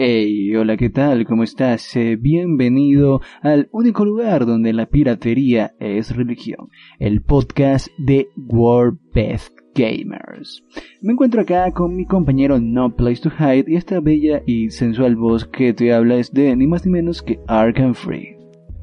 Hey, hola, ¿qué tal? ¿Cómo estás? Bienvenido al único lugar donde la piratería es religión, el podcast de World Best Gamers. Me encuentro acá con mi compañero No Place to Hide y esta bella y sensual voz que te habla es de ni más ni menos que Arkham Free.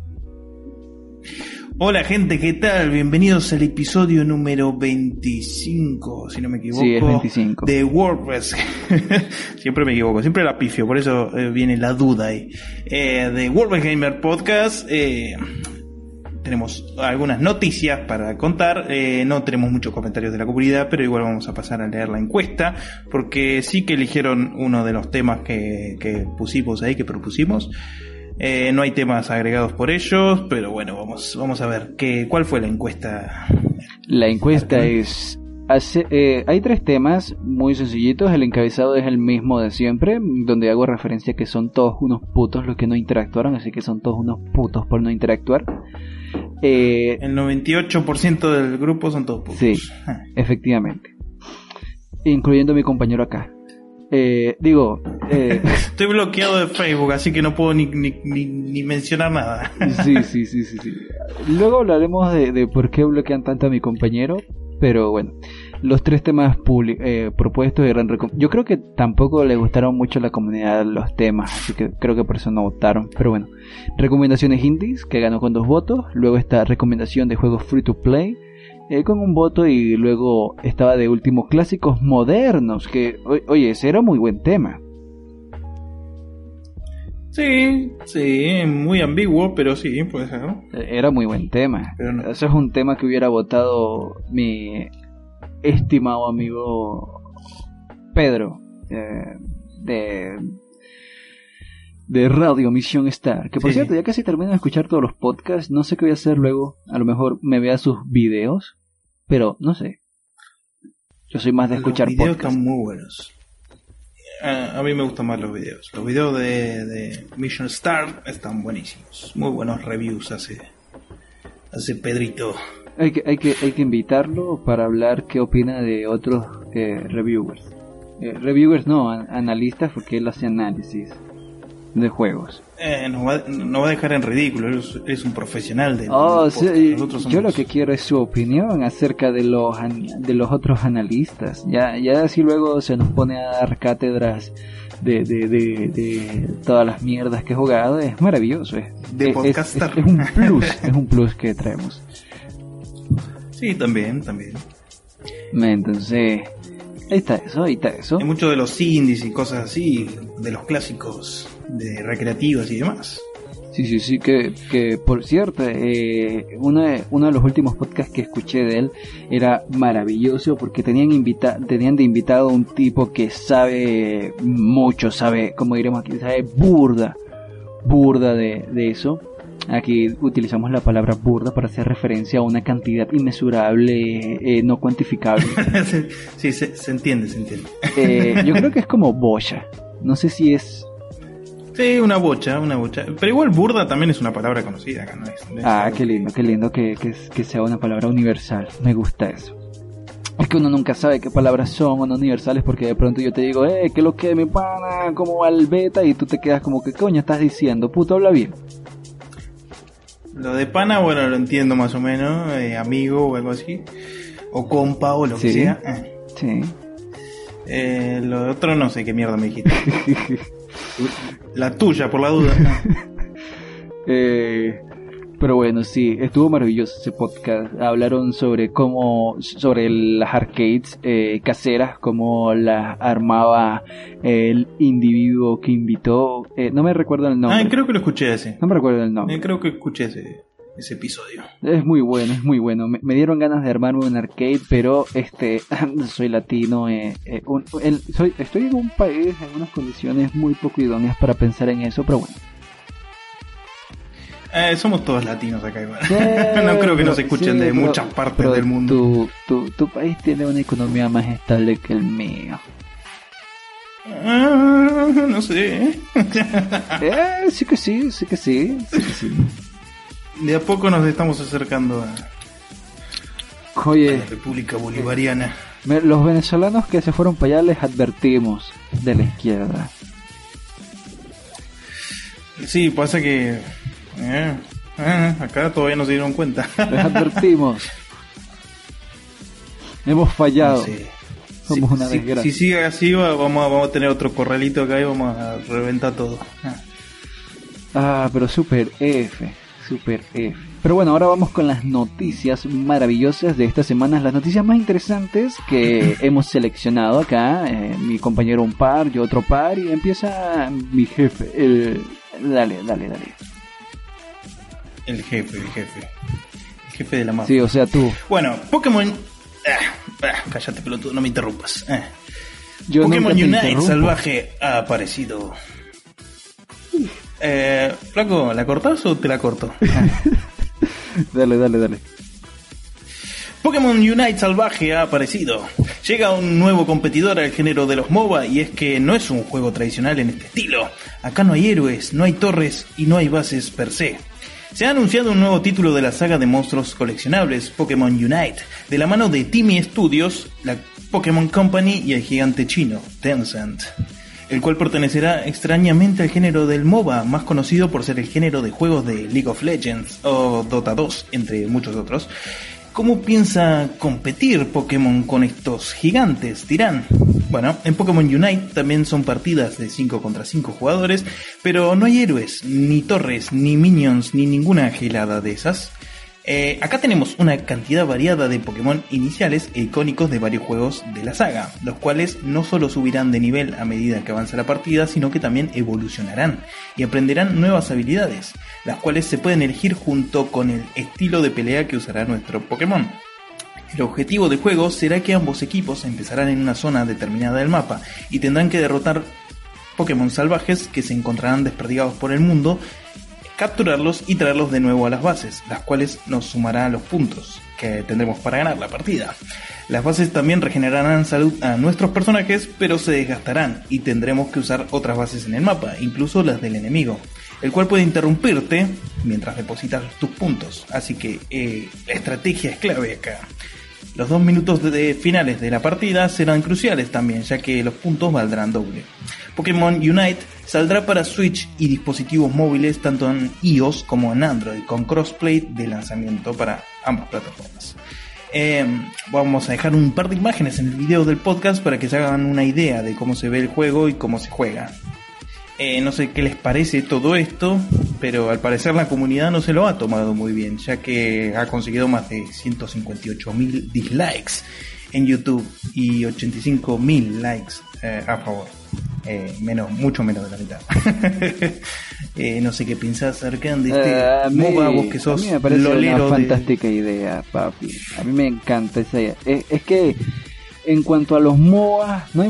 Hola gente, ¿qué tal? Bienvenidos al episodio número 25, si no me equivoco. Sí, es 25. De WordPress. Siempre me equivoco, siempre la pifio, por eso viene la duda ahí. De WordPress Gamer Podcast. Tenemos algunas noticias para contar. No tenemos muchos comentarios de la comunidad, pero igual vamos a pasar a leer la encuesta, porque sí que eligieron uno de los temas que pusimos ahí, que propusimos. No hay temas agregados por ellos, pero bueno, vamos a ver cuál fue la encuesta. La encuesta es... hay tres temas muy sencillitos. El encabezado es el mismo de siempre, donde hago referencia que son todos unos putos los que no interactuaron, así que son todos unos putos por no interactuar. El 98% del grupo son todos putos. Sí, efectivamente. Incluyendo a mi compañero acá. Estoy bloqueado de Facebook, así que no puedo ni mencionar nada. Sí. Luego hablaremos de por qué bloquean tanto a mi compañero. Pero bueno, los tres temas propuestos eran... Yo creo que tampoco le gustaron mucho a la comunidad los temas, así que creo que por eso no votaron. Pero bueno, recomendaciones indies, que ganó con 2 votos. Luego está recomendación de juegos free to play, con 1 voto. Y luego estaba de último clásicos modernos, que oye, ese era muy buen tema. Sí, muy ambiguo, pero sí, puede ser, ¿no? Era muy buen tema. Pero no. Eso es un tema que hubiera votado mi estimado amigo Pedro, de Radio Misión Star. Que por cierto, ya casi termino de escuchar todos los podcasts. No sé qué voy a hacer luego. A lo mejor me vea sus videos, pero no sé. Yo soy más de escuchar podcasts. Los videos están muy buenos. A mí me gustan más los videos. Los videos de Mission Star están buenísimos. Muy buenos reviews hace Pedrito. Hay que invitarlo para hablar qué opina de otros reviewers. Reviewers no, analistas, porque él hace análisis de juegos. No va a dejar en ridículo. Es un profesional de sí, nosotros somos... Yo lo que quiero es su opinión acerca de los otros analistas. Ya así luego se nos pone a dar cátedras de todas las mierdas que he jugado. Es maravilloso. De podcaster. Es un plus. Es un plus que traemos. Sí, también. Entonces, ahí está eso. Hay muchos de los indies y cosas así, de los clásicos de recreativos y demás. Sí, que por cierto, uno de los últimos podcasts que escuché de él era maravilloso, porque tenían de invitado a un tipo que sabe mucho, como diremos aquí, sabe burda de eso. Aquí utilizamos la palabra burda para hacer referencia a una cantidad inmesurable, no cuantificable. Sí, se entiende. Yo creo que es como bocha. No sé si es... Sí, una bocha. Pero igual burda también es una palabra conocida acá, ¿no es? Qué lindo que sea una palabra universal. Me gusta eso. Es que uno nunca sabe qué palabras son o no universales, porque de pronto yo te digo, ¿qué lo que mi pana? ¿Cómo va el beta? Y tú te quedas como, ¿qué coño estás diciendo? Puto, habla bien. Lo de pana, bueno, lo entiendo más o menos, amigo o algo así, o compa o lo que sea. Sí. Lo de otro no sé qué mierda me dijiste. La tuya, por la duda. Pero bueno, sí, estuvo maravilloso ese podcast. Hablaron sobre las arcades caseras, cómo las armaba el individuo que invitó. No me recuerdo el nombre. Creo que lo escuché ese. No me recuerdo el nombre. Creo que escuché ese episodio. Es muy bueno. Me dieron ganas de armarme un arcade, pero soy latino. Estoy en un país en unas condiciones muy poco idóneas para pensar en eso, pero bueno. Somos todos latinos acá igual. No creo que nos escuchen de muchas partes del mundo. Tu país tiene una economía más estable que el mío. No sé. Sí que sí. De a poco nos estamos acercando a la República Bolivariana. Los venezolanos que se fueron para allá les advertimos de la izquierda. Sí, pasa que acá todavía no se dieron cuenta. Les advertimos. Hemos fallado. No sé. Somos una desgracia. Si sigue así, vamos a tener otro corralito acá y vamos a reventar todo. Pero Super F. Pero bueno, ahora vamos con las noticias maravillosas de esta semana, las noticias más interesantes que hemos seleccionado acá. Mi compañero un par, yo otro par, y empieza mi jefe. Dale. El jefe de la mafia. Sí, o sea, tú. Bueno, Pokémon... cállate, pelotudo, no me interrumpas. Yo Pokémon nunca te Unite interrumpo. salvaje ha aparecido. Flaco, ¿la cortás o te la corto? Dale. Pokémon Unite salvaje ha aparecido. Llega un nuevo competidor al género de los MOBA, y es que no es un juego tradicional en este estilo. Acá no hay héroes, no hay torres y no hay bases per se. Se ha anunciado un nuevo título de la saga de monstruos coleccionables, Pokémon Unite, de la mano de Timi Studios, la Pokémon Company y el gigante chino, Tencent, el cual pertenecerá extrañamente al género del MOBA, más conocido por ser el género de juegos de League of Legends o Dota 2, entre muchos otros. ¿Cómo piensa competir Pokémon con estos gigantes, dirán? Bueno, en Pokémon Unite también son partidas de 5 contra 5 jugadores, pero no hay héroes, ni torres, ni minions, ni ninguna gelada de esas. Acá tenemos una cantidad variada de Pokémon iniciales e icónicos de varios juegos de la saga, los cuales no solo subirán de nivel a medida que avanza la partida, sino que también evolucionarán y aprenderán nuevas habilidades, las cuales se pueden elegir junto con el estilo de pelea que usará nuestro Pokémon. El objetivo del juego será que ambos equipos empezarán en una zona determinada del mapa y tendrán que derrotar Pokémon salvajes que se encontrarán desperdigados por el mundo, capturarlos y traerlos de nuevo a las bases, las cuales nos sumarán los puntos que tendremos para ganar la partida. Las bases también regenerarán salud a nuestros personajes, pero se desgastarán y tendremos que usar otras bases en el mapa, incluso las del enemigo, el cual puede interrumpirte mientras depositas tus puntos, así que la estrategia es clave acá. Los 2 minutos finales de la partida serán cruciales también, ya que los puntos valdrán doble. Pokémon Unite saldrá para Switch y dispositivos móviles tanto en iOS como en Android, con crossplay de lanzamiento para ambas plataformas. Vamos a dejar un par de imágenes en el video del podcast para que se hagan una idea de cómo se ve el juego y cómo se juega. No sé qué les parece todo esto, pero al parecer la comunidad no se lo ha tomado muy bien, ya que ha conseguido más de 158.000 dislikes en YouTube y 85.000 likes a favor. Mucho menos de la mitad. No sé qué piensas, Arkan, de este MOBA, vos que sos a mí me parece lolero una fantástica idea, papi. A mí me encanta esa idea. Es que en cuanto a los MOBA, no hay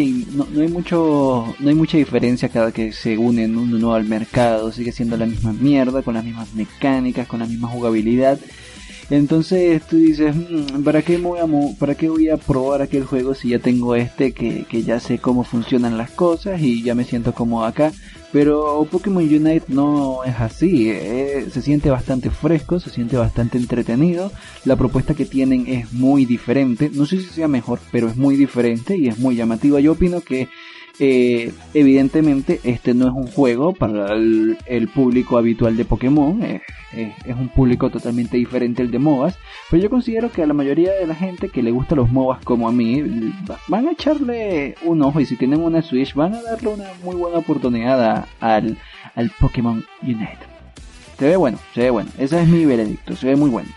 mucha diferencia cada que se unen uno al mercado. Sigue siendo la misma mierda, con las mismas mecánicas, con la misma jugabilidad. Entonces tú dices, ¿para qué voy a probar aquel juego si ya tengo que ya sé cómo funcionan las cosas y ya me siento cómodo acá? Pero Pokémon Unite no es así, se siente bastante fresco, se siente bastante entretenido. La propuesta que tienen es muy diferente, no sé si sea mejor, pero es muy diferente y es muy llamativa. Yo opino que evidentemente este no es un juego para el público habitual de Pokémon, es un público totalmente diferente al de MOBAs, pero yo considero que a la mayoría de la gente que le gusta los MOBAs como a mí van a echarle un ojo, y si tienen una Switch van a darle una muy buena oportunidad al Pokémon Unite. Se ve bueno, ese es mi veredicto, se ve muy bueno.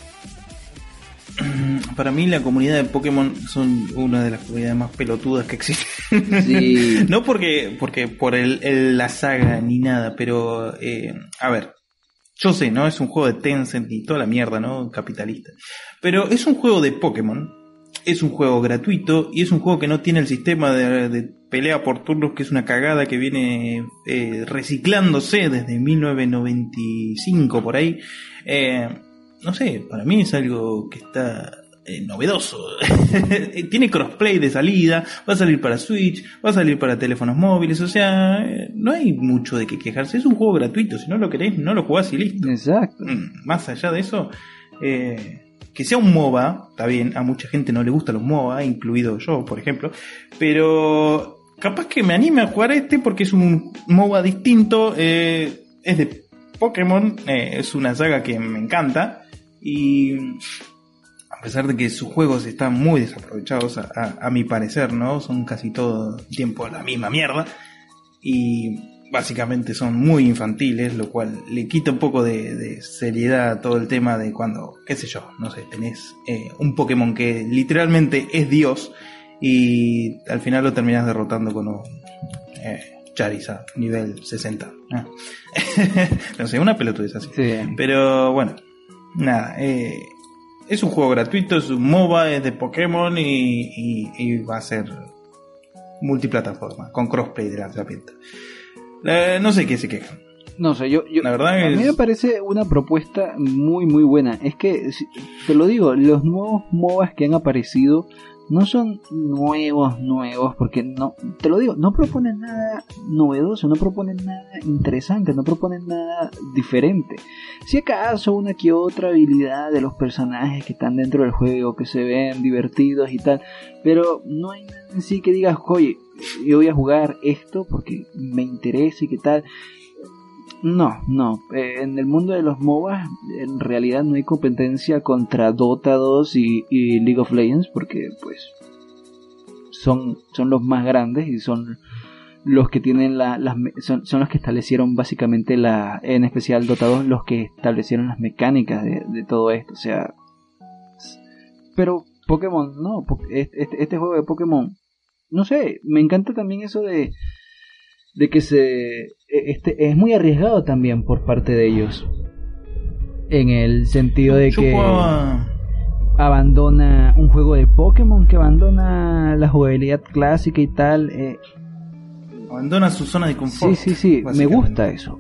Para mí la comunidad de Pokémon son una de las comunidades más pelotudas que existen. Sí. No porque por la saga ni nada, pero a ver, yo sé, ¿no? Es un juego de Tencent y toda la mierda, ¿no? Capitalista. Pero es un juego de Pokémon, es un juego gratuito y es un juego que no tiene el sistema de pelea por turnos, que es una cagada que viene reciclándose desde 1995 por ahí. No sé, para mí es algo que está novedoso. Tiene crossplay de salida, va a salir para Switch, va a salir para teléfonos móviles, o sea, no hay mucho de qué quejarse. Es un juego gratuito, si no lo querés, no lo jugás y listo. Exacto. Más allá de eso, que sea un MOBA, está bien, a mucha gente no le gustan los MOBA, incluido yo, por ejemplo, pero capaz que me anime a jugar porque es un MOBA distinto, es de Pokémon, es una saga que me encanta, y a pesar de que sus juegos están muy desaprovechados a mi parecer, ¿no? Son casi todo el tiempo la misma mierda, y básicamente son muy infantiles, lo cual le quita un poco de seriedad a todo el tema de cuando, qué sé yo, no sé, tenés un Pokémon que literalmente es Dios y al final lo terminás derrotando con un Charizard nivel 60. No sé, una pelotudez así. Sí. Pero bueno, nada, es un juego gratuito, es un MOBA, es de Pokémon y va a ser multiplataforma, con crossplay de la pinta. No sé qué se quejan. No sé, yo la verdad a mí me parece una propuesta muy muy buena. Es que, te lo digo, los nuevos MOBAs que han aparecido no son nuevos, porque no, te lo digo, no proponen nada novedoso, no proponen nada interesante, no proponen nada diferente. Si acaso una que otra habilidad de los personajes que están dentro del juego, que se ven divertidos y tal, pero no hay nada en sí que digas, oye, yo voy a jugar esto porque me interesa y qué tal. No, en el mundo de los MOBAs en realidad no hay competencia contra Dota 2 y League of Legends, porque pues son los más grandes y son los que tienen son los que establecieron básicamente en especial Dota 2, los que establecieron las mecánicas de todo esto, o sea, pero Pokémon no, este juego de Pokémon, no sé, me encanta también eso de que es muy arriesgado también por parte de ellos, en el sentido de que abandona un juego de Pokémon, que abandona la jugabilidad clásica y tal, abandona su zona de confort. Sí, me gusta eso.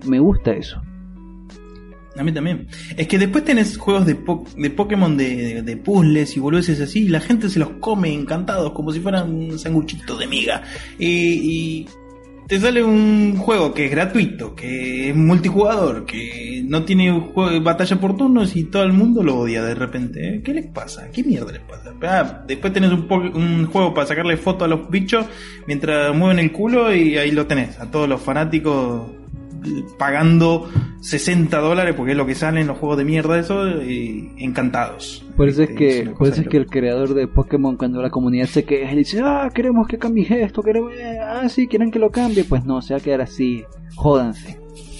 A mí también. Es que después tenés juegos de Pokémon de puzzles y boludeces así, y la gente se los come encantados como si fueran un sanguchito de miga, y te sale un juego que es gratuito, que es multijugador, que no tiene batalla por turnos y todo el mundo lo odia de repente. ¿Qué les pasa? ¿Qué mierda les pasa? Después tenés un juego para sacarle foto a los bichos mientras mueven el culo y ahí lo tenés, a todos los fanáticos pagando $60 porque es lo que salen los juegos de mierda eso, y encantados. Por eso es que el creador de Pokémon, cuando la comunidad se queja, le dice, queremos que cambie esto, sí, quieren que lo cambie, pues no, se va a quedar así, jódanse.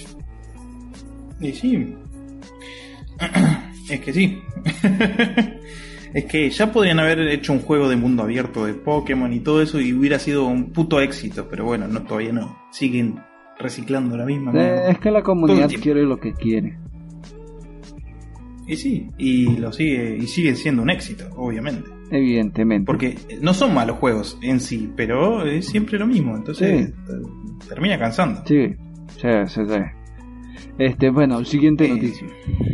Y sí, es que sí. Es que ya podrían haber hecho un juego de mundo abierto de Pokémon y todo eso y hubiera sido un puto éxito, pero bueno, no, todavía no, siguen reciclando la misma. Es que la comunidad quiere lo que quiere. Y sí, y sigue siendo un éxito, obviamente. Evidentemente. Porque no son malos juegos en sí, pero es siempre lo mismo, entonces termina cansando. Sí. Bueno, siguiente noticia.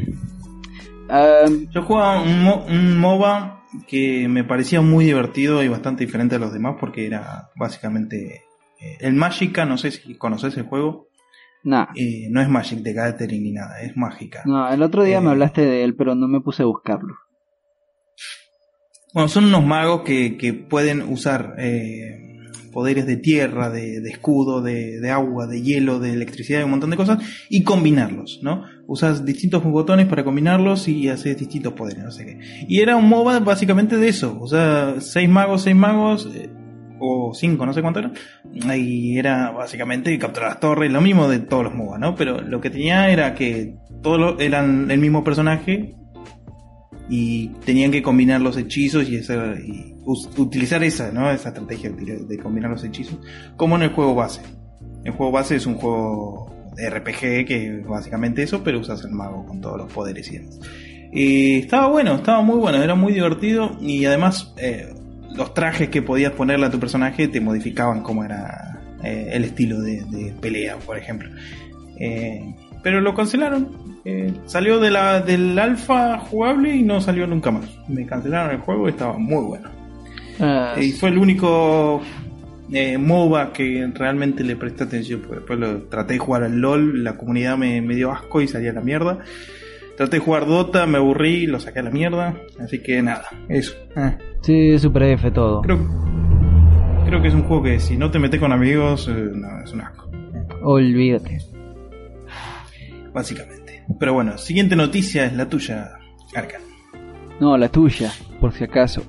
Yo jugaba un MOBA que me parecía muy divertido y bastante diferente a los demás porque era básicamente el Magica, no sé si conoces el juego. No. No es Magic the Gathering ni nada, es Magica. No, el otro día me hablaste de él, pero no me puse a buscarlo. Bueno, son unos magos que pueden usar poderes de tierra, de escudo, de agua, de hielo, de electricidad y un montón de cosas y combinarlos, ¿no? Usas distintos botones para combinarlos y haces distintos poderes, no sé qué. Y era un MOBA básicamente de eso, o sea, 6 magos, o 5, no sé cuánto era. Y era básicamente capturar las torres, lo mismo de todos los MOBA, ¿no? Pero lo que tenía era que todos eran el mismo personaje y tenían que combinar los hechizos y utilizar esa estrategia de combinar los hechizos, como en el juego base. El juego base es un juego de RPG que es básicamente eso, pero usas el mago con todos los poderes y demás. Estaba muy bueno, era muy divertido y además los trajes que podías ponerle a tu personaje te modificaban cómo era el estilo de pelea, por ejemplo. Pero lo cancelaron. Salió del alfa jugable y no salió nunca más. Me cancelaron el juego y estaba muy bueno. Y fue el único MOBA que realmente le presté atención. Porque después traté de jugar al LOL, la comunidad me dio asco y salí a la mierda. Traté de jugar Dota, me aburrí, lo saqué a la mierda. Así que nada, eso. Sí, Super F todo. Creo que es un juego que si no te metes con amigos, no, es un asco. Olvídate. Básicamente. Pero bueno, siguiente noticia es la tuya, Arkan. No, la tuya, por si acaso.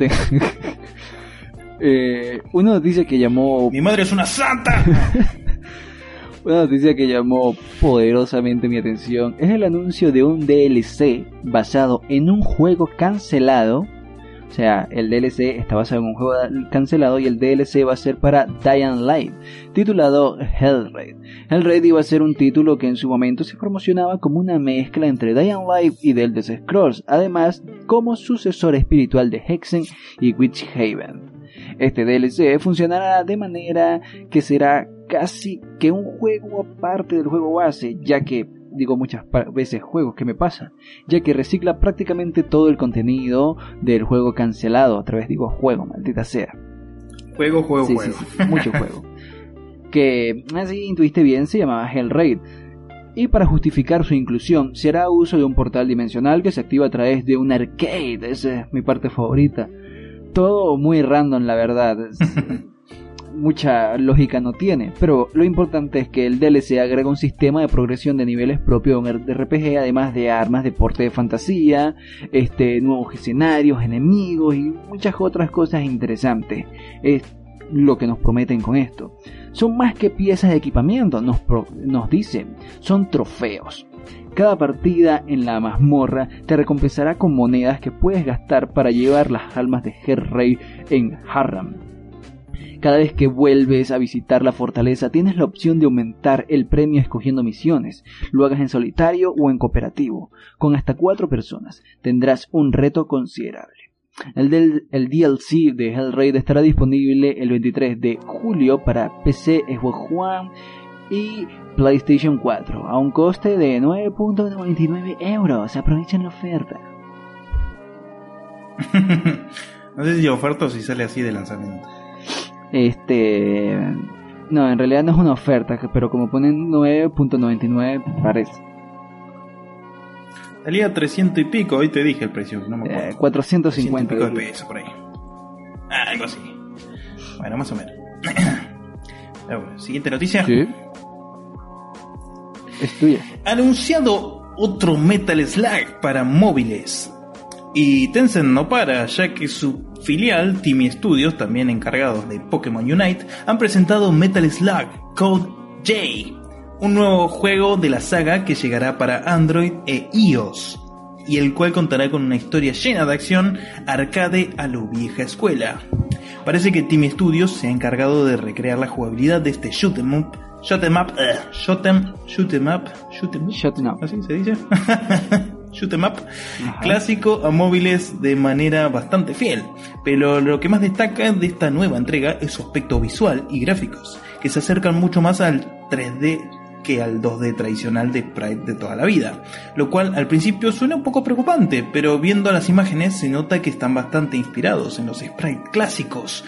Una noticia que llamó... ¡Mi madre es una santa! Una noticia que llamó poderosamente mi atención es el anuncio de un DLC basado en un juego cancelado. O sea, el DLC está basado en un juego cancelado y el DLC va a ser para Dying Light, titulado Hellraid. Hellraid iba a ser un título que en su momento se promocionaba como una mezcla entre Dying Light y The Elder Scrolls, además como sucesor espiritual de Hexen y Witchhaven. Este DLC funcionará de manera que será casi que un juego aparte del juego base, ya que, digo muchas veces juegos que me pasa, ya que recicla prácticamente todo el contenido del juego cancelado, a través digo juego, maldita sea. Juego. Sí, mucho juego. Que, así intuiste bien, se llamaba Hellraid. Y para justificar su inclusión, se hará uso de un portal dimensional que se activa a través de un arcade, esa es mi parte favorita. Todo muy random, la verdad. Mucha lógica no tiene, pero lo importante es que el DLC agrega un sistema de progresión de niveles propio de un RPG, además de armas, deporte de fantasía, nuevos escenarios, enemigos y muchas otras cosas interesantes. Es lo que nos prometen con esto. Son más que piezas de equipamiento, nos dicen, son trofeos. Cada partida en la mazmorra te recompensará con monedas que puedes gastar para llevar las almas de Hellraid en Harran. Cada vez que vuelves a visitar la fortaleza tienes la opción de aumentar el premio escogiendo misiones, lo hagas en solitario o en cooperativo. Con hasta 4 personas tendrás un reto considerable. El DLC de Hellraid estará disponible el 23 de julio para PC, Xbox One y PlayStation 4 a un coste de 9.99 euros. Aprovechen la oferta. No sé si oferta o si sale así de lanzamiento. No, en realidad no es una oferta, pero como ponen 9.99 parece. Salía 300 y pico, hoy te dije el precio, no me acuerdo. 450 de pesos por ahí. Algo así. Bueno, más o menos. Siguiente noticia. Sí. Es tuya. Anunciado otro Metal Slug para móviles. Y Tencent no para, ya que su filial, Timi Studios, también encargados de Pokémon Unite, han presentado Metal Slug Code J, un nuevo juego de la saga que llegará para Android e iOS, y el cual contará con una historia llena de acción arcade a lo vieja escuela. Parece que Timi Studios se ha encargado de recrear la jugabilidad de este shoot'em up, ¿así se dice? Shoot'em up. Ajá. Clásico a móviles de manera bastante fiel, pero lo que más destaca de esta nueva entrega es su aspecto visual y gráficos, que se acercan mucho más al 3D que al 2D tradicional de sprite de toda la vida, lo cual al principio suena un poco preocupante, pero viendo las imágenes se nota que están bastante inspirados en los sprites clásicos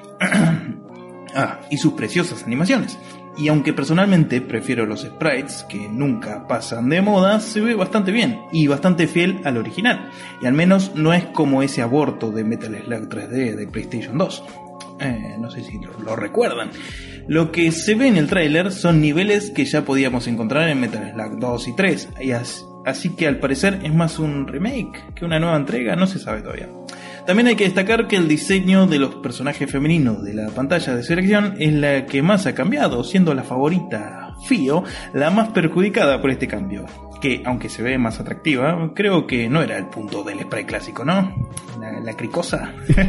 y sus preciosas animaciones. Y aunque personalmente prefiero los sprites, que nunca pasan de moda, se ve bastante bien y bastante fiel al original. Y al menos no es como ese aborto de Metal Slug 3D de PlayStation 2. No sé si lo recuerdan. Lo que se ve en el tráiler son niveles que ya podíamos encontrar en Metal Slug 2 y 3. Así que al parecer es más un remake que una nueva entrega, no se sabe todavía. También hay que destacar que el diseño de los personajes femeninos de la pantalla de selección es la que más ha cambiado, siendo la favorita, Fio, la más perjudicada por este cambio. Que, aunque se ve más atractiva, creo que no era el punto del sprite clásico, ¿no? La cricosa.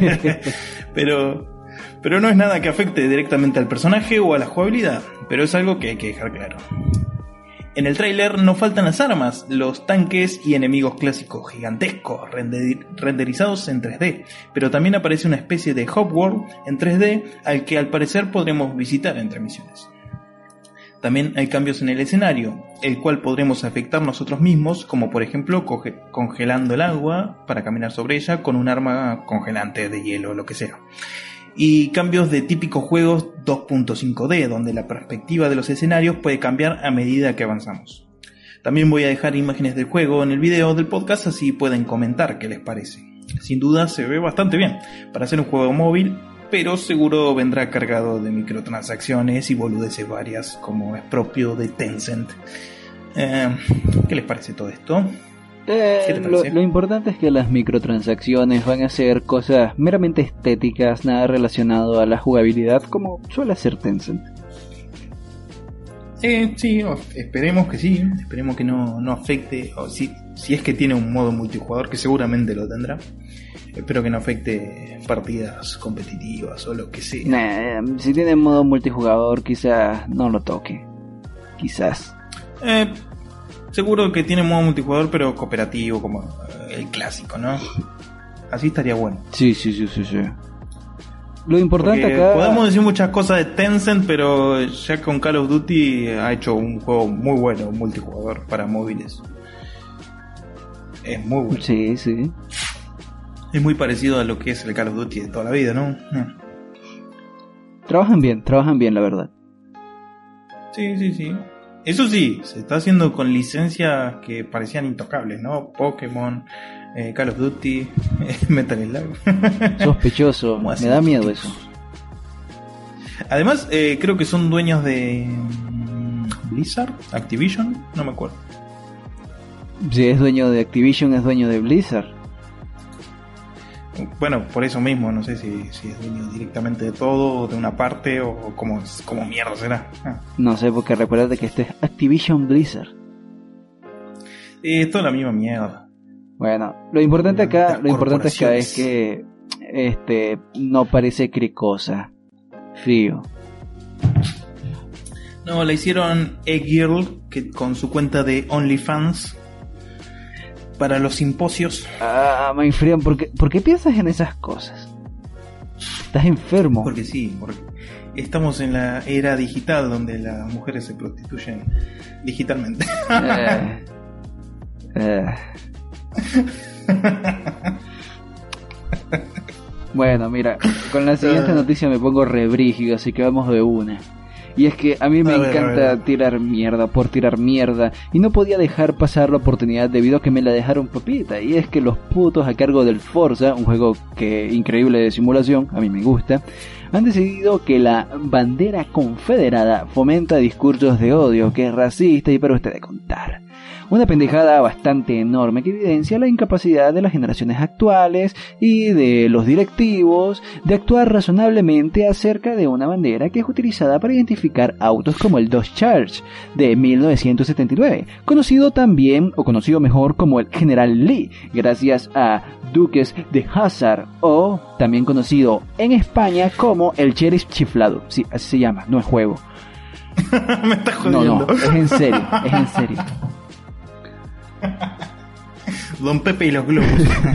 Pero no es nada que afecte directamente al personaje o a la jugabilidad, pero es algo que hay que dejar claro. En el tráiler no faltan las armas, los tanques y enemigos clásicos gigantescos renderizados en 3D, pero también aparece una especie de Hopworld en 3D al que al parecer podremos visitar entre misiones. También hay cambios en el escenario, el cual podremos afectar nosotros mismos, como por ejemplo congelando el agua para caminar sobre ella con un arma congelante de hielo o lo que sea. Y cambios de típicos juegos 2.5D, donde la perspectiva de los escenarios puede cambiar a medida que avanzamos. También voy a dejar imágenes del juego en el video del podcast, así pueden comentar qué les parece. Sin duda se ve bastante bien para hacer un juego móvil, pero seguro vendrá cargado de microtransacciones y boludeces varias, como es propio de Tencent. ¿Qué les parece todo esto? Lo importante es que las microtransacciones van a ser cosas meramente estéticas, nada relacionado a la jugabilidad, como suele hacer Tencent. Sí, esperemos que sí, esperemos que no afecte, o si es que tiene un modo multijugador, que seguramente lo tendrá, espero que no afecte partidas competitivas o lo que sea. Si tiene modo multijugador quizás no lo toque, quizás. Seguro que tiene modo multijugador pero cooperativo como el clásico, ¿no? Así estaría bueno. Sí. Lo importante porque acá... podemos decir muchas cosas de Tencent, pero ya con Call of Duty ha hecho un juego muy bueno, multijugador para móviles. Es muy bueno. Sí. Es muy parecido a lo que es el Call of Duty de toda la vida, ¿no? Trabajan bien, la verdad. Sí. Eso sí, se está haciendo con licencias que parecían intocables, ¿no? Pokémon, Call of Duty, Metal Slug. Sospechoso, me da miedo eso. Además, creo que son dueños de Blizzard, Activision, no me acuerdo. Si es dueño de Activision, es dueño de Blizzard. Bueno, por eso mismo, no sé si es dueño directamente de todo, de una parte, o cómo mierda será. No sé, porque recuerda que este es Activision Blizzard. Es toda la misma mierda. Bueno, lo importante acá es que no parece cricosa. Frío. No, la hicieron E-Girl, que con su cuenta de OnlyFans para los simposios. My friend, ¿por qué piensas en esas cosas? Estás enfermo. Porque estamos en la era digital donde las mujeres se prostituyen digitalmente. Bueno, mira, con la siguiente noticia me pongo rebrígido, así que vamos de una. Y es que a mí me encanta tirar mierda por tirar mierda, y no podía dejar pasar la oportunidad debido a que me la dejaron papita. Y es que los putos a cargo del Forza, un juego increíble de simulación, a mí me gusta, han decidido que la bandera confederada fomenta discursos de odio, que es racista y para ustedes contar. Una pendejada bastante enorme que evidencia la incapacidad de las generaciones actuales y de los directivos de actuar razonablemente acerca de una bandera que es utilizada para identificar autos como el Dodge Charge de 1979, conocido mejor como el General Lee, gracias a Duques de Hazzard, o también conocido en España como el Sheriff Chiflado. Sí, así se llama, no es juego. Me estás jodiendo. No, es en serio. Don Pepe y los globos.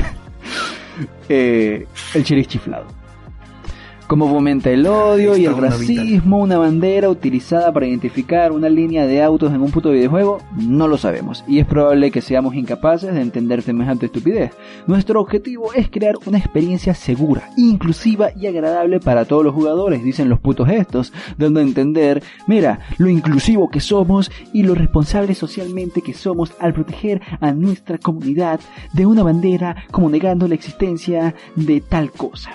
El Sheriff Chiflado. ¿Cómo fomenta el odio y el racismo una bandera utilizada para identificar una línea de autos en un puto videojuego? No lo sabemos, y es probable que seamos incapaces de entender semejante estupidez. Nuestro objetivo es crear una experiencia segura, inclusiva y agradable para todos los jugadores, dicen los putos estos, dando a entender, mira, lo inclusivo que somos y lo responsables socialmente que somos al proteger a nuestra comunidad de una bandera como negando la existencia de tal cosa.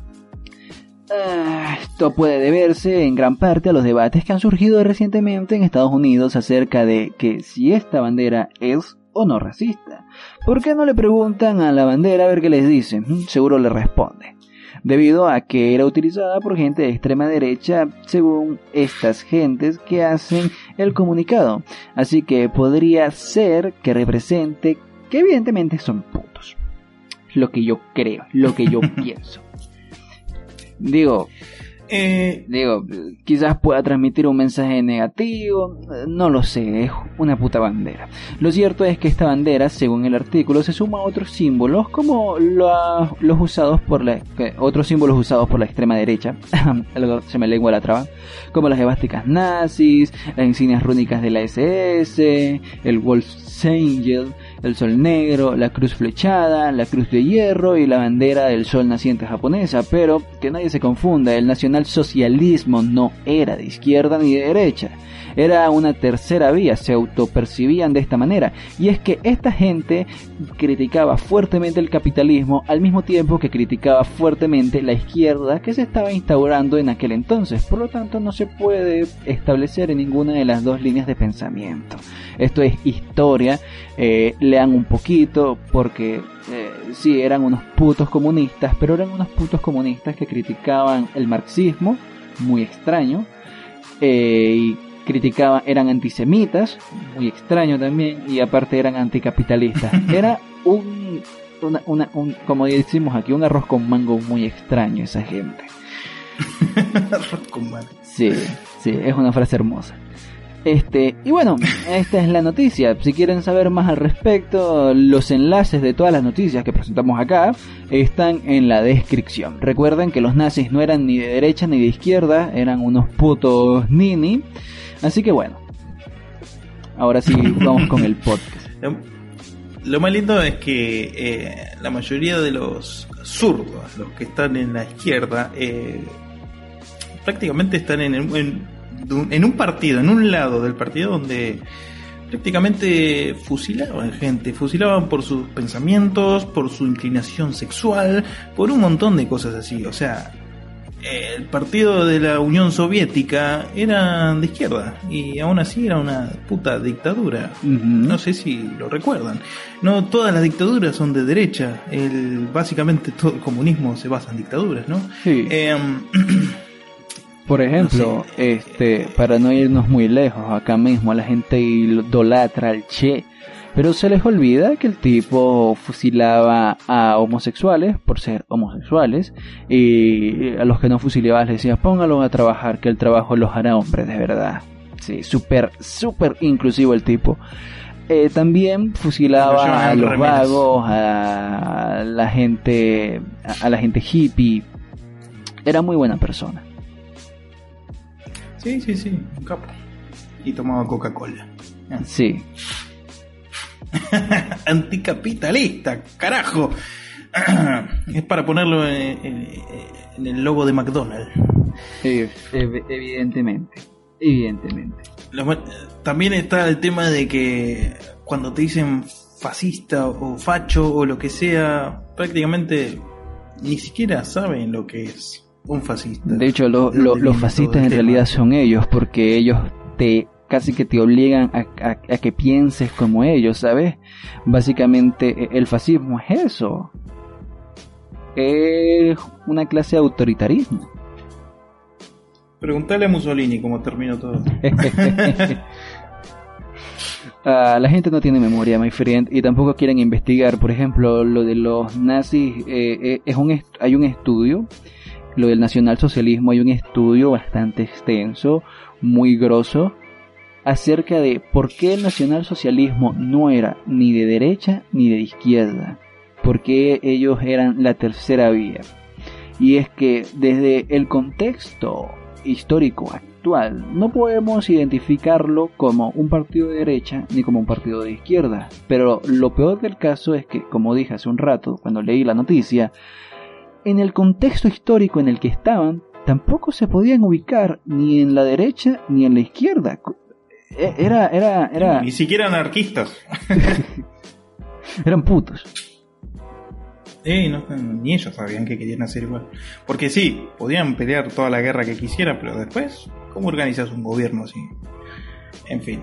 Esto puede deberse en gran parte a los debates que han surgido recientemente en Estados Unidos acerca de que si esta bandera es o no racista. ¿Por qué no le preguntan a la bandera a ver qué les dice? Seguro le responde. Debido a que era utilizada por gente de extrema derecha, según estas gentes que hacen el comunicado. Así que podría ser que represente que evidentemente son putos. Lo que yo creo, lo que yo pienso. Digo, quizás pueda transmitir un mensaje negativo, no lo sé, es una puta bandera. Lo cierto es que esta bandera, según el artículo, se suma a otros símbolos como los usados por otros símbolos usados por la extrema derecha, se me lengua la traba, como las esvásticas nazis, las insignias rúnicas de la SS, el Wolf's Angel, el sol negro, la cruz flechada, la cruz de hierro y la bandera del sol naciente japonesa. Pero que nadie se confunda, el nacionalsocialismo no era de izquierda ni de derecha. Era una tercera vía, se autopercibían de esta manera. Y es que esta gente criticaba fuertemente el capitalismo al mismo tiempo que criticaba fuertemente la izquierda que se estaba instaurando en aquel entonces. Por lo tanto, no se puede establecer en ninguna de las dos líneas de pensamiento. Esto es historia, lean un poquito porque sí, eran unos putos comunistas, pero eran unos putos comunistas que criticaban el marxismo, muy extraño, y criticaban, eran antisemitas, muy extraño también, y aparte eran anticapitalistas. Era un como decimos aquí, un arroz con mango muy extraño esa gente. Arroz con mango. Sí, es una frase hermosa. Y bueno, esta es la noticia. Si quieren saber más al respecto, los enlaces de todas las noticias que presentamos acá están en la descripción. Recuerden que los nazis no eran ni de derecha ni de izquierda, eran unos putos nini. Así que bueno, ahora sí vamos con el podcast. Lo más lindo es que la mayoría de los zurdos, los que están en la izquierda, prácticamente están en un partido, en un lado del partido donde prácticamente fusilaban por sus pensamientos, por su inclinación sexual, por un montón de cosas así. O sea, el partido de la Unión Soviética era de izquierda y aún así era una puta dictadura. No sé si lo recuerdan. No todas las dictaduras son de derecha. Básicamente todo el comunismo se basa en dictaduras, ¿no? Sí. Por ejemplo, no sé, para no irnos muy lejos, acá mismo la gente idolatra al Che, pero se les olvida que el tipo fusilaba a homosexuales por ser homosexuales, y a los que no fusilaba les decía, póngalos a trabajar, que el trabajo los hará hombres de verdad. Sí, súper inclusivo el tipo. También fusilaba a los vagos, a la gente hippie. Era muy buena persona. Sí, un capo. Y tomaba Coca-Cola. Sí. Anticapitalista, carajo. Es para ponerlo en el logo de McDonald's. Evidentemente. También está el tema de que cuando te dicen fascista o facho o lo que sea, prácticamente ni siquiera saben lo que es un fascista. De hecho, los fascistas en realidad son ellos, porque ellos casi que te obligan a que pienses como ellos, ¿sabes? Básicamente el fascismo es eso. Es una clase de autoritarismo. Preguntale a Mussolini cómo terminó todo. La gente no tiene memoria, my friend, y tampoco quieren investigar. Por ejemplo, lo de los nazis, hay un estudio. Lo del nacionalsocialismo, hay un estudio bastante extenso, muy grosso, acerca de por qué el nacionalsocialismo no era ni de derecha ni de izquierda, por qué ellos eran la tercera vía. Y es que desde el contexto histórico actual no podemos identificarlo como un partido de derecha ni como un partido de izquierda, pero lo peor del caso es que, como dije hace un rato cuando leí la noticia, en el contexto histórico en el que estaban, tampoco se podían ubicar ni en la derecha ni en la izquierda. Era... Ni siquiera anarquistas. Eran putos. Ni ellos sabían que querían hacer igual. Porque sí, podían pelear toda la guerra que quisieran, pero después, ¿cómo organizas un gobierno así? En fin.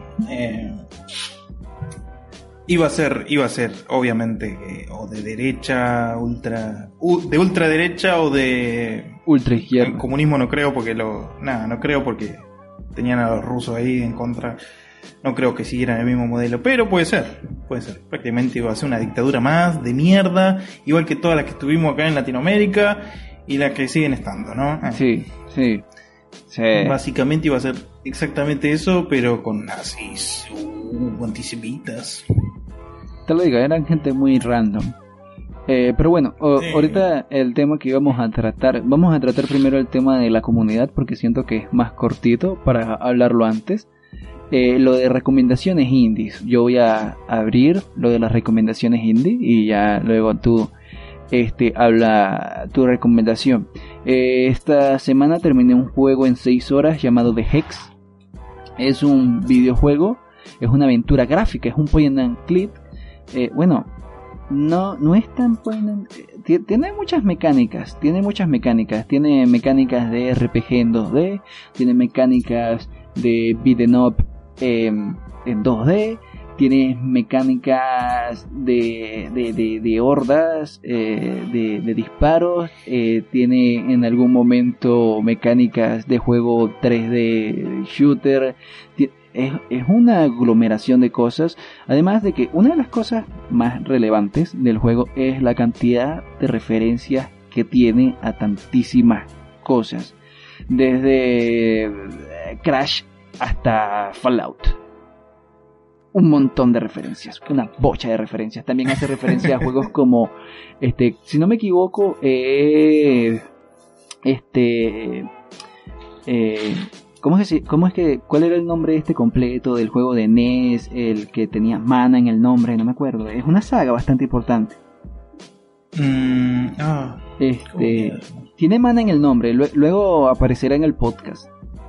Iba a ser obviamente o de derecha, de ultraderecha o de ultra izquierda. El comunismo no creo porque no creo porque tenían a los rusos ahí en contra. No creo que siguieran el mismo modelo, pero puede ser. Prácticamente iba a ser una dictadura más de mierda, igual que todas las que tuvimos acá en Latinoamérica y las que siguen estando, ¿no? Sí. Básicamente iba a ser exactamente eso, pero con nazis, antisemitas. Te lo digo, eran gente muy random. Pero bueno, ahorita el tema que vamos a tratar primero el tema de la comunidad, porque siento que es más cortito para hablarlo antes. Lo de recomendaciones indies, yo voy a abrir lo de las recomendaciones indie y ya luego tú habla tu recomendación. Esta semana terminé un juego en 6 horas llamado The Hex. Es un videojuego, es una aventura gráfica, es un point and click. Bueno, no es tan point and... tiene muchas mecánicas, tiene mecánicas de RPG en 2D, tiene mecánicas de beat'em up en 2D, tiene mecánicas de hordas, de disparos, tiene en algún momento mecánicas de juego 3D shooter. Es una aglomeración de cosas, además de que una de las cosas más relevantes del juego es la cantidad de referencias que tiene a tantísimas cosas, desde Crash hasta Fallout. Un montón de referencias, una bocha de referencias. También hace referencia a juegos como, si no me equivoco, ¿cuál era el nombre completo del juego de NES? El que tenía Mana en el nombre, no me acuerdo. Es una saga bastante importante. Tiene Mana en el nombre, luego aparecerá en el podcast.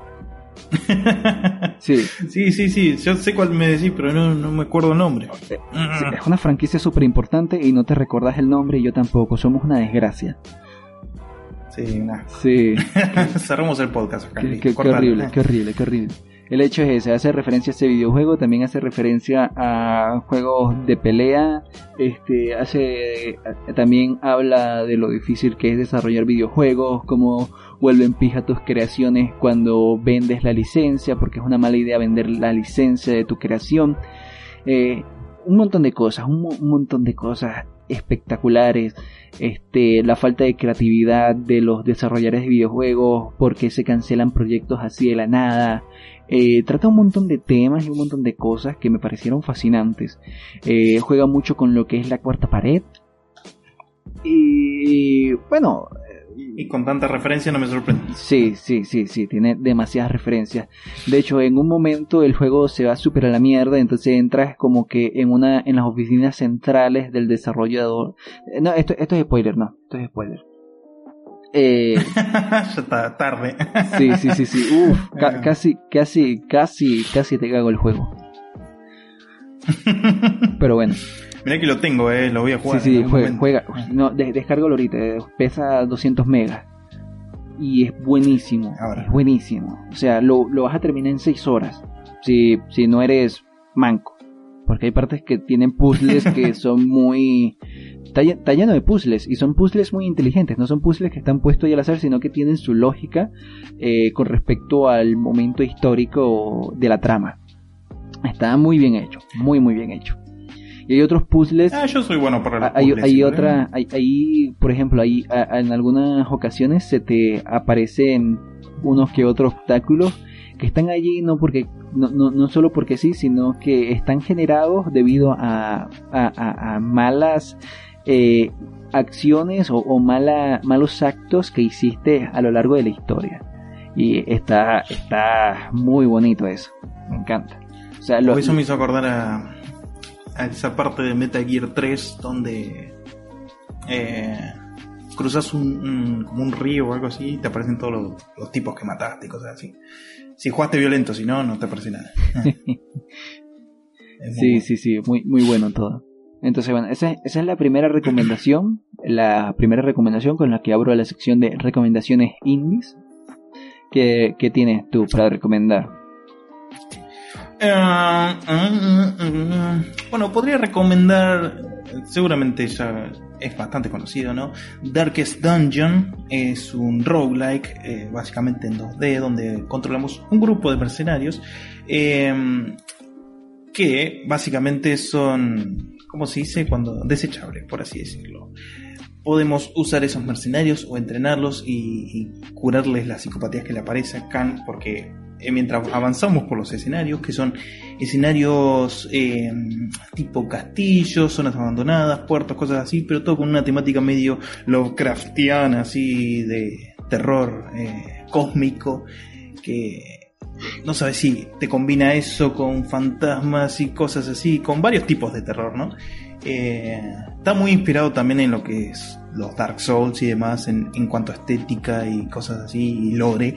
Sí. Sí, yo sé cuál me decís, pero no me acuerdo el nombre. Sí, es una franquicia súper importante y no te recordás el nombre, y yo tampoco, somos una desgracia. Sí, nada. Sí. Cerramos el podcast acá. Qué horrible. El hecho es ese, hace referencia a ese videojuego, también hace referencia a juegos de pelea, también habla de lo difícil que es desarrollar videojuegos, cómo vuelven pija tus creaciones cuando vendes la licencia, porque es una mala idea vender la licencia de tu creación. Un montón de cosas espectaculares. La falta de creatividad de los desarrolladores de videojuegos, porque se cancelan proyectos así de la nada. Trata un montón de temas y un montón de cosas que me parecieron fascinantes. Juega mucho con lo que es la cuarta pared. Y bueno, y con tanta referencia no me sorprende. Sí, tiene demasiadas referencias. De hecho, en un momento el juego se va súper a la mierda, entonces entras como que en las oficinas centrales del desarrollador. No, esto es spoiler, Ya está tarde. Sí. Uf, casi te cago el juego. Pero bueno. Mirá que lo tengo, lo voy a jugar. Sí, juega. No, descárgalo ahorita, pesa 200 megas. Y es buenísimo. Ahora. Es buenísimo. O sea, lo vas a terminar en 6 horas. Si no eres manco. Porque hay partes que tienen puzzles que son muy... Está lleno de puzzles. Y son puzzles muy inteligentes. No son puzzles que están puestos ahí al azar, sino que tienen su lógica con respecto al momento histórico de la trama. Está muy bien hecho. Muy, muy bien hecho. Y hay otros puzzles. Yo soy bueno para los puzzles. Hay, por ejemplo, en algunas ocasiones se te aparecen unos que otros obstáculos que están allí no solo porque sí, sino que están generados debido a malas acciones o malos actos que hiciste a lo largo de la historia. Y está muy bonito eso. Me encanta. O sea, eso me hizo acordar a esa parte de Metal Gear 3 donde cruzas como un río o algo así y te aparecen todos los tipos que mataste y cosas así. Si jugaste violento, si no te aparece nada. Sí, muy bueno todo. Entonces, bueno, esa es la primera recomendación con la que abro la sección de recomendaciones indies. ¿Qué tienes tú para recomendar? Bueno, podría recomendar, seguramente ya es bastante conocido, ¿no? Darkest Dungeon es un roguelike, básicamente en 2D, donde controlamos un grupo de mercenarios que básicamente son, ¿cómo se dice? Desechables, por así decirlo. Podemos usar esos mercenarios o entrenarlos y curarles las psicopatías que le aparezcan, porque mientras avanzamos por los escenarios, que son escenarios tipo castillos, zonas abandonadas, puertos, cosas así, pero todo con una temática medio Lovecraftiana, así de terror cósmico, que no sabes si te combina eso con fantasmas y cosas así, con varios tipos de terror, ¿no? Está muy inspirado también en lo que es los Dark Souls y demás, en cuanto a estética y cosas así, y lore.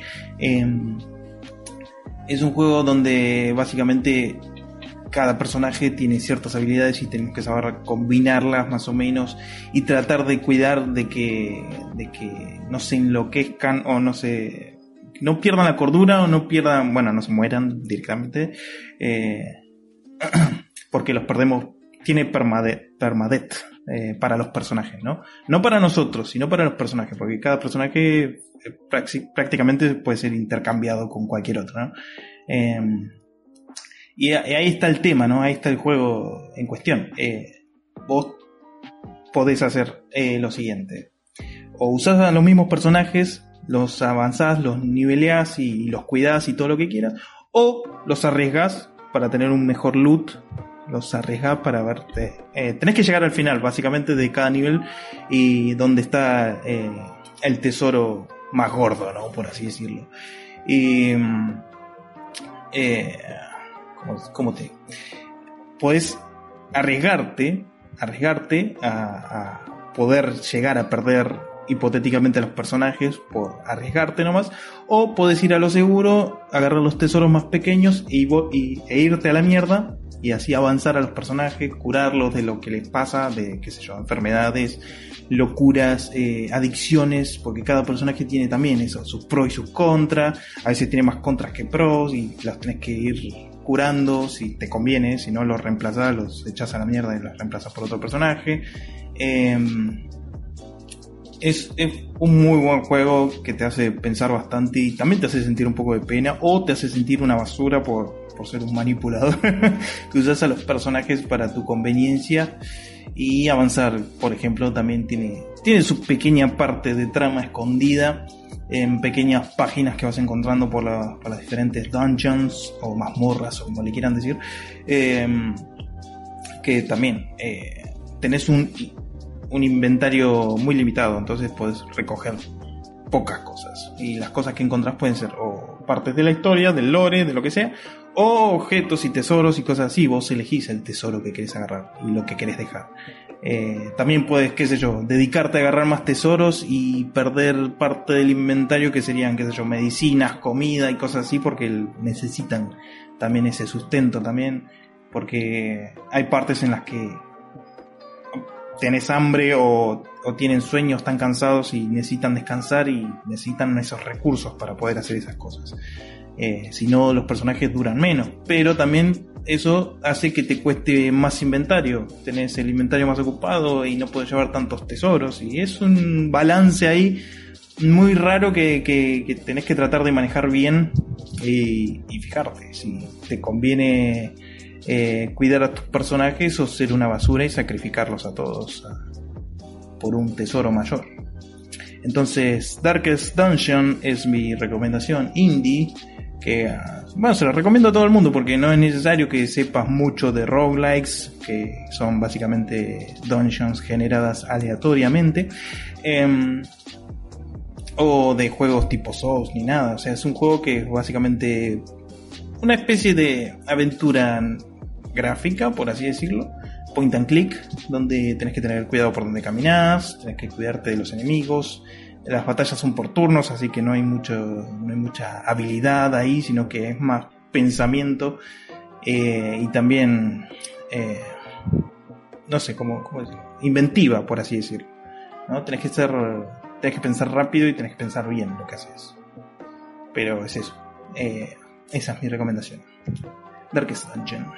Es un juego donde básicamente cada personaje tiene ciertas habilidades y tenemos que saber combinarlas más o menos y tratar de cuidar de que no se enloquezcan o no pierdan la cordura o no se mueran directamente, porque los perdemos. Tiene permadeath para los personajes, ¿no? No para nosotros, sino para los personajes, porque cada personaje prácticamente puede ser intercambiado con cualquier otro, ¿no? Y ahí está el tema, ¿no? Ahí está el juego en cuestión. Vos podés hacer lo siguiente: o usás a los mismos personajes, los avanzás, los niveleás y los cuidás y todo lo que quieras, o los arriesgás para tener un mejor loot. Los arriesgás para verte. Tenés que llegar al final, básicamente, de cada nivel y donde está el tesoro más gordo, ¿no? Por así decirlo. Y ¿cómo te? Puedes arriesgarte a poder llegar a perder hipotéticamente a los personajes por arriesgarte nomás, o puedes ir a lo seguro, agarrar los tesoros más pequeños e irte a la mierda y así avanzar a los personajes, curarlos de lo que les pasa, de qué sé yo, enfermedades, locuras, adicciones, porque cada personaje tiene también eso, sus pros y sus contras. A veces tiene más contras que pros y los tenés que ir curando si te conviene, si no los reemplazás, los echás a la mierda y los reemplazas por otro personaje. Es un muy buen juego que te hace pensar bastante y también te hace sentir un poco de pena o te hace sentir una basura por ser un manipulador que usas a los personajes para tu conveniencia y avanzar. Por ejemplo, también tiene su pequeña parte de trama escondida en pequeñas páginas que vas encontrando por las diferentes dungeons o mazmorras o como le quieran decir, que también tenés un inventario muy limitado, entonces podés recoger pocas cosas y las cosas que encontrás pueden ser o partes de la historia, del lore, de lo que sea, o objetos y tesoros y cosas así. Vos elegís el tesoro que querés agarrar y lo que querés dejar. También puedes, qué sé yo, dedicarte a agarrar más tesoros y perder parte del inventario que serían, qué sé yo, medicinas, comida y cosas así, porque necesitan también ese sustento también, porque hay partes en las que tenés hambre o tienen sueños, están cansados y necesitan descansar y necesitan esos recursos para poder hacer esas cosas. Si no, los personajes duran menos, pero también eso hace que te cueste más inventario. Tenés el inventario más ocupado y no puedes llevar tantos tesoros, y es un balance ahí muy raro que tenés que tratar de manejar bien y fijarte si te conviene cuidar a tus personajes o ser una basura y sacrificarlos a todos por un tesoro mayor. Entonces, Darkest Dungeon es mi recomendación indie, que se lo recomiendo a todo el mundo porque no es necesario que sepas mucho de roguelikes, que son básicamente dungeons generadas aleatoriamente, o de juegos tipo Souls ni nada. O sea, es un juego que es básicamente una especie de aventura gráfica, por así decirlo, point and click, donde tenés que tener cuidado por donde caminás, tenés que cuidarte de los enemigos. Las batallas son por turnos, así que no hay mucha habilidad ahí, sino que es más pensamiento, y también no sé cómo decirlo, inventiva, por así decirlo, ¿no? Tenés que pensar rápido y tenés que pensar bien lo que haces. Pero es eso. Esa es mi recomendación. Darkest Dungeon.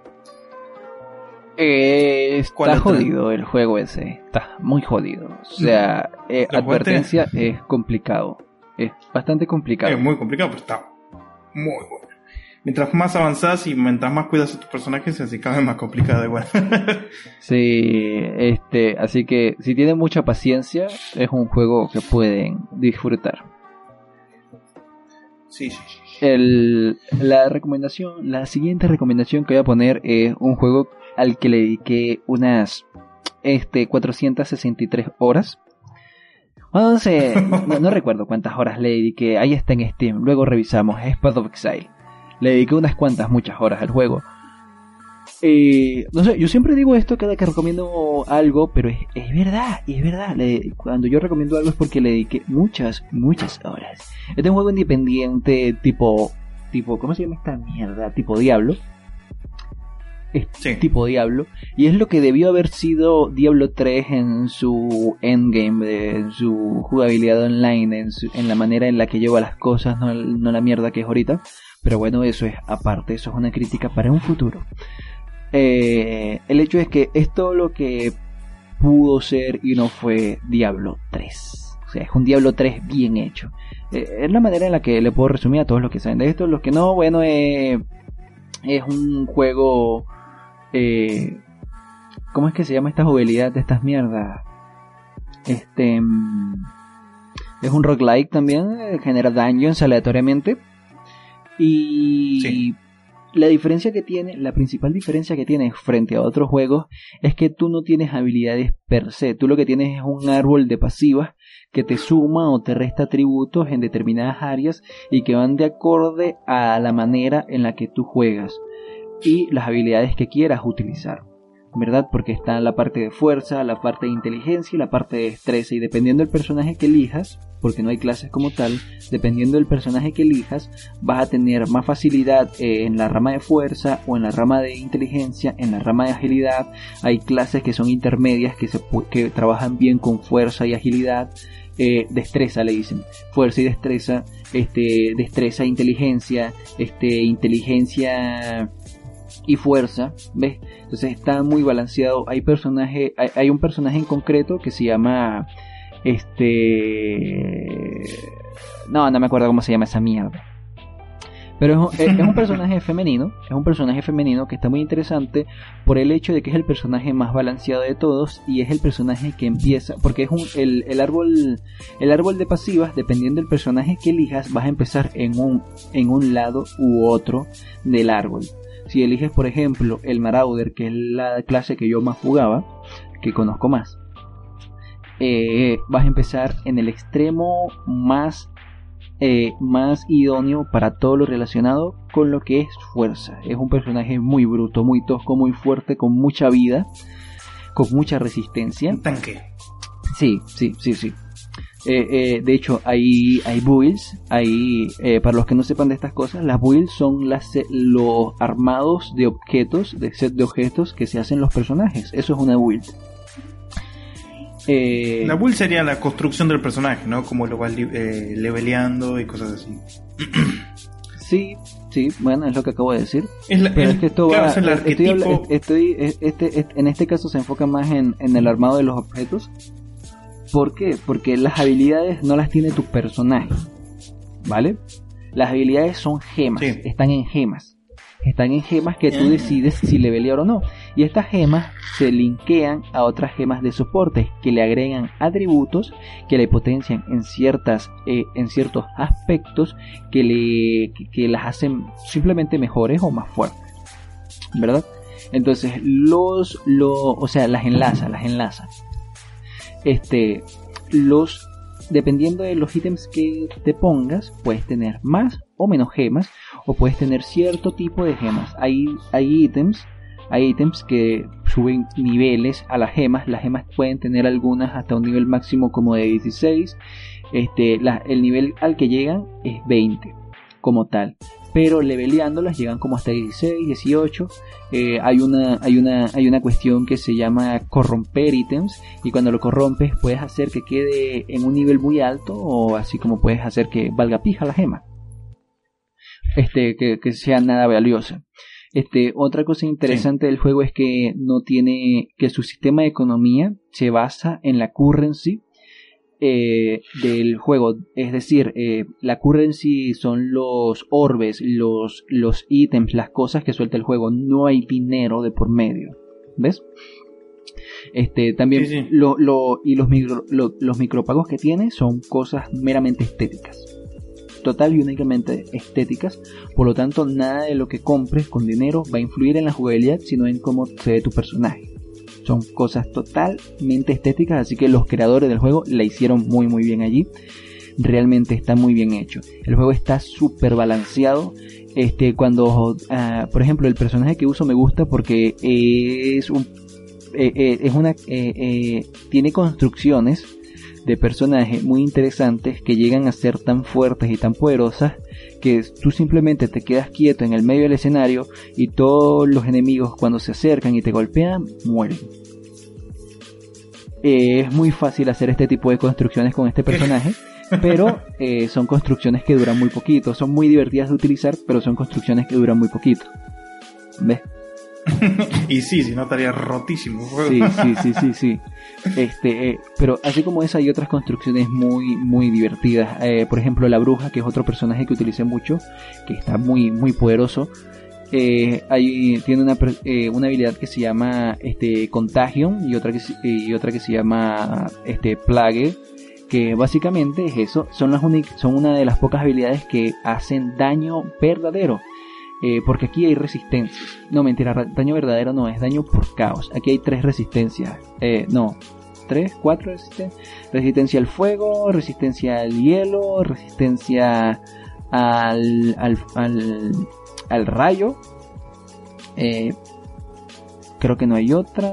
Está jodido el juego ese. Está muy jodido. O sea, advertencia, es complicado. Es bastante complicado. Es muy complicado, pero está muy bueno. Mientras más avanzás y mientras más cuidas a tus personajes, se hace cada vez más complicado igual. Sí, así que si tienen mucha paciencia, es un juego que pueden disfrutar. Sí. La siguiente recomendación que voy a poner es un juego al que le dediqué unas 463 horas. No sé, no recuerdo cuántas horas le dediqué. Ahí está en Steam, luego revisamos. Es Path of Exile. Le dediqué unas cuantas, muchas horas al juego. No sé, yo siempre digo esto cada que recomiendo algo, pero es verdad, es verdad. Cuando yo recomiendo algo es porque le dediqué muchas horas. Este es un juego independiente tipo, ¿cómo se llama esta mierda? Tipo Diablo. Sí. Tipo Diablo. Y es lo que debió haber sido Diablo 3 en su endgame, en su jugabilidad online, en la manera en la que lleva las cosas, no la mierda que es ahorita. Pero bueno, eso es aparte, eso es una crítica para un futuro. El hecho es que es todo lo que pudo ser y no fue Diablo 3. O sea, es un Diablo 3 bien hecho. Es la manera en la que le puedo resumir a todos los que saben de esto. Los que no, bueno, es un juego... ¿cómo es que se llama esta jugabilidad de estas mierdas? Es un roguelike también. Genera dungeons aleatoriamente. Y... sí. La principal diferencia que tiene frente a otros juegos es que tú no tienes habilidades per se. Tú lo que tienes es un árbol de pasivas que te suma o te resta atributos en determinadas áreas y que van de acorde a la manera en la que tú juegas y las habilidades que quieras utilizar, ¿verdad? Porque está la parte de fuerza, la parte de inteligencia y la parte de destreza, y dependiendo del personaje que elijas, porque no hay clases como tal, dependiendo del personaje que elijas, vas a tener más facilidad en la rama de fuerza o en la rama de inteligencia, en la rama de agilidad. Hay clases que son intermedias que trabajan bien con fuerza y agilidad, destreza le dicen, fuerza y destreza, destreza e inteligencia, inteligencia y fuerza, ¿ves? Entonces está muy balanceado. Hay un personaje en concreto que se llama no me acuerdo cómo se llama esa mierda, pero es un personaje femenino. Es un personaje femenino que está muy interesante por el hecho de que es el personaje más balanceado de todos y es el personaje que empieza, porque es el árbol de pasivas. Dependiendo del personaje que elijas, vas a empezar en un lado u otro del árbol. Si eliges, por ejemplo, el Marauder, que es la clase que yo más jugaba, que conozco más, vas a empezar en el extremo más idóneo para todo lo relacionado con lo que es fuerza. Es un personaje muy bruto, muy tosco, muy fuerte, con mucha vida, con mucha resistencia. Un tanque. Sí. De hecho, hay builds. Para los que no sepan de estas cosas, las builds son los armados de objetos, de set de objetos que se hacen los personajes. Eso es una build. La build sería la construcción del personaje, ¿no? Como lo vas leveleando y cosas así. Sí, bueno, es lo que acabo de decir. Es que esto claro, va... en este caso se enfoca más en el armado de los objetos. ¿Por qué? Porque las habilidades no las tiene tu personaje, ¿vale? Las habilidades son gemas, sí. Están en gemas que tú decides si levelear o no. Y estas gemas se linkean a otras gemas de soporte que le agregan atributos que le potencian en ciertos aspectos que las hacen simplemente mejores o más fuertes, ¿verdad? Entonces las enlaza. Dependiendo de los ítems que te pongas, puedes tener más o menos gemas, o puedes tener cierto tipo de gemas. Hay ítems que suben niveles a las gemas. Las gemas pueden tener algunas hasta un nivel máximo como de 16. El nivel al que llegan es 20 como tal, pero leveleándolas llegan como hasta 16, 18. Hay una cuestión que se llama corromper ítems, y cuando lo corrompes puedes hacer que quede en un nivel muy alto, o así como puedes hacer que valga pija la gema, que sea nada valiosa. Otra cosa interesante del juego es que que su sistema de economía se basa en la currency del juego. Es decir, la currency son los orbes, los ítems, las cosas que suelta el juego. No hay dinero de por medio, ¿ves? También sí. Los micropagos que tiene son cosas meramente estéticas, total y únicamente estéticas. Por lo tanto, nada de lo que compres con dinero va a influir en la jugabilidad, sino en cómo se ve tu personaje. son cosas totalmente estéticas, así que los creadores del juego la hicieron muy muy bien allí. Realmente está muy bien hecho. El juego está súper balanceado. Por ejemplo, el personaje que uso me gusta porque tiene construcciones de personajes muy interesantes que llegan a ser tan fuertes y tan poderosas que tú simplemente te quedas quieto en el medio del escenario y todos los enemigos cuando se acercan y te golpean mueren. Es muy fácil hacer este tipo de construcciones con este personaje, pero son construcciones que duran muy poquito. Son muy divertidas de utilizar, pero son construcciones que duran muy poquito. ¿Ves? Y sí, si no estaría rotísimo el juego. Sí. Pero así como esa hay otras construcciones muy muy divertidas. Por ejemplo, la bruja, que es otro personaje que utilicé mucho, que está muy muy poderoso. Tiene una habilidad que se llama Contagion y otra que se llama Plague, que básicamente es eso. Son una de las pocas habilidades que hacen daño verdadero. Porque aquí hay resistencias. No, mentira, daño verdadero no, es daño por caos. Aquí hay 3 resistencias. 4 resistencias. Resistencia al fuego, resistencia al hielo, resistencia al rayo. Creo que no hay otra.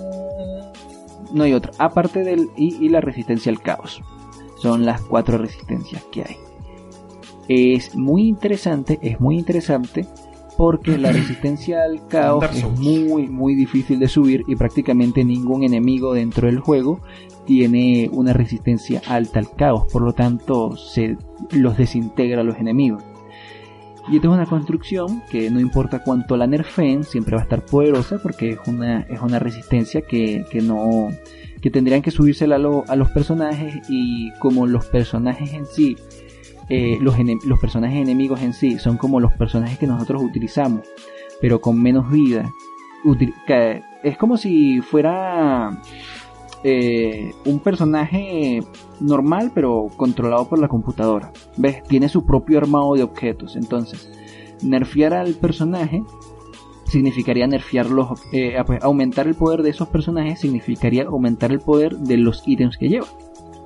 Aparte y la resistencia al caos. Son las 4 resistencias que hay. Es muy interesante porque la resistencia al caos es muy muy difícil de subir y prácticamente ningún enemigo dentro del juego tiene una resistencia alta al caos, por lo tanto se los desintegra a los enemigos. Y esta es una construcción que no importa cuánto la nerfeen, siempre va a estar poderosa porque es una resistencia que tendrían que subírsela a los personajes, y como los personajes en sí, los personajes enemigos en sí son como los personajes que nosotros utilizamos, pero con menos vida. Es como si fuera un personaje normal pero controlado por la computadora. ¿Ves? Tiene su propio armado de objetos. Entonces, nerfear al personaje significaría aumentar el poder de esos personajes significaría aumentar el poder de los ítems que lleva.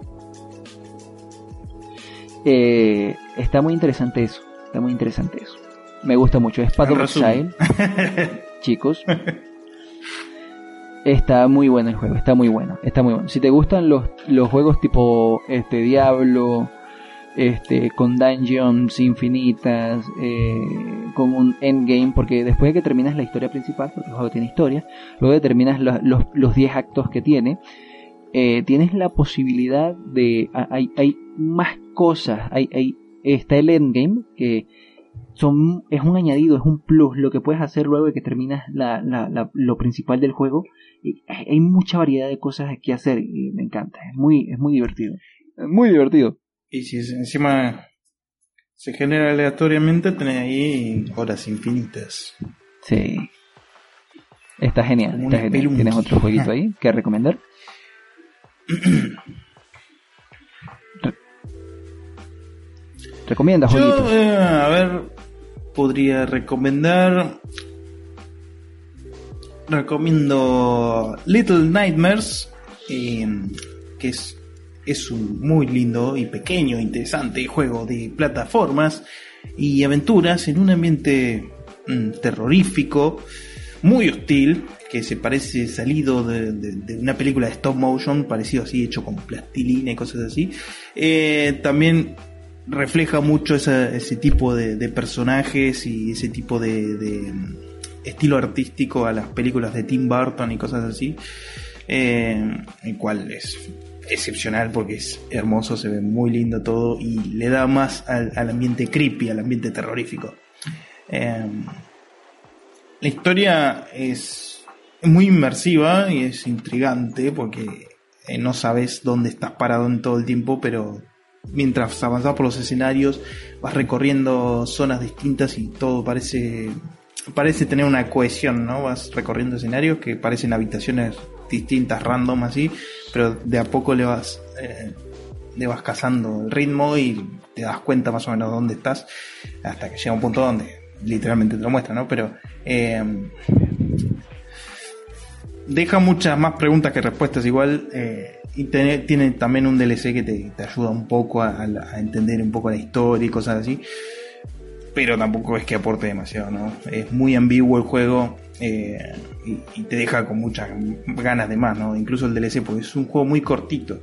Está muy interesante eso. Me gusta mucho. Es Path of Exile. Chicos, está muy bueno el juego. Está muy bueno. Si te gustan los juegos tipo Diablo, con dungeons infinitas, con un endgame, porque después de que terminas la historia principal, porque el juego tiene historia, luego de terminas los 10 actos que tiene, tienes la posibilidad de... Hay más cosas. Está el endgame, que es un añadido, es un plus, lo que puedes hacer luego de que terminas lo principal del juego. Hay mucha variedad de cosas que hacer y me encanta, es muy divertido. Muy divertido. Y si encima se genera aleatoriamente, tenés ahí horas infinitas. Sí. Está genial. ¿Tienes otro jueguito ahí que recomendar? ¿Recomiendas jueguitos? Podría recomendar... Recomiendo Little Nightmares, que es un muy lindo y pequeño, interesante juego de plataformas y aventuras en un ambiente terrorífico, muy hostil, que se parece salido de una película de stop motion, parecido así, hecho con plastilina y cosas así. También refleja mucho ese tipo de personajes y ese tipo de estilo artístico a las películas de Tim Burton y cosas así, el cual es excepcional porque es hermoso, se ve muy lindo todo y le da más al ambiente creepy, al ambiente terrorífico. La historia es muy inmersiva y es intrigante porque no sabes dónde estás parado en todo el tiempo, pero mientras avanzas por los escenarios vas recorriendo zonas distintas y todo parece tener una cohesión, ¿no? Vas recorriendo escenarios que parecen habitaciones distintas, random así, pero de a poco le vas cazando el ritmo y te das cuenta más o menos dónde estás, hasta que llega un punto donde literalmente te lo muestra, ¿no? Pero deja muchas más preguntas que respuestas igual, y tiene también un DLC que te ayuda un poco a entender un poco la historia y cosas así, pero tampoco es que aporte demasiado, ¿no? Es muy ambiguo el juego, y te deja con muchas ganas de más, ¿no? Incluso el DLC, porque es un juego muy cortito.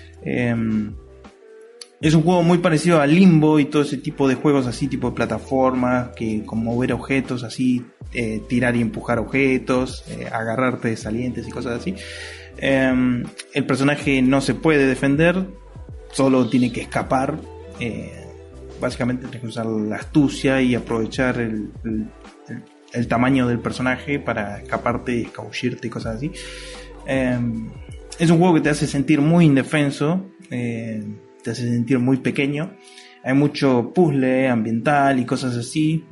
Es un juego muy parecido a Limbo y todo ese tipo de juegos así, tipo de plataformas, que con mover objetos así, tirar y empujar objetos, agarrarte de salientes y cosas así. El personaje no se puede defender, solo tiene que escapar. Básicamente tienes que usar la astucia y aprovechar el tamaño del personaje para escaparte y escabullirte y cosas así. Es un juego que te hace sentir muy indefenso, te hace sentir muy pequeño. Hay mucho puzzle ambiental y cosas así.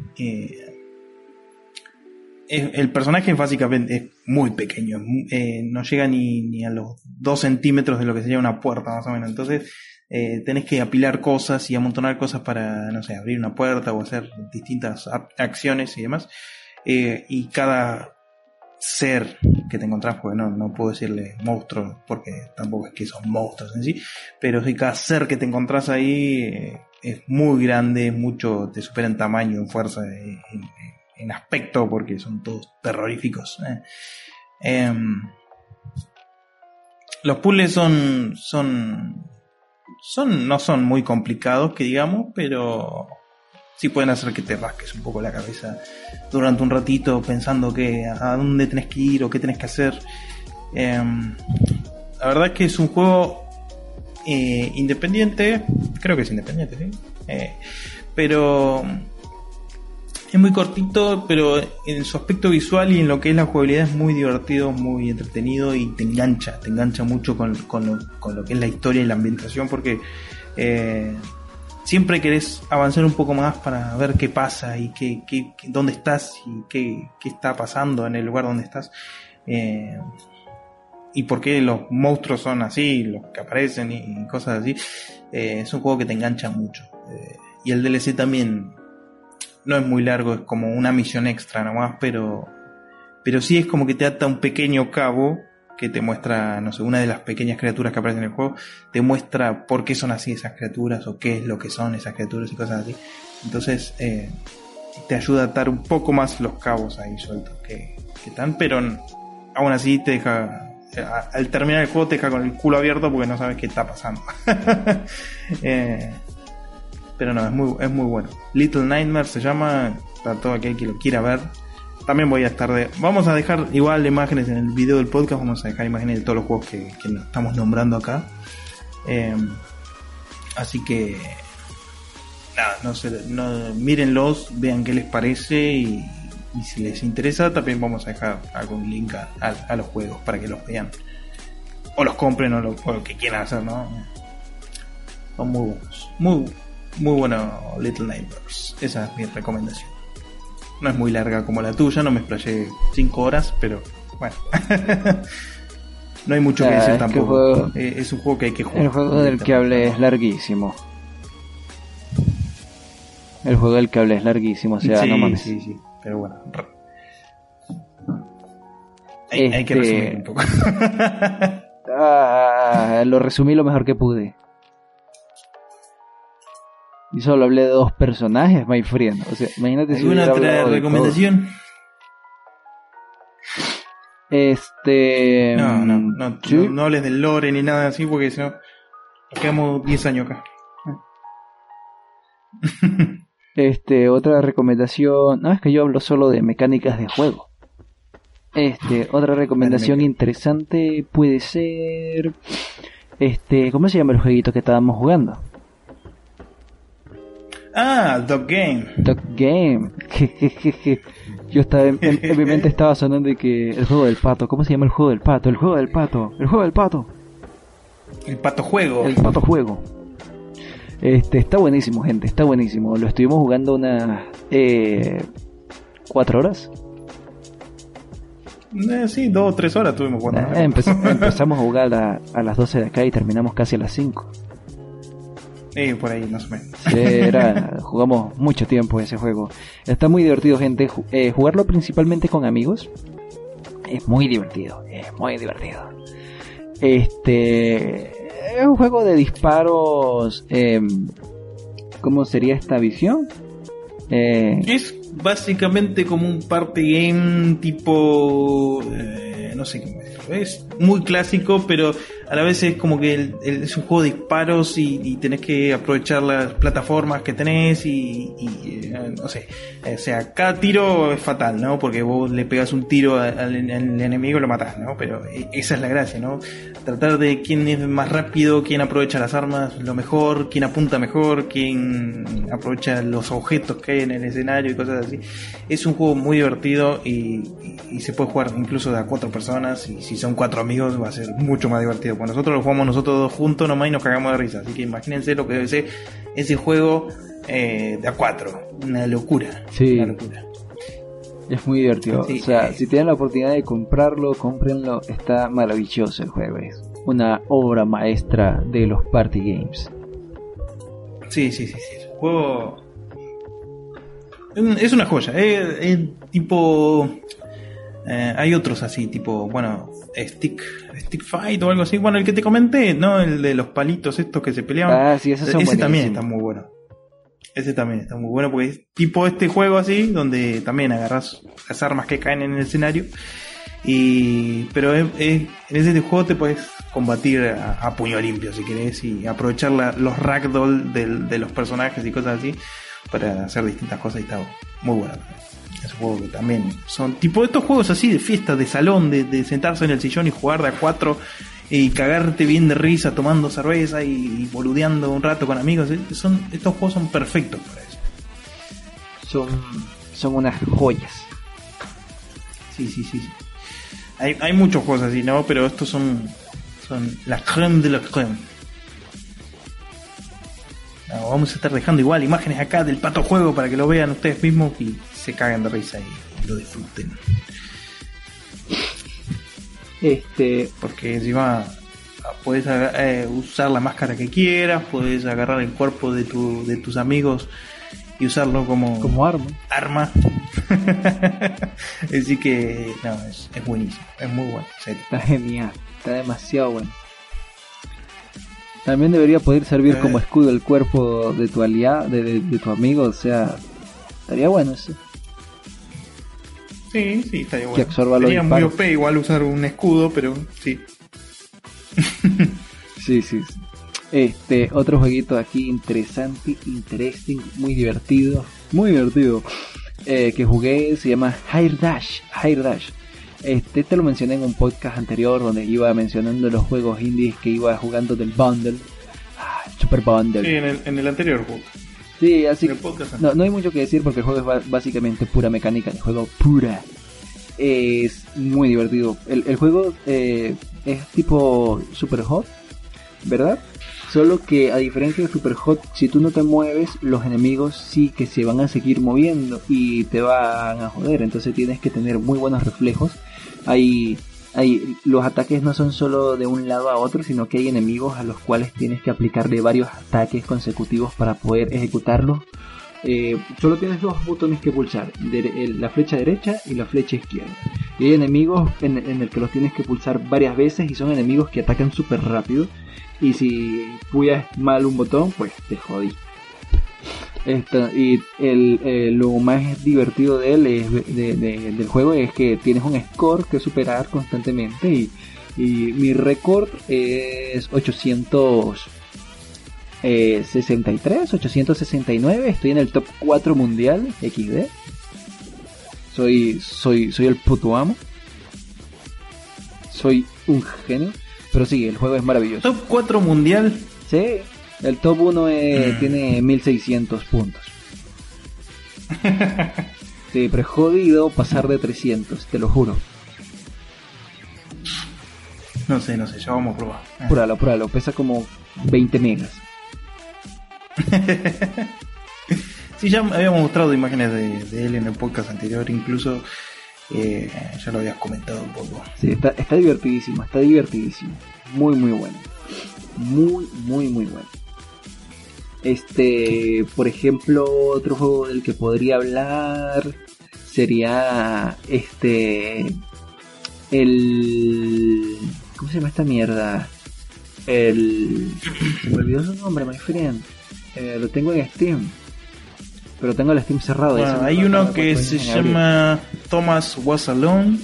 El personaje básicamente es muy pequeño, no llega ni a los 2 centímetros de lo que sería una puerta más o menos. Entonces tenés que apilar cosas y amontonar cosas para, no sé, abrir una puerta o hacer distintas acciones y demás. Y cada ser que te encontrás, porque no puedo decirle monstruo porque tampoco es que son monstruos en sí, pero sí, cada ser que te encontrás ahí es muy grande, mucho, te supera en tamaño, en fuerza, en aspecto, porque son todos terroríficos. Los puzzles no son muy complicados, que digamos, pero sí pueden hacer que te rasques un poco la cabeza durante un ratito pensando que a dónde tenés que ir o qué tenés que hacer. La verdad es que es un juego independiente, creo que es independiente, ¿sí? Pero es muy cortito, pero en su aspecto visual y en lo que es la jugabilidad es muy divertido, muy entretenido y te engancha mucho con lo que es la historia y la ambientación, porque siempre querés avanzar un poco más para ver qué pasa y dónde estás y qué está pasando en el lugar donde estás, y por qué los monstruos son así, los que aparecen y cosas así. Es un juego que te engancha mucho, y el DLC también no es muy largo, es como una misión extra nomás, pero sí es como que te ata un pequeño cabo que te muestra, no sé, una de las pequeñas criaturas que aparecen en el juego, te muestra por qué son así esas criaturas o qué es lo que son esas criaturas y cosas así. Entonces te ayuda a atar un poco más los cabos ahí sueltos que están, pero aún así te deja, al terminar el juego te deja con el culo abierto porque no sabes qué está pasando. Pero no, es muy bueno. Little Nightmares se llama, para todo aquel que lo quiera ver. También vamos a dejar igual imágenes en el video del podcast, vamos a dejar imágenes de todos los juegos que estamos nombrando acá. Así que nada, mírenlos, vean qué les parece y si les interesa también vamos a dejar algún link a los juegos para que los vean o los compren o lo que quieran hacer, ¿no? Son muy buenos, muy bueno Little Nightmares. Esa es mi recomendación. No es muy larga como la tuya, no me explayé 5 horas, pero bueno. No hay mucho que decir tampoco. Es un juego que hay que jugar. El juego del que hablé es larguísimo. O sea, sí, no mames. Sí, pero bueno. Hay que resumir un poco. Lo resumí lo mejor que pude. Y solo hablé de 2 personajes, my friend. O sea, imagínate si hubiera ¿Alguna otra recomendación? No hables del lore ni nada así, porque si no nos quedamos 10 años acá. Otra recomendación. No, es que yo hablo solo de mecánicas de juego. Otra recomendación interesante puede ser. ¿Cómo se llama el jueguito que estábamos jugando? Dog Game. Yo estaba en mi mente estaba sonando de que el juego del pato. ¿Cómo se llama el juego del pato? El juego del pato. El pato juego. Está buenísimo, gente. Está buenísimo. Lo estuvimos jugando unas 4 horas. Sí, 2 o 3 horas estuvimos jugando. Empezamos a jugar a las 12 de acá y terminamos casi a las 5. Por ahí más o menos. Jugamos mucho tiempo ese juego. Está muy divertido, gente. Jugarlo principalmente con amigos. es muy divertido, es un juego de disparos. ¿Cómo sería esta visión? Es básicamente como un party game tipo... no sé cómo decirlo. Es muy clásico, pero a la vez es como que es un juego de disparos y tenés que aprovechar las plataformas que tenés y no sé. O sea, cada tiro es fatal, ¿no? Porque vos le pegas un tiro al enemigo y lo matás, ¿no? Pero esa es la gracia, ¿no? Tratar de quién es más rápido, quién aprovecha las armas lo mejor, quién apunta mejor, quién aprovecha los objetos que hay en el escenario y cosas así. Es un juego muy divertido y se puede jugar incluso de a 4 personas, y si son 4 amigos va a ser mucho más divertido. Pues nosotros lo jugamos nosotros dos juntos nomás y nos cagamos de risa, así que imagínense lo que debe ser ese juego de a 4. Una locura. Sí. Una locura. Es muy divertido. Sí, o sea, si tienen la oportunidad de comprarlo, cómprenlo. Está maravilloso el juego. Es una obra maestra de los party games. Sí. El juego es una joya. Es tipo... hay otros así, tipo, bueno, Stick Fight o algo así. Bueno, el que te comenté, ¿no? El de los palitos estos que se peleaban. Ah, sí, esos son ese buenísimos. también está muy bueno. Ese también está muy bueno porque es tipo este juego así, donde también agarras las armas que caen en el escenario. Pero en ese juego te puedes combatir a puño limpio si querés, y aprovechar los ragdoll de los personajes y cosas así para hacer distintas cosas, y está muy bueno. Ese juego que también son tipo estos juegos así de fiesta, de salón, de sentarse en el sillón y jugar de a 4 y cagarte bien de risa tomando cerveza y boludeando un rato con amigos. Estos juegos son perfectos para eso. Son unas joyas. Sí. Hay muchos juegos así, ¿no? Pero estos son la crème de la crème. No, vamos a estar dejando igual imágenes acá del Pato Juego para que lo vean ustedes mismos y se caguen de risa y lo disfruten. Porque encima puedes usar la máscara que quieras, puedes agarrar el cuerpo de tus amigos y usarlo como arma. Así que no, es buenísimo, es muy bueno, en serio. Está genial, está demasiado bueno. También debería poder servir como escudo el cuerpo de tu aliado, de tu amigo, o sea, estaría bueno eso. Sí, estaría bueno. Que absorba los Sería muy disparos. OP igual usar un escudo, pero sí. Sí. Otro jueguito aquí interesting, muy divertido, que jugué, se llama High Dash. Te lo mencioné en un podcast anterior donde iba mencionando los juegos indies que iba jugando del bundle, Super Bundle. Sí, en el anterior juego. Sí, así En el podcast no hay mucho que decir porque el juego es básicamente pura mecánica de juego pura. Es muy divertido. El juego es tipo Super Hot, ¿verdad? Solo que a diferencia de Super Hot, si tú no te mueves, los enemigos sí que se van a seguir moviendo y te van a joder. Entonces tienes que tener muy buenos reflejos. Los ataques no son solo de un lado a otro, sino que hay enemigos a los cuales tienes que aplicarle varios ataques consecutivos para poder ejecutarlos. Solo tienes 2 botones que pulsar, la flecha derecha y la flecha izquierda. Y hay enemigos en el que los tienes que pulsar varias veces y son enemigos que atacan súper rápido. Y si puyas mal un botón, pues te jodí. Lo más divertido de él del juego es que tienes un score que superar constantemente. Y mi récord es 869. Estoy en el top 4 mundial XD. Soy el puto amo. Soy un genio. Pero sí, el juego es maravilloso. Top 4 mundial. Sí, el top 1 tiene 1600 puntos. Sí, pero es jodido pasar de 300, te lo juro. No sé, ya vamos a probar. Pruébalo, pesa como 20 megas. Sí, ya habíamos mostrado imágenes de él en el podcast anterior, incluso ya lo habías comentado un poco. Sí, está divertidísimo. Muy bueno. Muy bueno. Por ejemplo, otro juego del que podría hablar sería ¿Cómo se llama esta mierda? Se me olvidó su nombre, my friend. Lo tengo en Steam, pero tengo el Steam cerrado. Bueno, hay uno que se llama Thomas Was Alone.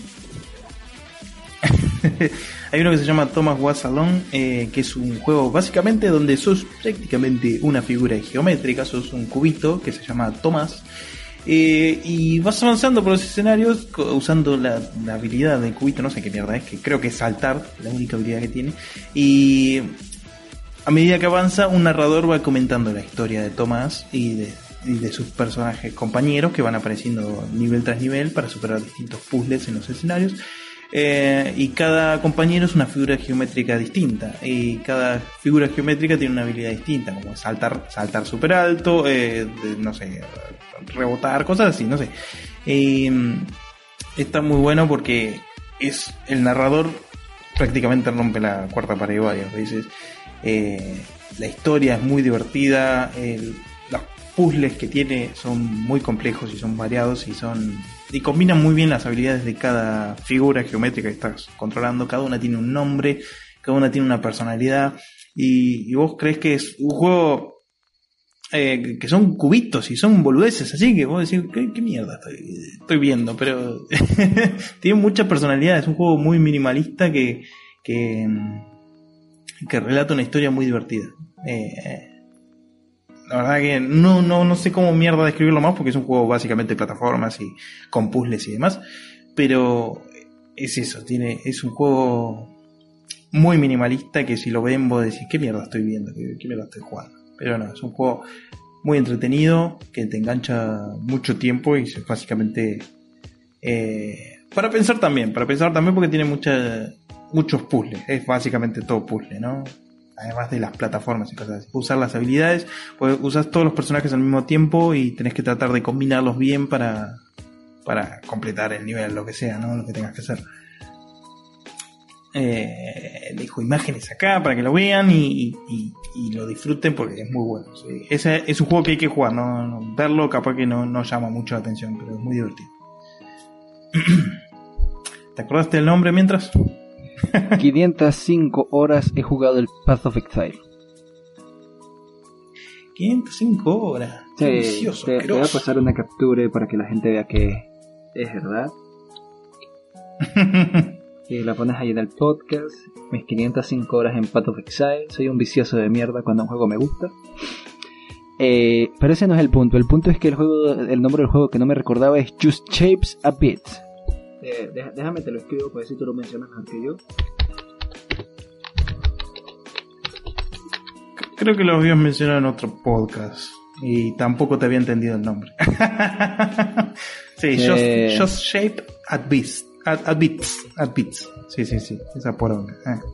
Hay uno que se llama Thomas Was Alone, que es un juego básicamente donde sos prácticamente una figura geométrica, sos un cubito que se llama Thomas, y vas avanzando por los escenarios usando la habilidad del cubito, no sé qué mierda es, que creo que es saltar, la única habilidad que tiene, y a medida que avanza un narrador va comentando la historia de Thomas y de sus personajes compañeros que van apareciendo nivel tras nivel para superar distintos puzzles en los escenarios. Y cada compañero es una figura geométrica distinta, y cada figura geométrica tiene una habilidad distinta, como saltar súper alto, no sé, rebotar, cosas así, no sé. Está muy bueno porque el narrador prácticamente rompe la cuarta pared varias veces. La historia es muy divertida, los puzzles que tiene son muy complejos y son variados y combinan muy bien las habilidades de cada figura geométrica que estás controlando. Cada una tiene un nombre, cada una tiene una personalidad, y vos crees que es un juego que son cubitos y son boludeces, así que vos decís, ¿qué mierda estoy viendo? Pero tiene mucha personalidad, es un juego muy minimalista que relata una historia muy divertida. La verdad que no sé cómo mierda describirlo más, porque es un juego básicamente de plataformas y con puzzles y demás, pero es eso, es un juego muy minimalista que si lo ven vos decís, ¿qué mierda estoy viendo? ¿Qué mierda estoy jugando? Pero no, es un juego muy entretenido, que te engancha mucho tiempo y es básicamente para pensar también porque tiene muchos puzzles, es básicamente todo puzzle, ¿no? Además de las plataformas y cosas así. Usar las habilidades, pues usas todos los personajes al mismo tiempo y tenés que tratar de combinarlos bien para completar el nivel, lo que sea, ¿no? Lo que tengas que hacer. Dejo imágenes acá para que lo vean y lo disfruten porque es muy bueno. ¿Sí? Ese es un juego que hay que jugar, no verlo capaz que no llama mucho la atención, pero es muy divertido. ¿Te acordaste del nombre mientras? 505 horas he jugado el Path of Exile. 505 horas. Sí, vicioso, te voy a pasar una captura para que la gente vea que es verdad. Y la pones ahí en el podcast. Mis 505 horas en Path of Exile. Soy un vicioso de mierda cuando un juego me gusta. Pero ese no es el punto. El punto es que el nombre del juego que no me recordaba es Just Shapes a Bit. Déjame te lo escribo para ver si tú lo mencionas mejor que yo. Creo que lo habías mencionado en otro podcast y tampoco te había entendido el nombre. Sí, Just Shape at Bits. At Bits. Sí, esa poronga.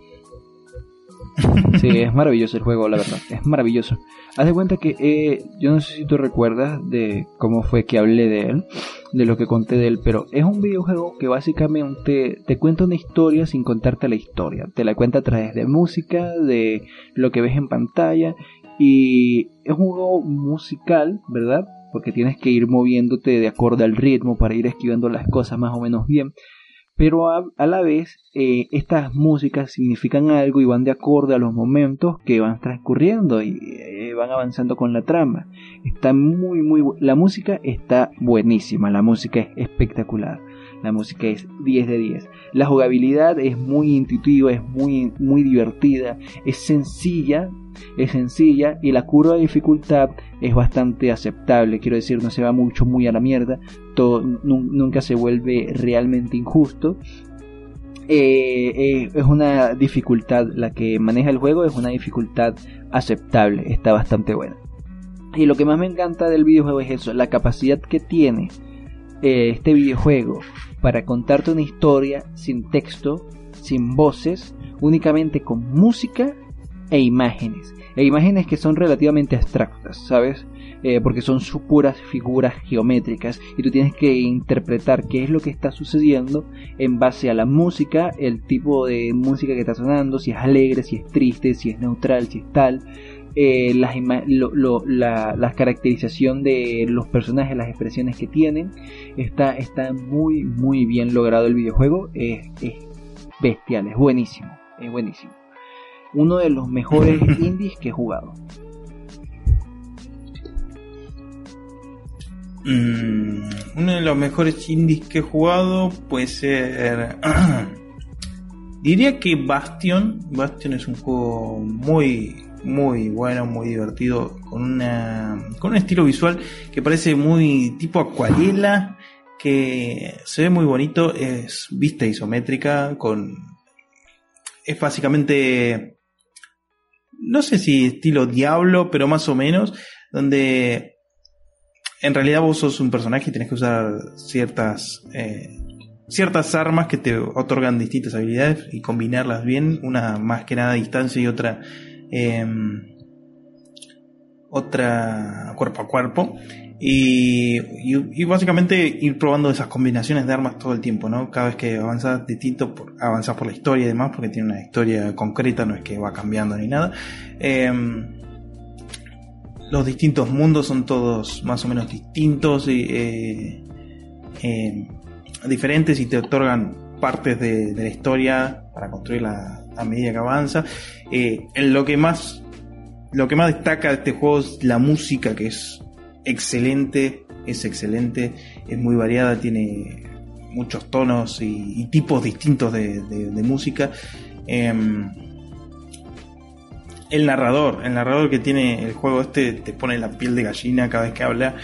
Sí, es maravilloso el juego, la verdad, es maravilloso. Haz de cuenta que yo no sé si tú recuerdas de cómo fue que hablé de él, de lo que conté de él, pero es un videojuego que básicamente te cuenta una historia sin contarte la historia. Te la cuenta a través de música, de lo que ves en pantalla, y es un juego musical, ¿verdad? Porque tienes que ir moviéndote de acuerdo al ritmo para ir esquivando las cosas más o menos bien. Pero a la vez estas músicas significan algo y van de acuerdo a los momentos que van transcurriendo y van avanzando con la trama. Está la música está buenísima, la música es espectacular, la música es 10 de 10. La jugabilidad es muy intuitiva, es muy divertida, es sencilla y la curva de dificultad es bastante aceptable, quiero decir, no se va muy a la mierda, nunca se vuelve realmente injusto. Es una dificultad, la que maneja el juego es una dificultad aceptable, está bastante buena. Y lo que más me encanta del videojuego es eso, la capacidad que tiene este videojuego para contarte una historia sin texto, sin voces, únicamente con música e imágenes que son relativamente abstractas, ¿sabes? Porque son puras figuras geométricas y tú tienes que interpretar qué es lo que está sucediendo en base a la música, el tipo de música que está sonando, si es alegre, si es triste, si es neutral, si es tal. la caracterización de los personajes, las expresiones que tienen, está muy muy bien logrado el videojuego. Es bestial, es buenísimo. Uno de los mejores indies que he jugado. Uno de los mejores indies que he jugado puede ser diría que Bastion es un juego muy muy bueno, muy divertido, con un estilo visual que parece muy tipo acuarela, que se ve muy bonito, es vista isométrica, es básicamente, no sé si estilo Diablo, pero más o menos, donde en realidad vos sos un personaje y tenés que usar ciertas armas que te otorgan distintas habilidades y combinarlas bien, una más que nada a distancia y otra cuerpo a cuerpo, y básicamente ir probando esas combinaciones de armas todo el tiempo, ¿no? Cada vez que avanzas avanzas por la historia y demás, porque tiene una historia concreta, no es que va cambiando ni nada. Los distintos mundos son todos más o menos distintos y diferentes, y te otorgan partes de la historia para construirla a medida que avanza. Lo que más destaca de este juego es la música, que es excelente, es muy variada, tiene muchos tonos y tipos distintos de música. El narrador que tiene el juego te pone la piel de gallina cada vez que habla.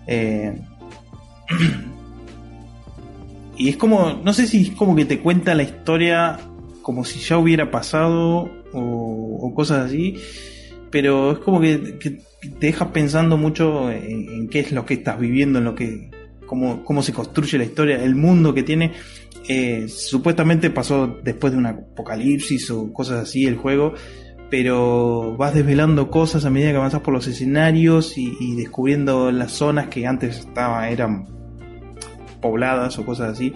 Y es como, no sé si es como que te cuenta la historia como si ya hubiera pasado o cosas así, pero es como que te deja pensando mucho en qué es lo que estás viviendo, en cómo se construye la historia, el mundo que tiene. Supuestamente pasó después de un apocalipsis o cosas así el juego, pero vas desvelando cosas a medida que avanzas por los escenarios y descubriendo las zonas que antes eran pobladas o cosas así.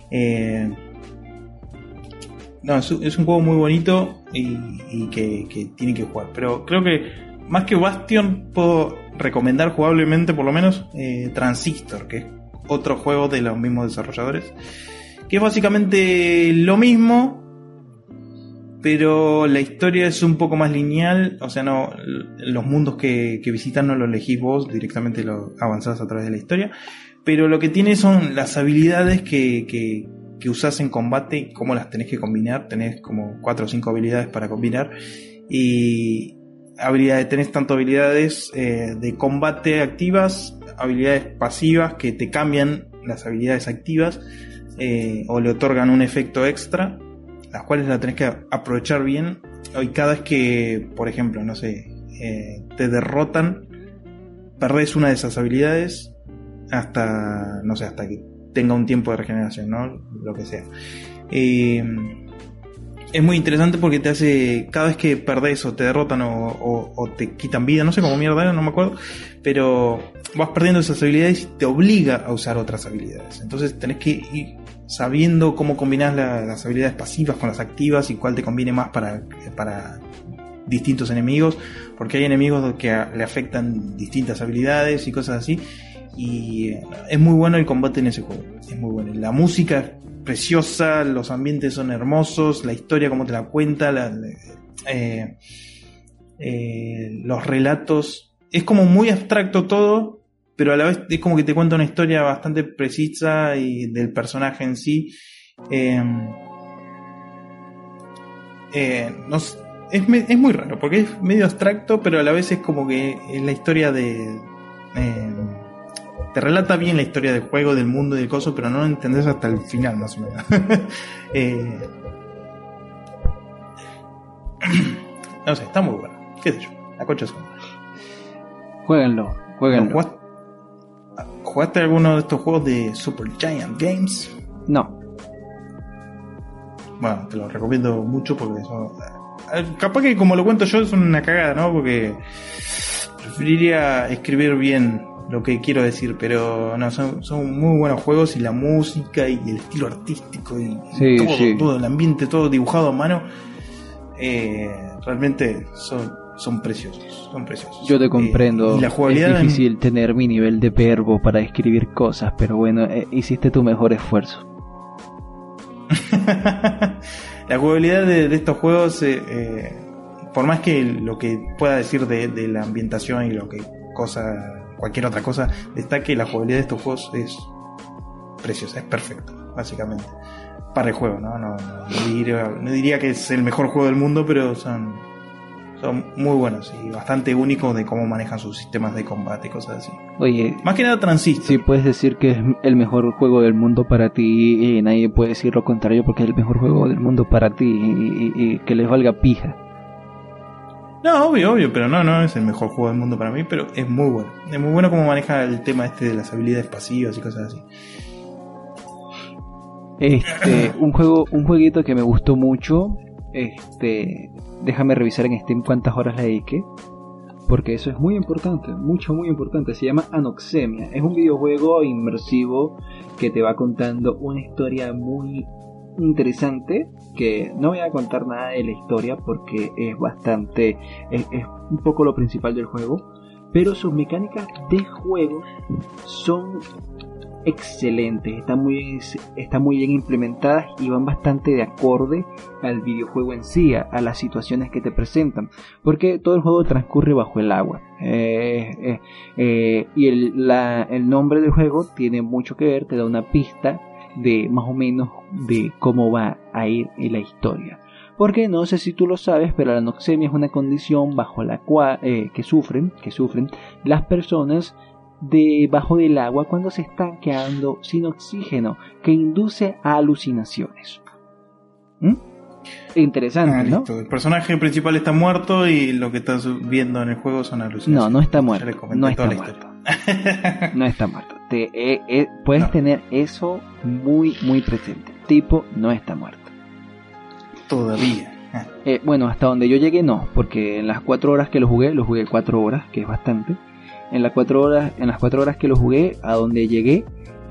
Es un juego muy bonito y que tienen que jugar, pero creo que más que Bastion puedo recomendar jugablemente por lo menos Transistor, que es otro juego de los mismos desarrolladores, que es básicamente lo mismo, pero la historia es un poco más lineal. O sea, no, los mundos que visitas no los elegís vos, directamente los avanzás a través de la historia, pero lo que tiene son las habilidades que usás en combate y cómo las tenés que combinar. Tenés como 4 o 5 habilidades para combinar, y tenés tanto habilidades de combate activas, habilidades pasivas que te cambian las habilidades activas o le otorgan un efecto extra, las cuales la tenés que aprovechar bien. Y cada vez que, por ejemplo, no sé, te derrotan, perdés una de esas habilidades hasta que tenga un tiempo de regeneración, ¿no? Lo que sea. Es muy interesante porque te hace, cada vez que perdés o te derrotan o te quitan vida, no sé cómo mierda era, no me acuerdo, pero vas perdiendo esas habilidades y te obliga a usar otras habilidades. Entonces tenés que ir sabiendo cómo combinás las habilidades pasivas con las activas y cuál te conviene más para distintos enemigos, porque hay enemigos que le afectan distintas habilidades y cosas así. Y es muy bueno el combate en ese juego, es muy bueno. La música es preciosa, los ambientes son hermosos, la historia como te la cuenta, los relatos, es como muy abstracto todo, pero a la vez es como que te cuenta una historia bastante precisa y del personaje en sí. Es muy raro porque es medio abstracto, pero a la vez es como que es la historia te relata bien la historia del juego, del mundo y del coso, pero no lo entendés hasta el final, más o menos. No sé, está muy bueno. ¿Qué sé yo? La concha es buena. Jueguenlo. ¿Jugaste alguno de estos juegos de Supergiant Games? No. Bueno, te lo recomiendo mucho porque son... Capaz que como lo cuento yo es una cagada, ¿no? Porque preferiría escribir bien lo que quiero decir, pero no, son muy buenos juegos, y la música y el estilo artístico y todo el ambiente, todo dibujado a mano, realmente son son preciosos, son preciosos. Yo te comprendo. Y la jugabilidad es difícil tener mi nivel de verbo para escribir cosas, pero bueno, hiciste tu mejor esfuerzo. La jugabilidad de estos juegos, por más que lo que pueda decir de la ambientación y lo que cualquier otra cosa, destaque, la jugabilidad de estos juegos es preciosa, es perfecta, básicamente. Para el juego, no diría que es el mejor juego del mundo, pero son muy buenos y bastante únicos de cómo manejan sus sistemas de combate y cosas así. Oye, más que nada Transistor. Si puedes decir que es el mejor juego del mundo para ti y nadie puede decir lo contrario porque es el mejor juego del mundo para ti y que les valga pija. No, obvio, pero no es el mejor juego del mundo para mí, pero es muy bueno. Es muy bueno cómo maneja el tema de las habilidades pasivas y cosas así. Un jueguito que me gustó mucho, déjame revisar en Steam cuántas horas le dediqué, porque eso es muy importante, muy importante. Se llama Anoxemia. Es un videojuego inmersivo que te va contando una historia muy interesante, que no voy a contar nada de la historia porque es un poco lo principal del juego, pero sus mecánicas de juego son excelentes, están muy bien implementadas y van bastante de acorde al videojuego en sí, a las situaciones que te presentan, porque todo el juego transcurre bajo el agua, y el nombre del juego tiene mucho que ver, te da una pista de más o menos de cómo va a ir en la historia. Porque no sé si tú lo sabes, pero la anoxemia es una condición bajo la cual que sufren las personas debajo del agua cuando se están quedando sin oxígeno, que induce a alucinaciones. Interesante, ¿no? El personaje principal está muerto y lo que estás viendo en el juego son alucinaciones. No está muerto. No está muerto. Puedes tener eso muy presente. Tipo, no está muerto. Todavía. Bueno, hasta donde yo llegué no, porque en las 4 horas que lo jugué 4 horas, que es bastante. En las 4 horas que lo jugué, a donde llegué,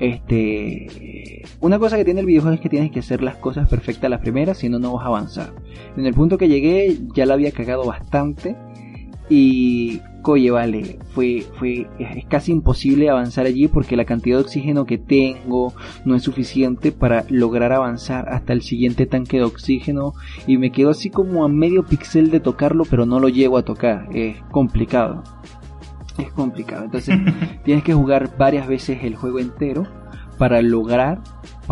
una cosa que tiene el videojuego es que tienes que hacer las cosas perfectas a la primera, si no, no vas a avanzar. En el punto que llegué, ya la había cagado bastante. Y, oye, vale, es casi imposible avanzar allí porque la cantidad de oxígeno que tengo no es suficiente para lograr avanzar hasta el siguiente tanque de oxígeno. Y me quedo así como a medio píxel de tocarlo, pero no lo llego a tocar. Es complicado. Entonces tienes que jugar varias veces el juego entero para lograr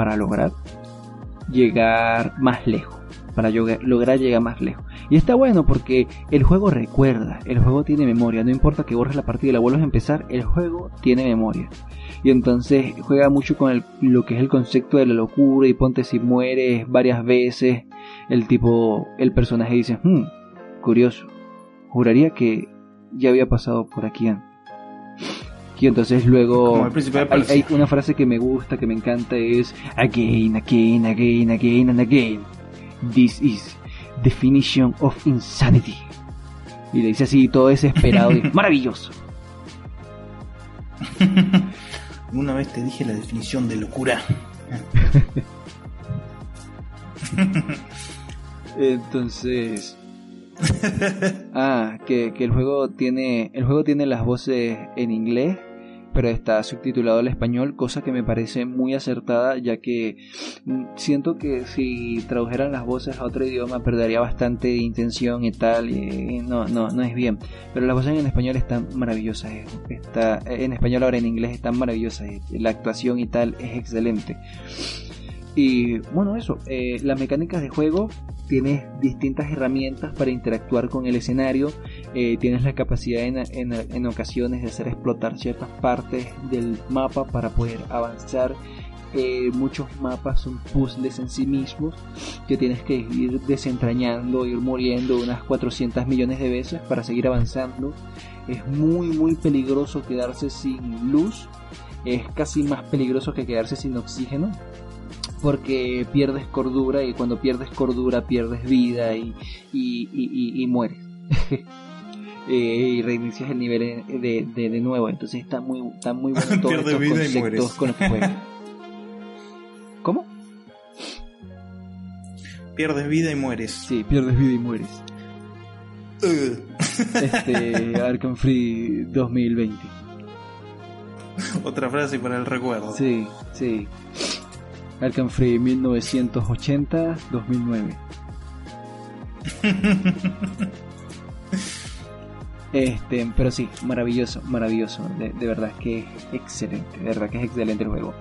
llegar más lejos. Lograr llegar más lejos. Y está bueno porque el juego recuerda, el juego tiene memoria. No importa que borres la partida y la vuelvas a empezar, el juego tiene memoria. Y entonces juega mucho con lo que es el concepto de la locura. Y ponte, si mueres varias veces, el personaje dice, curioso, juraría que ya había pasado por aquí antes. Y entonces luego hay una frase que me gusta, que me encanta, es again, and again. This is definition of insanity. Y le dice así, todo desesperado y maravilloso. Una vez te dije la definición de locura. Entonces que el juego tiene las voces en inglés, pero está subtitulado al español, cosa que me parece muy acertada, ya que siento que si tradujeran las voces a otro idioma perdería bastante intención y tal, y no es bien. Pero las voces en español están maravillosas, en español ahora en inglés están maravillosas, la actuación y tal es excelente. Y bueno, eso, las mecánicas de juego, tienes distintas herramientas para interactuar con el escenario, tienes la capacidad en ocasiones de hacer explotar ciertas partes del mapa para poder avanzar. Muchos mapas son puzzles en sí mismos que tienes que ir desentrañando, ir muriendo unas 400 millones de veces para seguir avanzando. Es muy peligroso quedarse sin luz, es casi más peligroso que quedarse sin oxígeno, porque pierdes cordura, y cuando pierdes cordura pierdes vida y mueres. Y reinicias el nivel de nuevo. Entonces está muy bueno todos estos conceptos con los que juegas. ¿Cómo? Pierdes vida y mueres. Sí, pierdes vida y mueres. Arkham Free 2020. Otra frase para el recuerdo. Sí. Arkham Free 1980-2009. Pero sí, maravilloso. De verdad que es excelente. De verdad que es excelente el juego.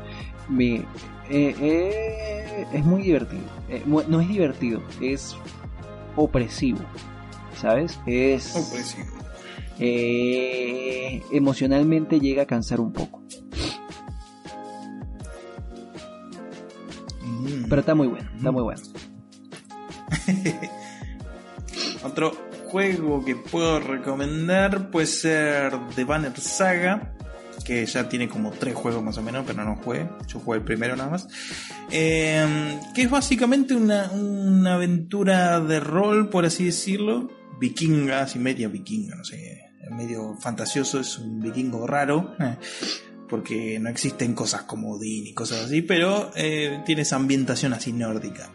Es muy divertido. No es divertido, es opresivo. ¿Sabes? Es opresivo. Emocionalmente llega a cansar un poco. Pero está muy bueno. Otro juego que puedo recomendar puede ser The Banner Saga, que ya tiene como 3 juegos más o menos, pero no jugué. Yo jugué el primero nada más. Que es básicamente una aventura de rol, por así decirlo. Vikinga, así media vikinga, no sé. Medio fantasioso, es un vikingo raro. Porque no existen cosas como Odín y cosas así, pero tiene esa ambientación así nórdica.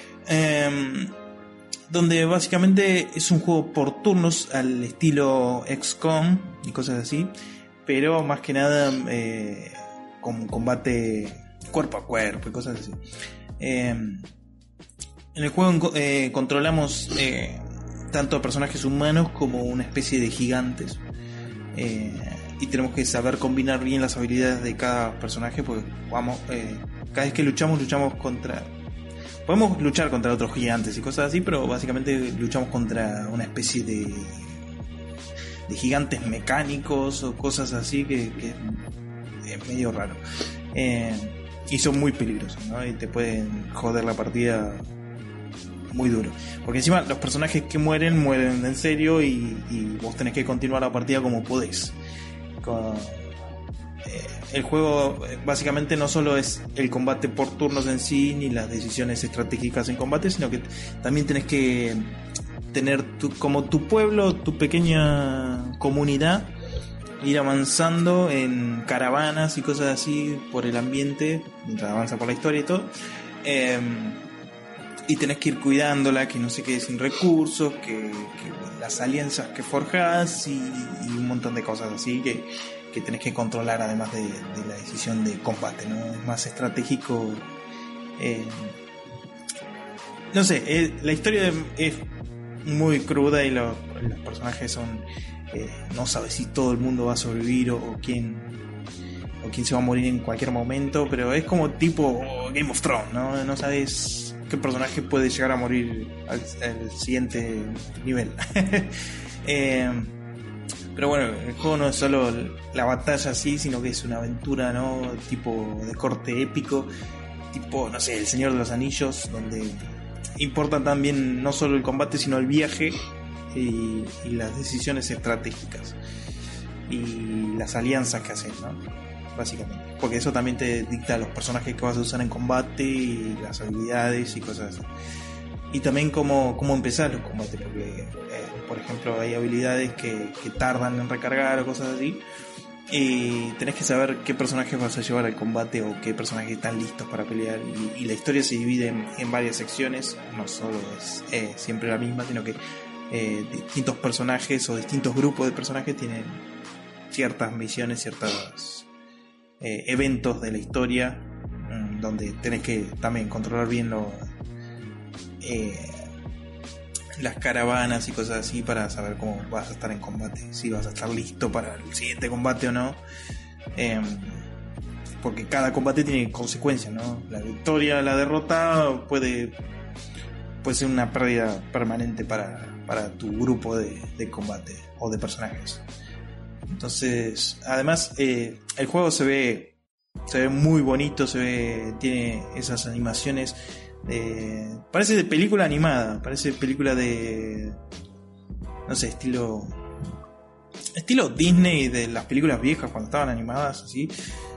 Donde básicamente es un juego por turnos al estilo XCOM y cosas así, pero más que nada con combate cuerpo a cuerpo y cosas así. En el juego controlamos tanto a personajes humanos como una especie de gigantes, y tenemos que saber combinar bien las habilidades de cada personaje, porque cada vez que luchamos podemos luchar contra otros gigantes y cosas así, pero básicamente luchamos contra una especie de gigantes mecánicos o cosas así que es medio raro, y son muy peligrosos, ¿no? Y te pueden joder la partida muy duro, porque encima los personajes que mueren en serio, y vos tenés que continuar la partida como podés. El juego básicamente no solo es el combate por turnos en sí, ni las decisiones estratégicas en combate, sino que también tenés que tener como tu pueblo, tu pequeña comunidad, ir avanzando en caravanas y cosas así por el ambiente mientras avanza por la historia y todo, y tenés que ir cuidándola, que no se quede sin recursos, que las alianzas que forjás y un montón de cosas así que tenés que controlar, además de la decisión de combate, ¿no? Es más estratégico. No sé, la historia es muy cruda y los personajes son... no sabes si todo el mundo va a sobrevivir o quién se va a morir en cualquier momento, pero es como tipo Game of Thrones, ¿no? No sabes qué personaje puede llegar a morir al siguiente nivel. Pero bueno, el juego no es solo la batalla así, sino que es una aventura, ¿no? Tipo de corte épico, tipo, no sé, El Señor de los Anillos, donde importa también no solo el combate, sino el viaje y las decisiones estratégicas y las alianzas que haces, ¿no? Básicamente, porque eso también te dicta los personajes que vas a usar en combate y las habilidades y cosas así. Y también cómo empezar los combates, porque por ejemplo hay habilidades que tardan en recargar o cosas así, y tenés que saber qué personajes vas a llevar al combate o qué personajes están listos para pelear, y la historia se divide en varias secciones, no solo es siempre la misma, sino que distintos personajes o distintos grupos de personajes tienen ciertas misiones, ciertos eventos de la historia, donde tenés que también controlar bien las caravanas y cosas así para saber cómo vas a estar en combate, si vas a estar listo para el siguiente combate o no, porque cada combate tiene consecuencias, ¿no? La victoria, la derrota puede ser una pérdida permanente para tu grupo de combate o de personajes. Entonces, además, el juego se ve muy bonito, tiene esas animaciones. Parece de película animada, parece película de, no sé, estilo Disney, de las películas viejas cuando estaban animadas así,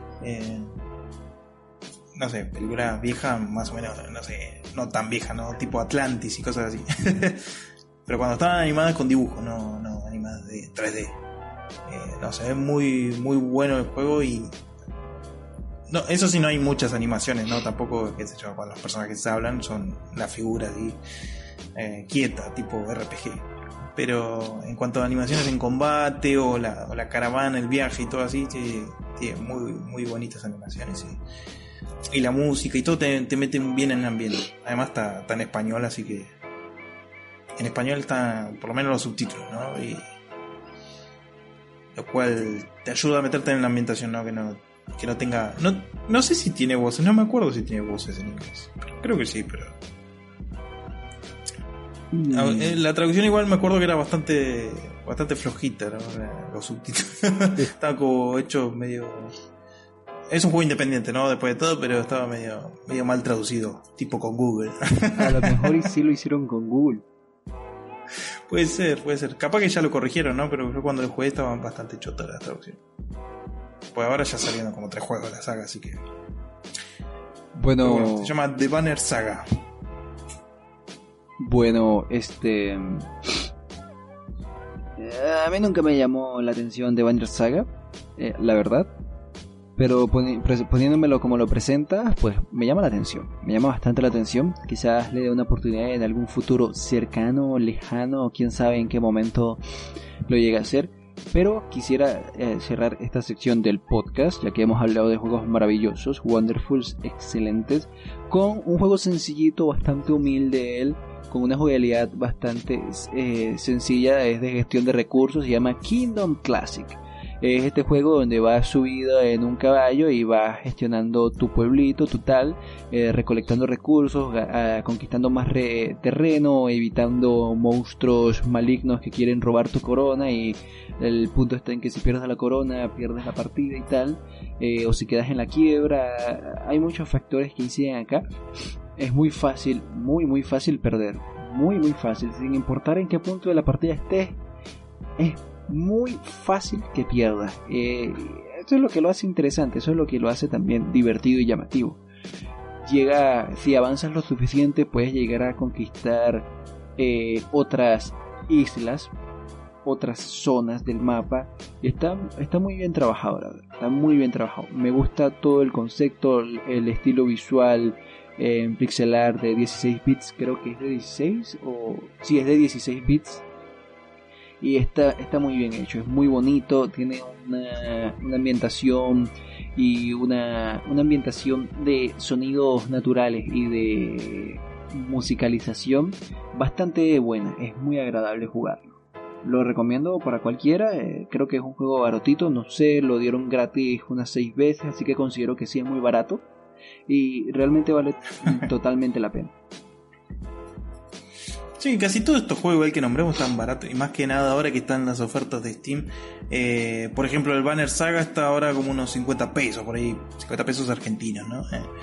no sé, película vieja más o menos, no sé, no tan vieja, no, tipo Atlantis y cosas así. Pero cuando estaban animadas con dibujo, no animadas de 3D. No, se ve muy muy bueno el juego. Y no, eso sí, no hay muchas animaciones, ¿no? Tampoco, qué sé yo, cuando los personajes hablan son las figuras ahí, quieta, tipo RPG. pero en cuanto a animaciones en combate o la caravana, el viaje y todo así, tiene muy, muy bonitas animaciones y la música y todo te meten bien en el ambiente. Además está en español, así que en español están por lo menos los subtítulos, ¿no? Y lo cual te ayuda a meterte en la ambientación, ¿no? Que no tenga... No sé si tiene voces, no me acuerdo si tiene voces en inglés. Creo que sí, pero... La traducción igual me acuerdo que era bastante flojita, ¿no? Los subtítulos. Estaba como hecho medio... Es un juego independiente, ¿no? Después de todo, pero estaba medio mal traducido, tipo con Google. A lo mejor y sí lo hicieron con Google. Puede ser. Capaz que ya lo corrigieron, ¿no? Pero yo cuando lo jugué estaban bastante chotas las traducciones. Pues ahora ya salieron como 3 juegos de la saga, así que... Bueno, se llama The Banner Saga. Bueno, a mí nunca me llamó la atención The Banner Saga, la verdad. Pero poniéndomelo como lo presentas, pues me llama la atención. Me llama bastante la atención. Quizás le dé una oportunidad en algún futuro cercano, lejano, quién sabe en qué momento lo llegue a hacer. Pero quisiera cerrar esta sección del podcast, ya que hemos hablado de juegos maravillosos, wonderfuls, excelentes, con un juego sencillito, bastante humilde él, con una jugabilidad bastante sencilla, es de gestión de recursos, se llama Kingdom Classic. Es este juego donde vas subido en un caballo y vas gestionando tu pueblito, tu tal, recolectando recursos, conquistando más terreno, evitando monstruos malignos que quieren robar tu corona, y el punto está en que si pierdes la corona, pierdes la partida y tal, o si quedas en la quiebra. Hay muchos factores que inciden acá. Es muy fácil, muy fácil perder, muy fácil, sin importar en qué punto de la partida estés, es muy fácil que pierdas. Eso es lo que lo hace interesante, eso es lo que lo hace también divertido y llamativo. Si avanzas lo suficiente, puedes llegar a conquistar otras islas, otras zonas del mapa. Está muy bien trabajado, la verdad. Está muy bien trabajado. Me gusta todo el concepto, el estilo visual en pixelar de 16 bits, creo que es de 16 sí, es de 16 bits. Y está muy bien hecho, es muy bonito, tiene una ambientación y una ambientación de sonidos naturales y de musicalización bastante buena, es muy agradable jugarlo. Lo recomiendo para cualquiera, creo que es un juego baratito, no sé, lo dieron gratis unas 6 veces, así que considero que sí es muy barato y realmente vale totalmente la pena. Sí, casi todos estos juegos igual que nombramos están baratos, y más que nada ahora que están las ofertas de Steam. Por ejemplo, el Banner Saga está ahora como unos 50 pesos por ahí, 50 pesos argentinos, ¿no?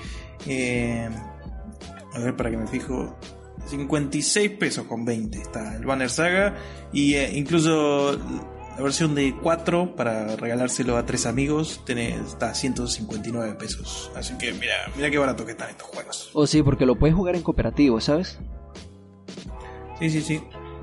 A ver, para que me fijo, 56 pesos con 20 está el Banner Saga, y incluso la versión de 4 para regalárselo a 3 amigos está a 159 pesos. Así que mira qué barato que están estos juegos. Oh, sí, porque lo puedes jugar en cooperativo, ¿sabes? Sí,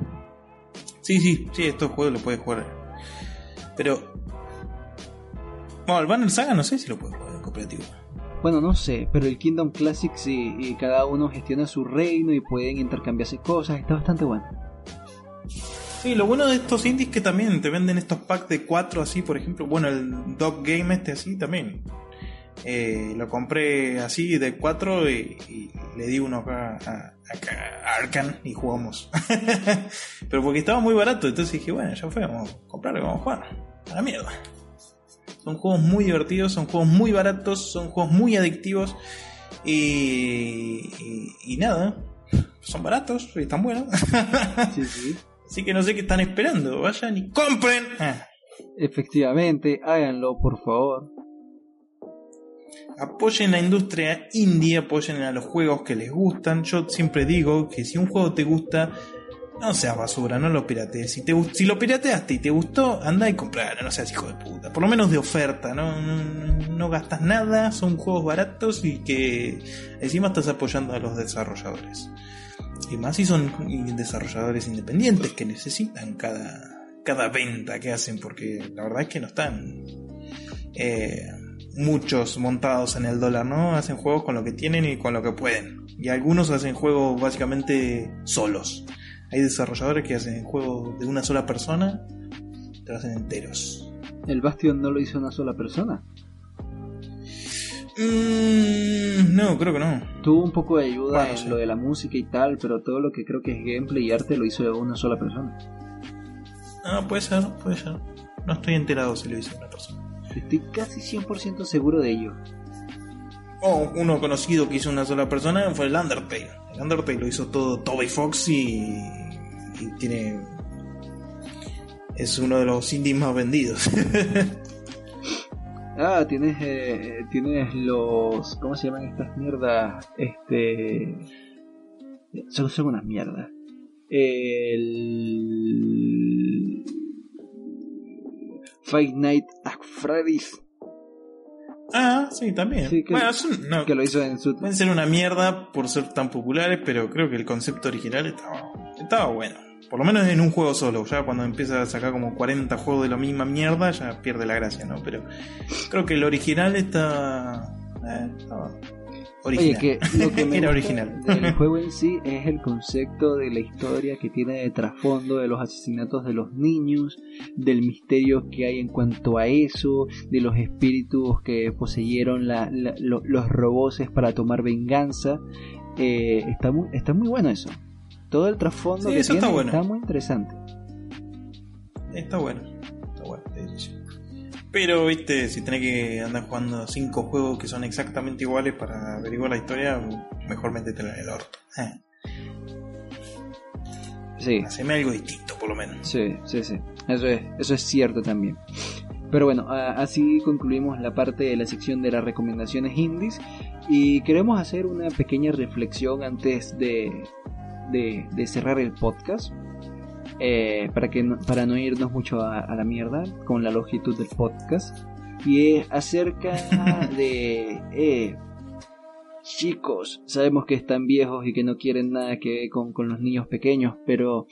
estos juegos los puedes jugar. Pero bueno, el Banner Saga no sé si lo puedes jugar en cooperativo. Bueno, no sé, pero el Kingdom Classic sí, y cada uno gestiona su reino y pueden intercambiarse cosas, está bastante bueno. Sí, lo bueno de estos indies que también te venden estos packs de 4 así, por ejemplo. Bueno, el Dog Game así también. Lo compré así de 4 y le di uno acá a Arkan y jugamos. Pero porque estaba muy barato, entonces dije, bueno, ya fue, vamos a comprarlo y vamos a jugar. A la mierda. Son juegos muy divertidos, son juegos muy baratos, son juegos muy adictivos y nada, son baratos y están buenos. Sí. Así que no sé qué están esperando, vayan y compren. Efectivamente, háganlo, por favor. Apoyen la industria indie, apoyen a los juegos que les gustan. Yo siempre digo que si un juego te gusta, no seas basura, no lo piratees. Si lo pirateaste y te gustó, anda y compralo, no seas hijo de puta. Por lo menos de oferta, no gastas nada, son juegos baratos y que encima estás apoyando a los desarrolladores. Y más si son desarrolladores independientes que necesitan cada venta que hacen, porque la verdad es que no están muchos montados en el dólar, ¿no? Hacen juegos con lo que tienen y con lo que pueden. Y algunos hacen juegos básicamente solos. Hay desarrolladores que hacen juegos de una sola persona, te lo hacen enteros. ¿El Bastion no lo hizo una sola persona? No, creo que no. Tuvo un poco de ayuda en sí, lo de la música y tal, pero todo lo que creo que es gameplay y arte lo hizo una sola persona. Ah, puede ser. No estoy enterado si lo hizo una persona. Estoy casi 100% seguro de ello. Uno conocido que hizo una sola persona fue el Undertale. El Undertale lo hizo todo Toby Fox y tiene... Es uno de los indies más vendidos. Tienes los... ¿Cómo se llaman estas mierdas? Son unas mierdas. El... Five Nights at Freddy's. Ah, sí, también. Sí, que, bueno, que lo hizo en su... Pueden ser una mierda por ser tan populares, pero creo que el concepto original estaba bueno. Por lo menos en un juego solo. Ya cuando empieza a sacar como 40 juegos de la misma mierda, ya pierde la gracia, ¿no? Pero creo que el original estaba original. Oye, que lo que me era gusta original del juego en sí es el concepto de la historia que tiene de trasfondo, de los asesinatos de los niños, del misterio que hay en cuanto a eso, de los espíritus que poseyeron los robots para tomar venganza. Está muy bueno eso. Todo el trasfondo sí, que eso tiene está, bueno. Está muy interesante. Está bueno. Sí. Pero, viste, si tenés que andar jugando 5 juegos que son exactamente iguales para averiguar la historia, mejor métetela en el orto. Sí. Haceme algo distinto, por lo menos. Sí. Eso es cierto también. Pero bueno, así concluimos la parte de la sección de las recomendaciones indies. Y queremos hacer una pequeña reflexión antes de cerrar el podcast. Para no irnos mucho a la mierda con la longitud del podcast, y es acerca de chicos, sabemos que están viejos y que no quieren nada que ver con los niños pequeños, pero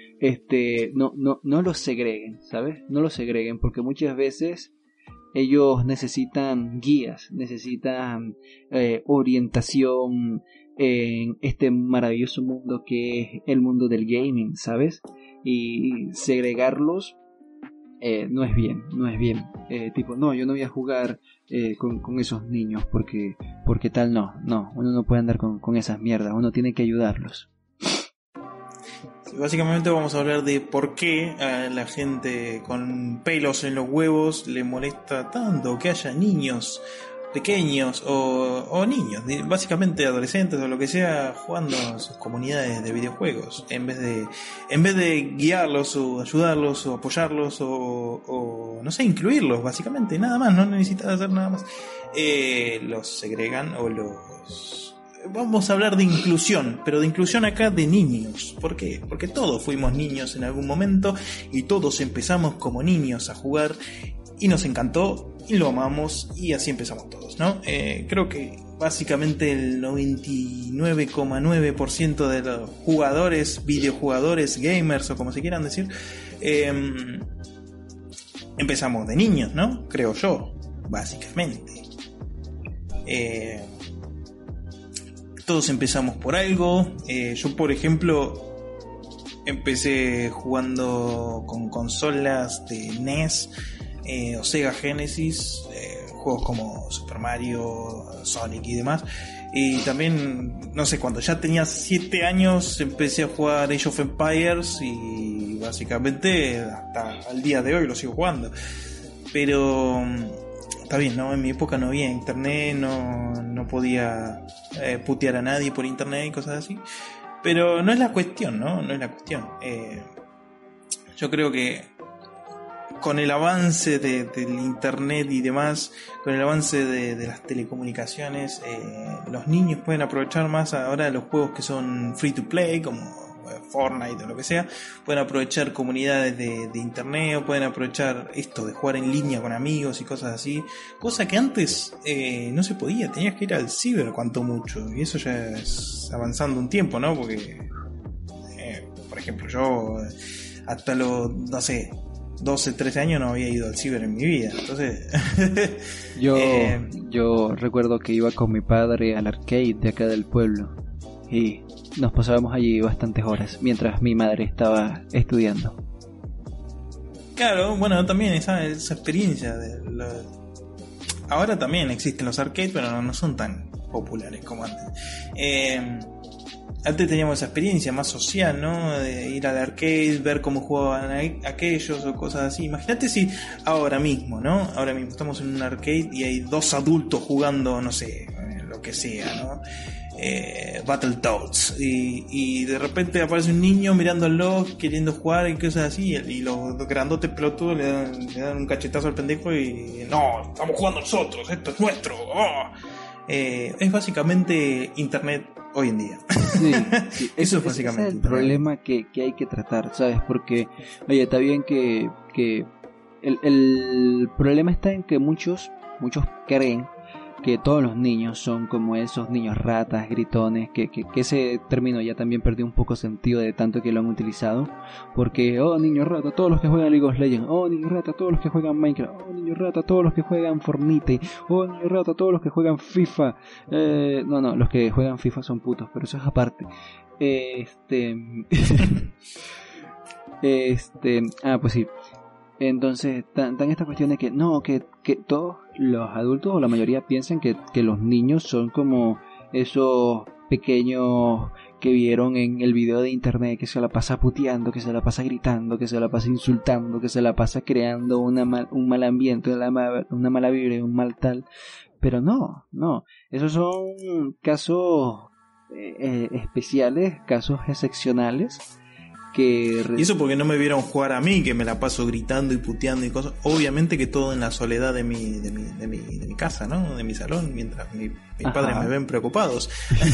no los segreguen, ¿sabes? No los segreguen, porque muchas veces ellos necesitan guías, necesitan orientación en este maravilloso mundo que es el mundo del gaming, ¿sabes? Y segregarlos no es bien. Tipo, no, yo no voy a jugar con esos niños porque tal, no, uno no puede andar con esas mierdas, uno tiene que ayudarlos. Sí, básicamente vamos a hablar de por qué a la gente con pelos en los huevos le molesta tanto que haya niños pequeños o niños, básicamente adolescentes o lo que sea, jugando en sus comunidades de videojuegos, en vez de guiarlos o ayudarlos o apoyarlos o no sé, incluirlos, básicamente, nada más, no necesitas hacer nada más. Los segregan o los... Vamos a hablar de inclusión, pero de inclusión acá de niños. ¿Por qué? Porque todos fuimos niños en algún momento y todos empezamos como niños a jugar y nos encantó y lo amamos y así empezamos todos, ¿no? Creo que básicamente el 99,9% de los jugadores, videojugadores, gamers o como se quieran decir, empezamos de niños, ¿no? Creo yo, básicamente. Todos empezamos por algo. Yo, por ejemplo, empecé jugando con consolas de NES o Sega Genesis, juegos como Super Mario, Sonic y demás. Y también, no sé, cuando ya tenía 7 años empecé a jugar Age of Empires y básicamente hasta el día de hoy lo sigo jugando. Pero está bien, ¿no? En mi época no había internet, no podía putear a nadie por internet y cosas así. Pero no es la cuestión, ¿no? No es la cuestión. Yo creo que con el avance del internet y demás, con el avance de las telecomunicaciones, los niños pueden aprovechar más ahora los juegos que son free to play, como Fortnite o lo que sea. Pueden aprovechar comunidades de internet, o pueden aprovechar esto de jugar en línea con amigos y cosas así, cosa que antes no se podía, tenías que ir al ciber cuanto mucho, y eso ya es avanzando un tiempo, ¿no? Porque por ejemplo, yo hasta los, no sé, 12, 13 años no había ido al ciber en mi vida, entonces yo recuerdo que iba con mi padre al arcade de acá del pueblo y nos pasábamos allí bastantes horas mientras mi madre estaba estudiando. Claro, bueno, también esa experiencia ahora también existen los arcades, pero no son tan populares como antes. Antes teníamos esa experiencia más social, ¿no? De ir al arcade, ver cómo jugaban aquellos o cosas así. Imagínate si ahora mismo, ¿no? Ahora mismo estamos en un arcade y hay 2 adultos jugando, no sé, lo que sea, ¿no? Battletoads y de repente aparece un niño mirándolo, queriendo jugar y cosas así, y los grandotes pelotudos le dan un cachetazo al pendejo y no, estamos jugando nosotros, esto es nuestro. ¡Oh! Es básicamente internet hoy en día. Sí, sí. Eso es básicamente ese es el problema que hay que tratar, ¿sabes? Porque, oye, está bien que el problema está en que muchos creen que todos los niños son como esos niños ratas, gritones, que ese término ya también perdió un poco sentido de tanto que lo han utilizado, porque, oh, niños rata, todos los que juegan League of Legends, oh, niños rata, todos los que juegan Minecraft, oh, niños rata, todos los que juegan Fortnite, oh, niños rata, todos los que juegan FIFA, no, los que juegan FIFA son putos, pero eso es aparte. Pues sí. Entonces, tan esta cuestión de que no, que todos los adultos o la mayoría piensan que los niños son como esos pequeños que vieron en el video de internet que se la pasa puteando, que se la pasa gritando, que se la pasa insultando, que se la pasa creando un mal ambiente, una mala vibra, un mal tal. Pero no, esos son casos especiales, casos excepcionales. Y eso porque no me vieron jugar a mí, que me la paso gritando y puteando y cosas. Obviamente que todo en la soledad de mi casa, ¿no? De mi salón, mientras mis padres me ven preocupados.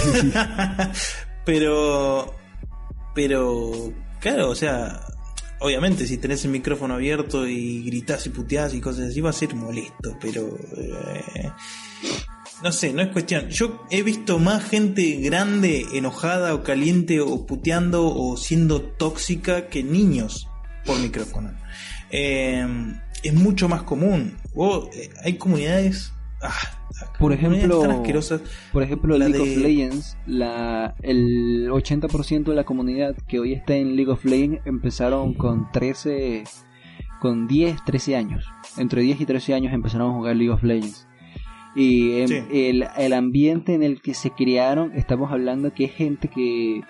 pero claro, o sea, obviamente si tenés el micrófono abierto y gritás y puteás y cosas así va a ser molesto, pero no sé, no es cuestión. Yo he visto más gente grande enojada o caliente o puteando o siendo tóxica que niños por micrófono. Es mucho más común. Hay comunidades por ejemplo, tan asquerosas. Por ejemplo, League of Legends, el 80% de la comunidad que hoy está en League of Legends empezaron con 10, 13 años. Entre 10 y 13 años empezaron a jugar League of Legends. Y sí. el ambiente en el que se criaron, estamos hablando que es gente que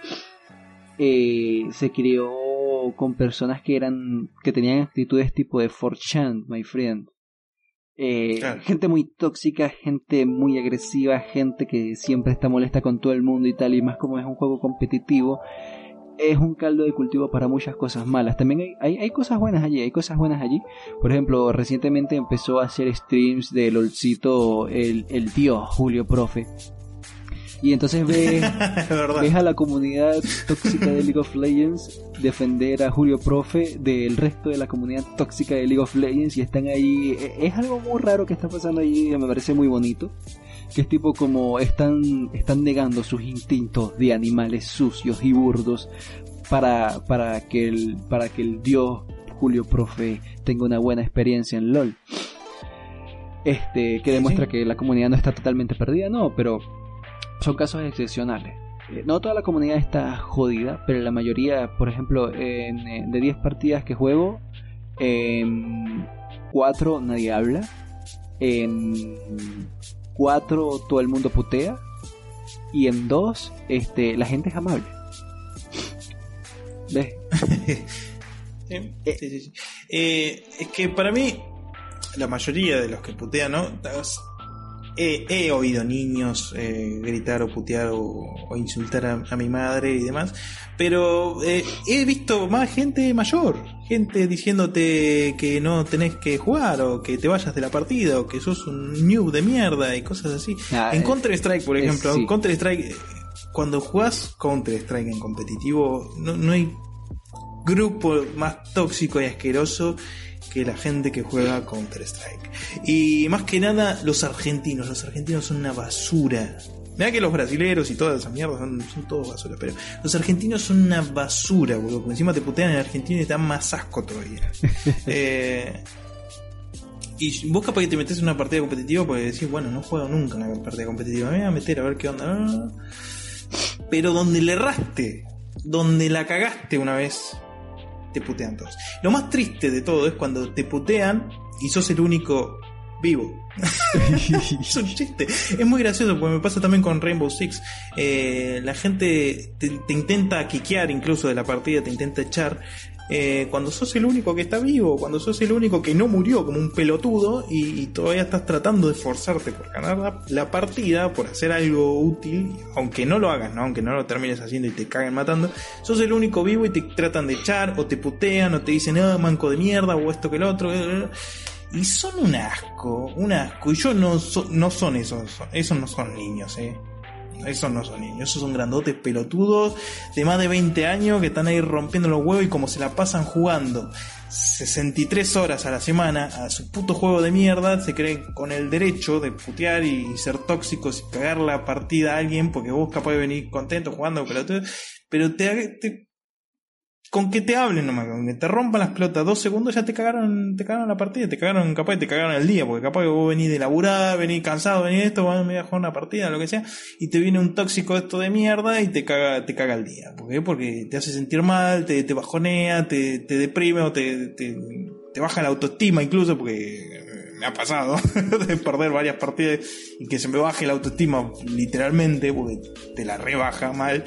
se crió con personas que tenían actitudes tipo de 4chan, my friend. Claro. Gente muy tóxica, gente muy agresiva, gente que siempre está molesta con todo el mundo y tal, y más como es un juego competitivo, es un caldo de cultivo para muchas cosas malas. También hay cosas buenas allí, Por ejemplo, recientemente empezó a hacer streams de LOLcito el tío Julio Profe. Y entonces ves a la comunidad tóxica de League of Legends defender a Julio Profe del resto de la comunidad tóxica de League of Legends, y están ahí. Es algo muy raro que está pasando allí, me parece muy bonito. Que es tipo como están negando sus instintos de animales sucios y burdos para que el dios Julio Profe tenga una buena experiencia en LOL. Que demuestra que la comunidad no está totalmente perdida, no, pero son casos excepcionales. No toda la comunidad está jodida, pero la mayoría, por ejemplo, de 10 partidas que juego, 4 nadie habla, en 4 todo el mundo putea, y en 2 la gente es amable. ¿Ves? Sí. Es que para mí la mayoría de los que putean, ¿no? He oído niños gritar o putear o insultar a mi madre y demás, pero he visto más gente mayor, gente diciéndote que no tenés que jugar o que te vayas de la partida o que sos un noob de mierda y cosas así. En Counter-Strike, por ejemplo, sí. Counter-Strike, cuando jugás Counter-Strike en competitivo, no hay grupo más tóxico y asqueroso que la gente que juega Counter-Strike. Y más que nada los argentinos son una basura. Mirá que los brasileros y todas esas mierdas son todos basura, pero los argentinos son una basura, boludo, porque encima te putean en Argentina y te dan más asco todavía. Y vos capaz que te metés en una partida competitiva porque decís, bueno, no juego nunca una partida competitiva, me voy a meter a ver qué onda. pero donde le erraste, donde la cagaste una vez, te putean todos. Lo más triste de todo es cuando te putean y sos el único vivo. Es un chiste. Es muy gracioso porque me pasa también con Rainbow Six. La gente te intenta quiquear incluso de la partida, te intenta echar. Cuando sos el único que está vivo, cuando sos el único que no murió como un pelotudo y todavía estás tratando de esforzarte por ganar la partida, por hacer algo útil, aunque no lo hagas, ¿no? Aunque no lo termines haciendo y te caguen matando, sos el único vivo y te tratan de echar o te putean o te dicen, manco de mierda o esto que el otro. Y son un asco. Y yo no son esos no son niños, Esos no son niños, esos son grandotes pelotudos de más de 20 años que están ahí rompiendo los huevos y como se la pasan jugando 63 horas a la semana a su puto juego de mierda, se creen con el derecho de putear y ser tóxicos y cagar la partida a alguien porque vos capaz de venir contento jugando pelotudo, pero con que te hablen nomás, con que te rompan las pelotas 2 segundos ya te cagaron la partida, te cagaron el día, porque capaz que vos venís de laburar, venís cansado, venís de esto, vas a jugar una partida, lo que sea, y te viene un tóxico esto de mierda y te caga el día. ¿Por qué? Porque te hace sentir mal, te bajonea, te deprime o te baja la autoestima incluso, porque me ha pasado de perder varias partidas y que se me baje la autoestima literalmente, porque te la rebaja mal.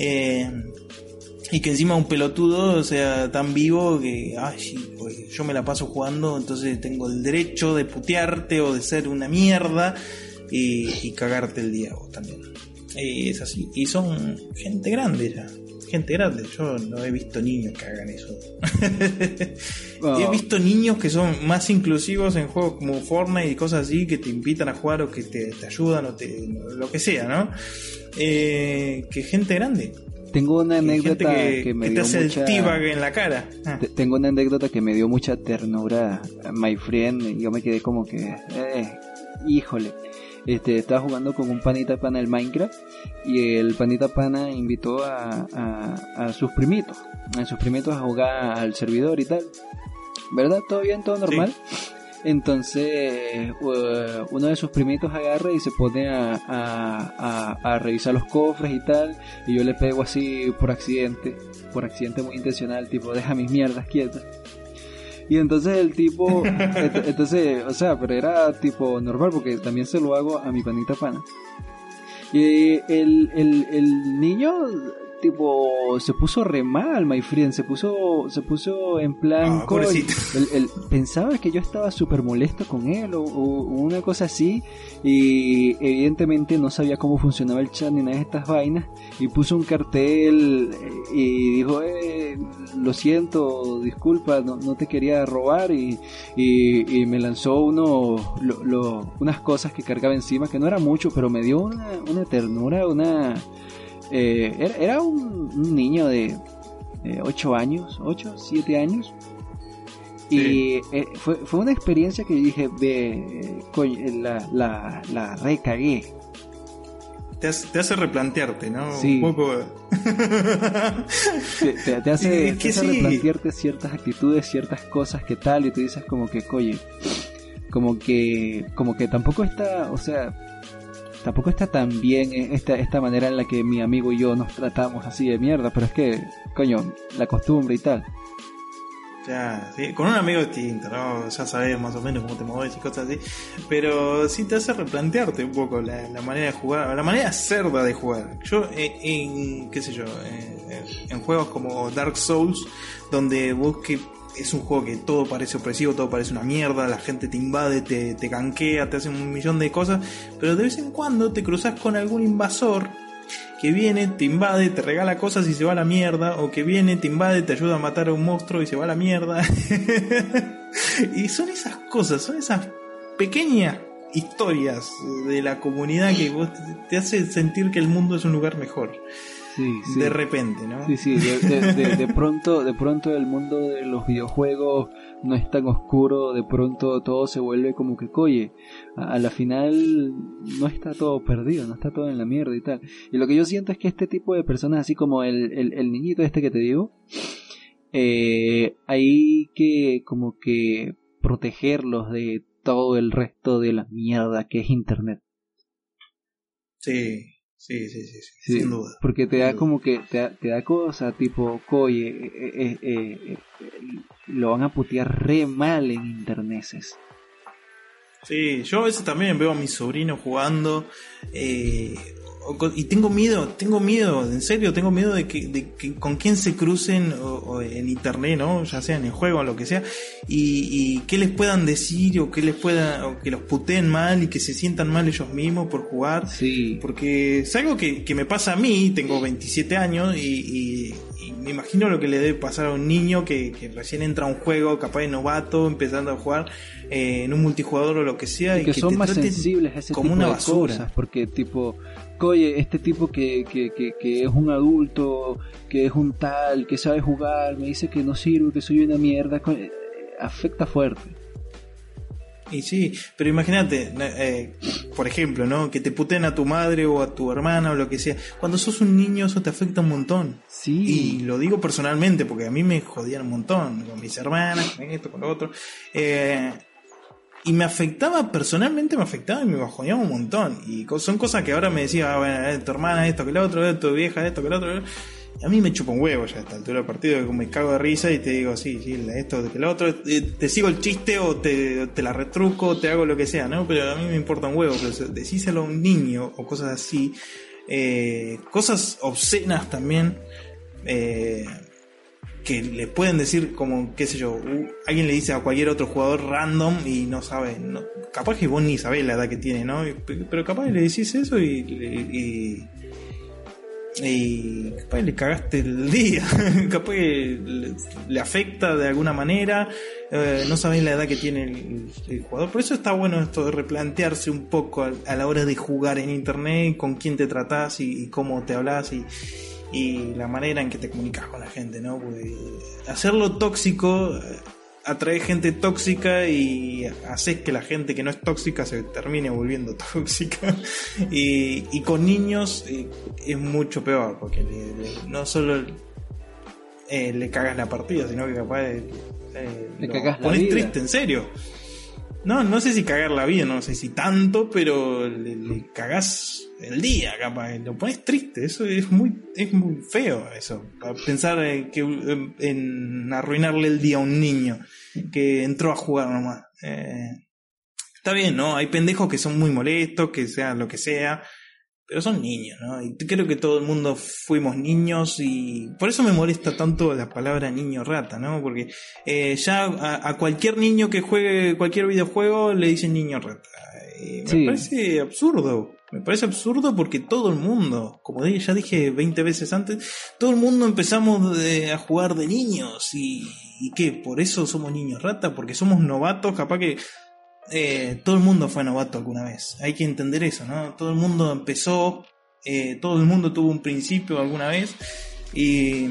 Y que encima un pelotudo, o sea, tan vivo que, pues yo me la paso jugando, entonces tengo el derecho de putearte o de ser una mierda y cagarte el día vos también. Es así. Y son gente grande ya. Gente grande. Yo no he visto niños que hagan eso. He visto niños que son más inclusivos en juegos como Fortnite y cosas así, que te invitan a jugar o que te ayudan o lo que sea, ¿no? Que gente grande. Tengo una anécdota que me dio mucha... el teabag en la cara. Tengo una anécdota que me dio mucha ternura, my friend. Yo me quedé como que... híjole. Estaba jugando con un panita pana el Minecraft y el panita pana invitó a sus primitos. A sus primitos a jugar al servidor y tal. ¿Verdad? ¿Todo bien? ¿Todo normal? Sí. Entonces uno de sus primitos agarra y se pone a revisar los cofres y tal, y yo le pego así por accidente muy intencional, tipo deja mis mierdas quietas. Y entonces el tipo entonces, o sea, pero era tipo normal porque también se lo hago a mi panita pana. Y el niño tipo se puso re mal, my friend, se puso en plan él pensaba que yo estaba súper molesto con él o una cosa así, y evidentemente no sabía cómo funcionaba el chat ni nada de estas vainas, y puso un cartel y dijo lo siento, disculpa, no te quería robar, y me lanzó unas cosas que cargaba encima, que no era mucho, pero me dio una ternura, era un niño de 8 años, 7 años. Sí. Y fue una experiencia que yo dije, la recagué. Te hace replantearte, ¿no? Sí. Un poco. te hace replantearte ciertas actitudes, ciertas cosas que tal, y tú dices como que, oye, como que tampoco está, o sea, tampoco está tan bien esta manera en la que mi amigo y yo nos tratamos así de mierda, pero es que, coño, la costumbre y tal. Ya, sí, con un amigo distinto, ¿no? Ya sabes más o menos cómo te mueves y cosas así, pero sí te hace replantearte un poco la manera de jugar, la manera cerda de jugar. Yo, en juegos como Dark Souls, donde vos que es un juego que todo parece opresivo, todo parece una mierda, la gente te invade, te ganquea, te hace un millón de cosas, pero de vez en cuando te cruzas con algún invasor que viene, te invade, te regala cosas y se va a la mierda, o que viene, te invade, te ayuda a matar a un monstruo y se va a la mierda. Y son esas cosas, son esas pequeñas historias de la comunidad que vos te hace sentir que el mundo es un lugar mejor. Sí, sí. De repente, ¿no? Sí, de pronto el mundo de los videojuegos no es tan oscuro, de pronto todo se vuelve como que, oye, a la final no está todo perdido, no está todo en la mierda y tal. Y lo que yo siento es que este tipo de personas, así como el niñito este que te digo, hay que como que protegerlos de todo el resto de la mierda que es internet. Sí, Sí, sin duda. Porque te da como que te da cosa tipo, lo van a putear re mal en internetes. Sí, yo a veces también veo a mis sobrinos jugando y tengo miedo, en serio, tengo miedo de que con quién se crucen o en internet, ¿no? Ya sea en el juego o lo que sea, y qué les puedan decir o que los puteen mal y que se sientan mal ellos mismos por jugar. Sí. Porque es algo que me pasa a mí, tengo 27 años y me imagino lo que le debe pasar a un niño que recién entra a un juego, capaz de novato, empezando a jugar en un multijugador o lo que sea, y que son más sensibles a ese como tipo una de basura. cosas, porque tipo, oye, este tipo que es un adulto, que es un tal, que sabe jugar, me dice que no sirve, que soy una mierda, afecta fuerte. Y sí, pero imagínate, por ejemplo, ¿no? Que te puteen a tu madre o a tu hermana o lo que sea. Cuando sos un niño eso te afecta un montón. Sí. Y lo digo personalmente porque a mí me jodían un montón con mis hermanas, con esto, con lo otro. Y me afectaba, personalmente me afectaba y me bajoneaba un montón. Y son cosas que ahora me decía, bueno, tu hermana esto que lo otro, tu vieja esto que lo otro. A mí me chupa un huevo ya a esta altura del partido, que me cago de risa y te digo, sí, esto que lo otro, te sigo el chiste o te la retruco o te hago lo que sea, ¿no? Pero a mí me importa un huevo, pero decíselo a un niño o cosas así, cosas obscenas también, que le pueden decir como, qué sé yo, alguien le dice a cualquier otro jugador random y no sabe, capaz que vos ni sabés la edad que tiene, ¿no? Pero capaz que le decís eso y capaz le cagaste el día, capaz que le afecta de alguna manera, no sabés la edad que tiene el jugador. Por eso está bueno esto de replantearse un poco a la hora de jugar en internet, con quién te tratás y cómo te hablas y la manera en que te comunicas con la gente, ¿no? Porque hacerlo tóxico atrae gente tóxica y haces que la gente que no es tóxica se termine volviendo tóxica. Y con niños es mucho peor, porque no solo le cagas la partida, sino que capaz le cagas la pones vida. Triste, en serio. No sé si cagar la vida, no sé si tanto, pero le cagás el día, capaz, lo pones triste. Eso es muy feo, eso. Pensar en arruinarle el día a un niño que entró a jugar nomás. Está bien, ¿no? Hay pendejos que son muy molestos, que sea lo que sea, pero son niños, ¿no? Y creo que todo el mundo fuimos niños y por eso me molesta tanto la palabra niño rata, ¿no? Porque ya a cualquier niño que juegue cualquier videojuego le dicen niño rata. Me parece absurdo. Me parece absurdo porque todo el mundo, como ya dije 20 veces antes, todo el mundo empezamos a jugar de niños. ¿Y qué? ¿Por eso somos niños rata? Porque somos novatos, capaz que todo el mundo fue novato alguna vez. Hay que entender eso, ¿no? Todo el mundo empezó, todo el mundo tuvo un principio alguna vez. Y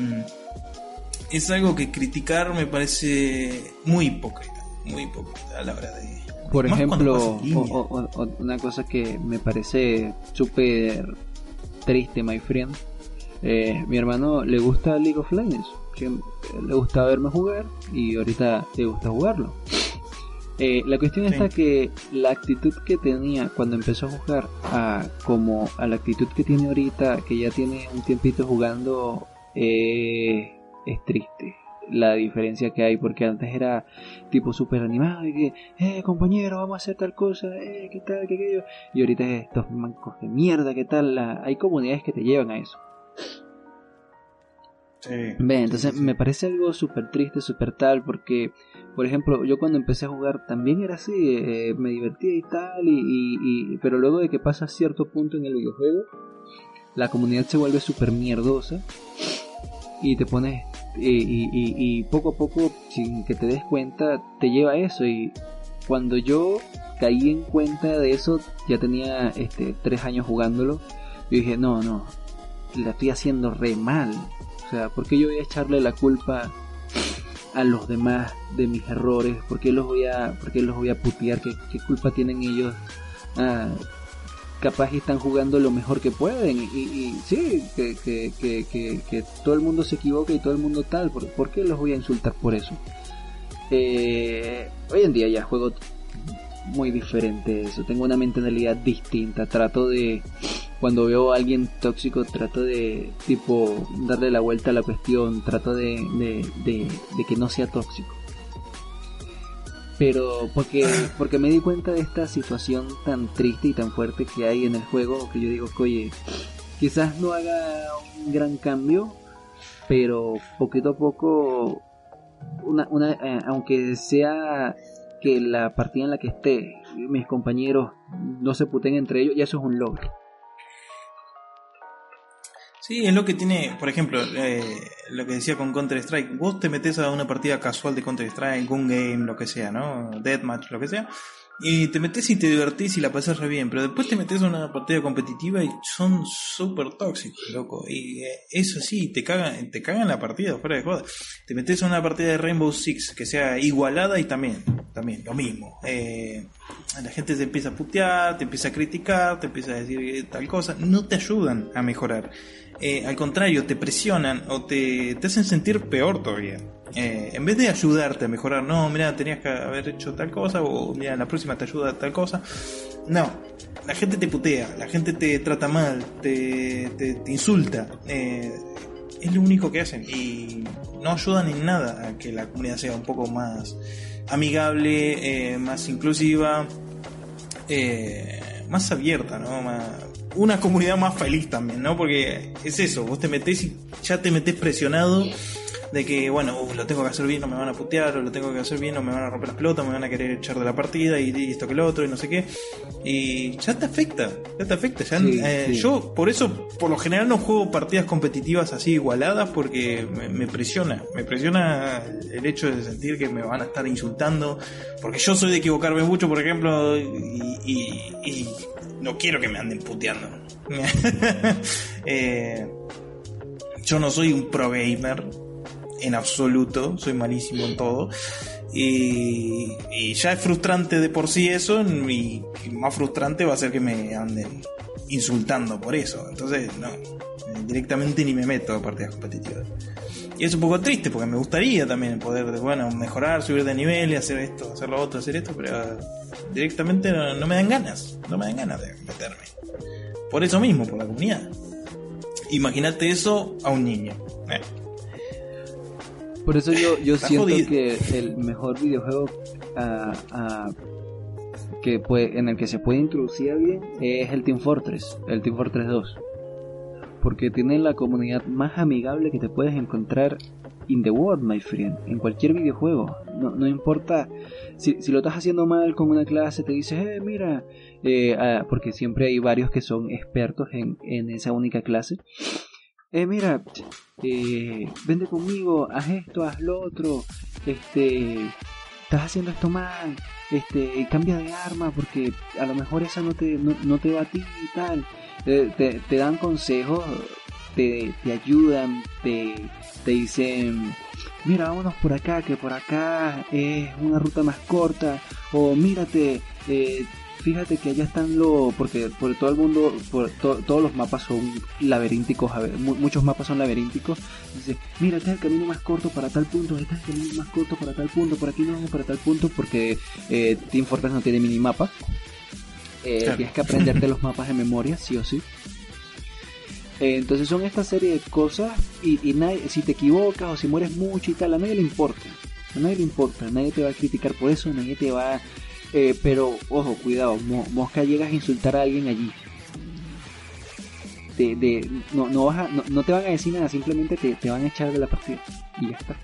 es algo que criticar me parece muy hipócrita a la hora de... Por ejemplo, una cosa que me parece súper triste, my friend. Mi hermano le gusta League of Legends. Le gusta verme jugar y ahorita le gusta jugarlo. La cuestión está que la actitud que tenía cuando empezó a jugar como a la actitud que tiene ahorita, que ya tiene un tiempito jugando, es triste. La diferencia que hay, porque antes era tipo súper animado y que, compañero, vamos a hacer tal cosa, qué tal, qué aquello, y ahorita es estos mancos de mierda, qué tal. Hay comunidades que te llevan a eso. Entonces me parece algo súper triste, súper tal, porque por ejemplo yo cuando empecé a jugar también era así, me divertía y tal, pero luego de que pasa cierto punto en el videojuego, la comunidad se vuelve súper mierdosa y te pones y poco a poco, sin que te des cuenta, te lleva a eso. Y cuando yo caí en cuenta de eso, ya tenía 3 años jugándolo, y dije no, la estoy haciendo re mal. O sea, ¿por qué yo voy a echarle la culpa a los demás de mis errores? ¿Por qué los voy a putear? ¿Qué culpa tienen ellos? Capaz están jugando lo mejor que pueden y sí, que todo el mundo se equivoca y todo el mundo tal. ¿Por qué los voy a insultar por eso? Hoy en día ya juego muy diferente eso, tengo una mentalidad distinta, trato de cuando veo a alguien tóxico trato de tipo darle la vuelta a la cuestión, trato de que no sea tóxico. Pero porque me di cuenta de esta situación tan triste y tan fuerte que hay en el juego, que yo digo que oye, quizás no haga un gran cambio, pero poquito a poco aunque sea que la partida en la que esté mis compañeros no se puten entre ellos, ya eso es un logro. Sí, es lo que tiene, por ejemplo, lo que decía con Counter-Strike. Vos te metés a una partida casual de Counter-Strike, Gun Game, lo que sea, ¿no? Deathmatch, lo que sea. Y te metés y te divertís y la pasás re bien. Pero después te metés a una partida competitiva y son súper tóxicos, loco. Y eso sí, te cagan la partida, fuera de joda. Te metés a una partida de Rainbow Six que sea igualada y también lo mismo. La gente te empieza a putear, te empieza a criticar, te empieza a decir tal cosa. No te ayudan a mejorar. Al contrario, te presionan o te hacen sentir peor todavía. En vez de ayudarte a mejorar, no, mira, tenías que haber hecho tal cosa, o mira, la próxima te ayuda a tal cosa. No, la gente te putea, la gente te trata mal, te insulta. Es lo único que hacen y no ayudan en nada a que la comunidad sea un poco más amigable, más inclusiva, más abierta, ¿no? Una comunidad más feliz también, ¿no? Porque es eso, vos te metés y ya te metés presionado de que, bueno, lo tengo que hacer bien, no me van a putear, o lo tengo que hacer bien, no me van a romper las pelotas, me van a querer echar de la partida y esto que lo otro y no sé qué. Y ya te afecta. Ya, sí. Yo, por eso, por lo general no juego partidas competitivas así igualadas porque me presiona el hecho de sentir que me van a estar insultando, porque yo soy de equivocarme mucho, por ejemplo, y no quiero que me anden puteando. Yo no soy un pro gamer en absoluto, soy malísimo en todo y ya es frustrante de por sí eso, y más frustrante va a ser que me anden insultando por eso. Entonces no, directamente ni me meto a partidas competitivas. Y es un poco triste porque me gustaría también poder, bueno, mejorar, subir de nivel y hacer esto, hacer lo otro, hacer esto, pero directamente no me dan ganas de meterme. Por eso mismo, por la comunidad. Imagínate eso a un niño. Por eso yo siento que el mejor videojuego en el que se puede introducir bien es el Team Fortress 2. Porque tiene la comunidad más amigable que te puedes encontrar in the world, my friend. En cualquier videojuego. No importa si lo estás haciendo mal con una clase, te dices, mira, porque siempre hay varios que son expertos en esa única clase. Mira, vente conmigo, haz esto, haz lo otro, estás haciendo esto mal, cambia de arma porque a lo mejor esa no te va a ti y tal. Te dan consejos, te ayudan, te dicen, mira, vámonos por acá, que por acá es una ruta más corta, o mírate, fíjate que allá están porque por todo el mundo, todos los mapas son laberínticos, muchos mapas son laberínticos. Dice, mira, este es el camino más corto para tal punto, este es el camino más corto para tal punto, por aquí no vamos para tal punto, porque Team Fortress no tiene minimapa. Claro. Tienes que aprenderte los mapas de memoria, sí o sí. Entonces son esta serie de cosas y nadie, si te equivocas o si mueres mucho y tal, a nadie le importa, nadie te va a criticar por eso, nadie te va pero ojo, cuidado, mosca, llegas a insultar a alguien allí, no te van a decir nada, simplemente te van a echar de la partida y ya está.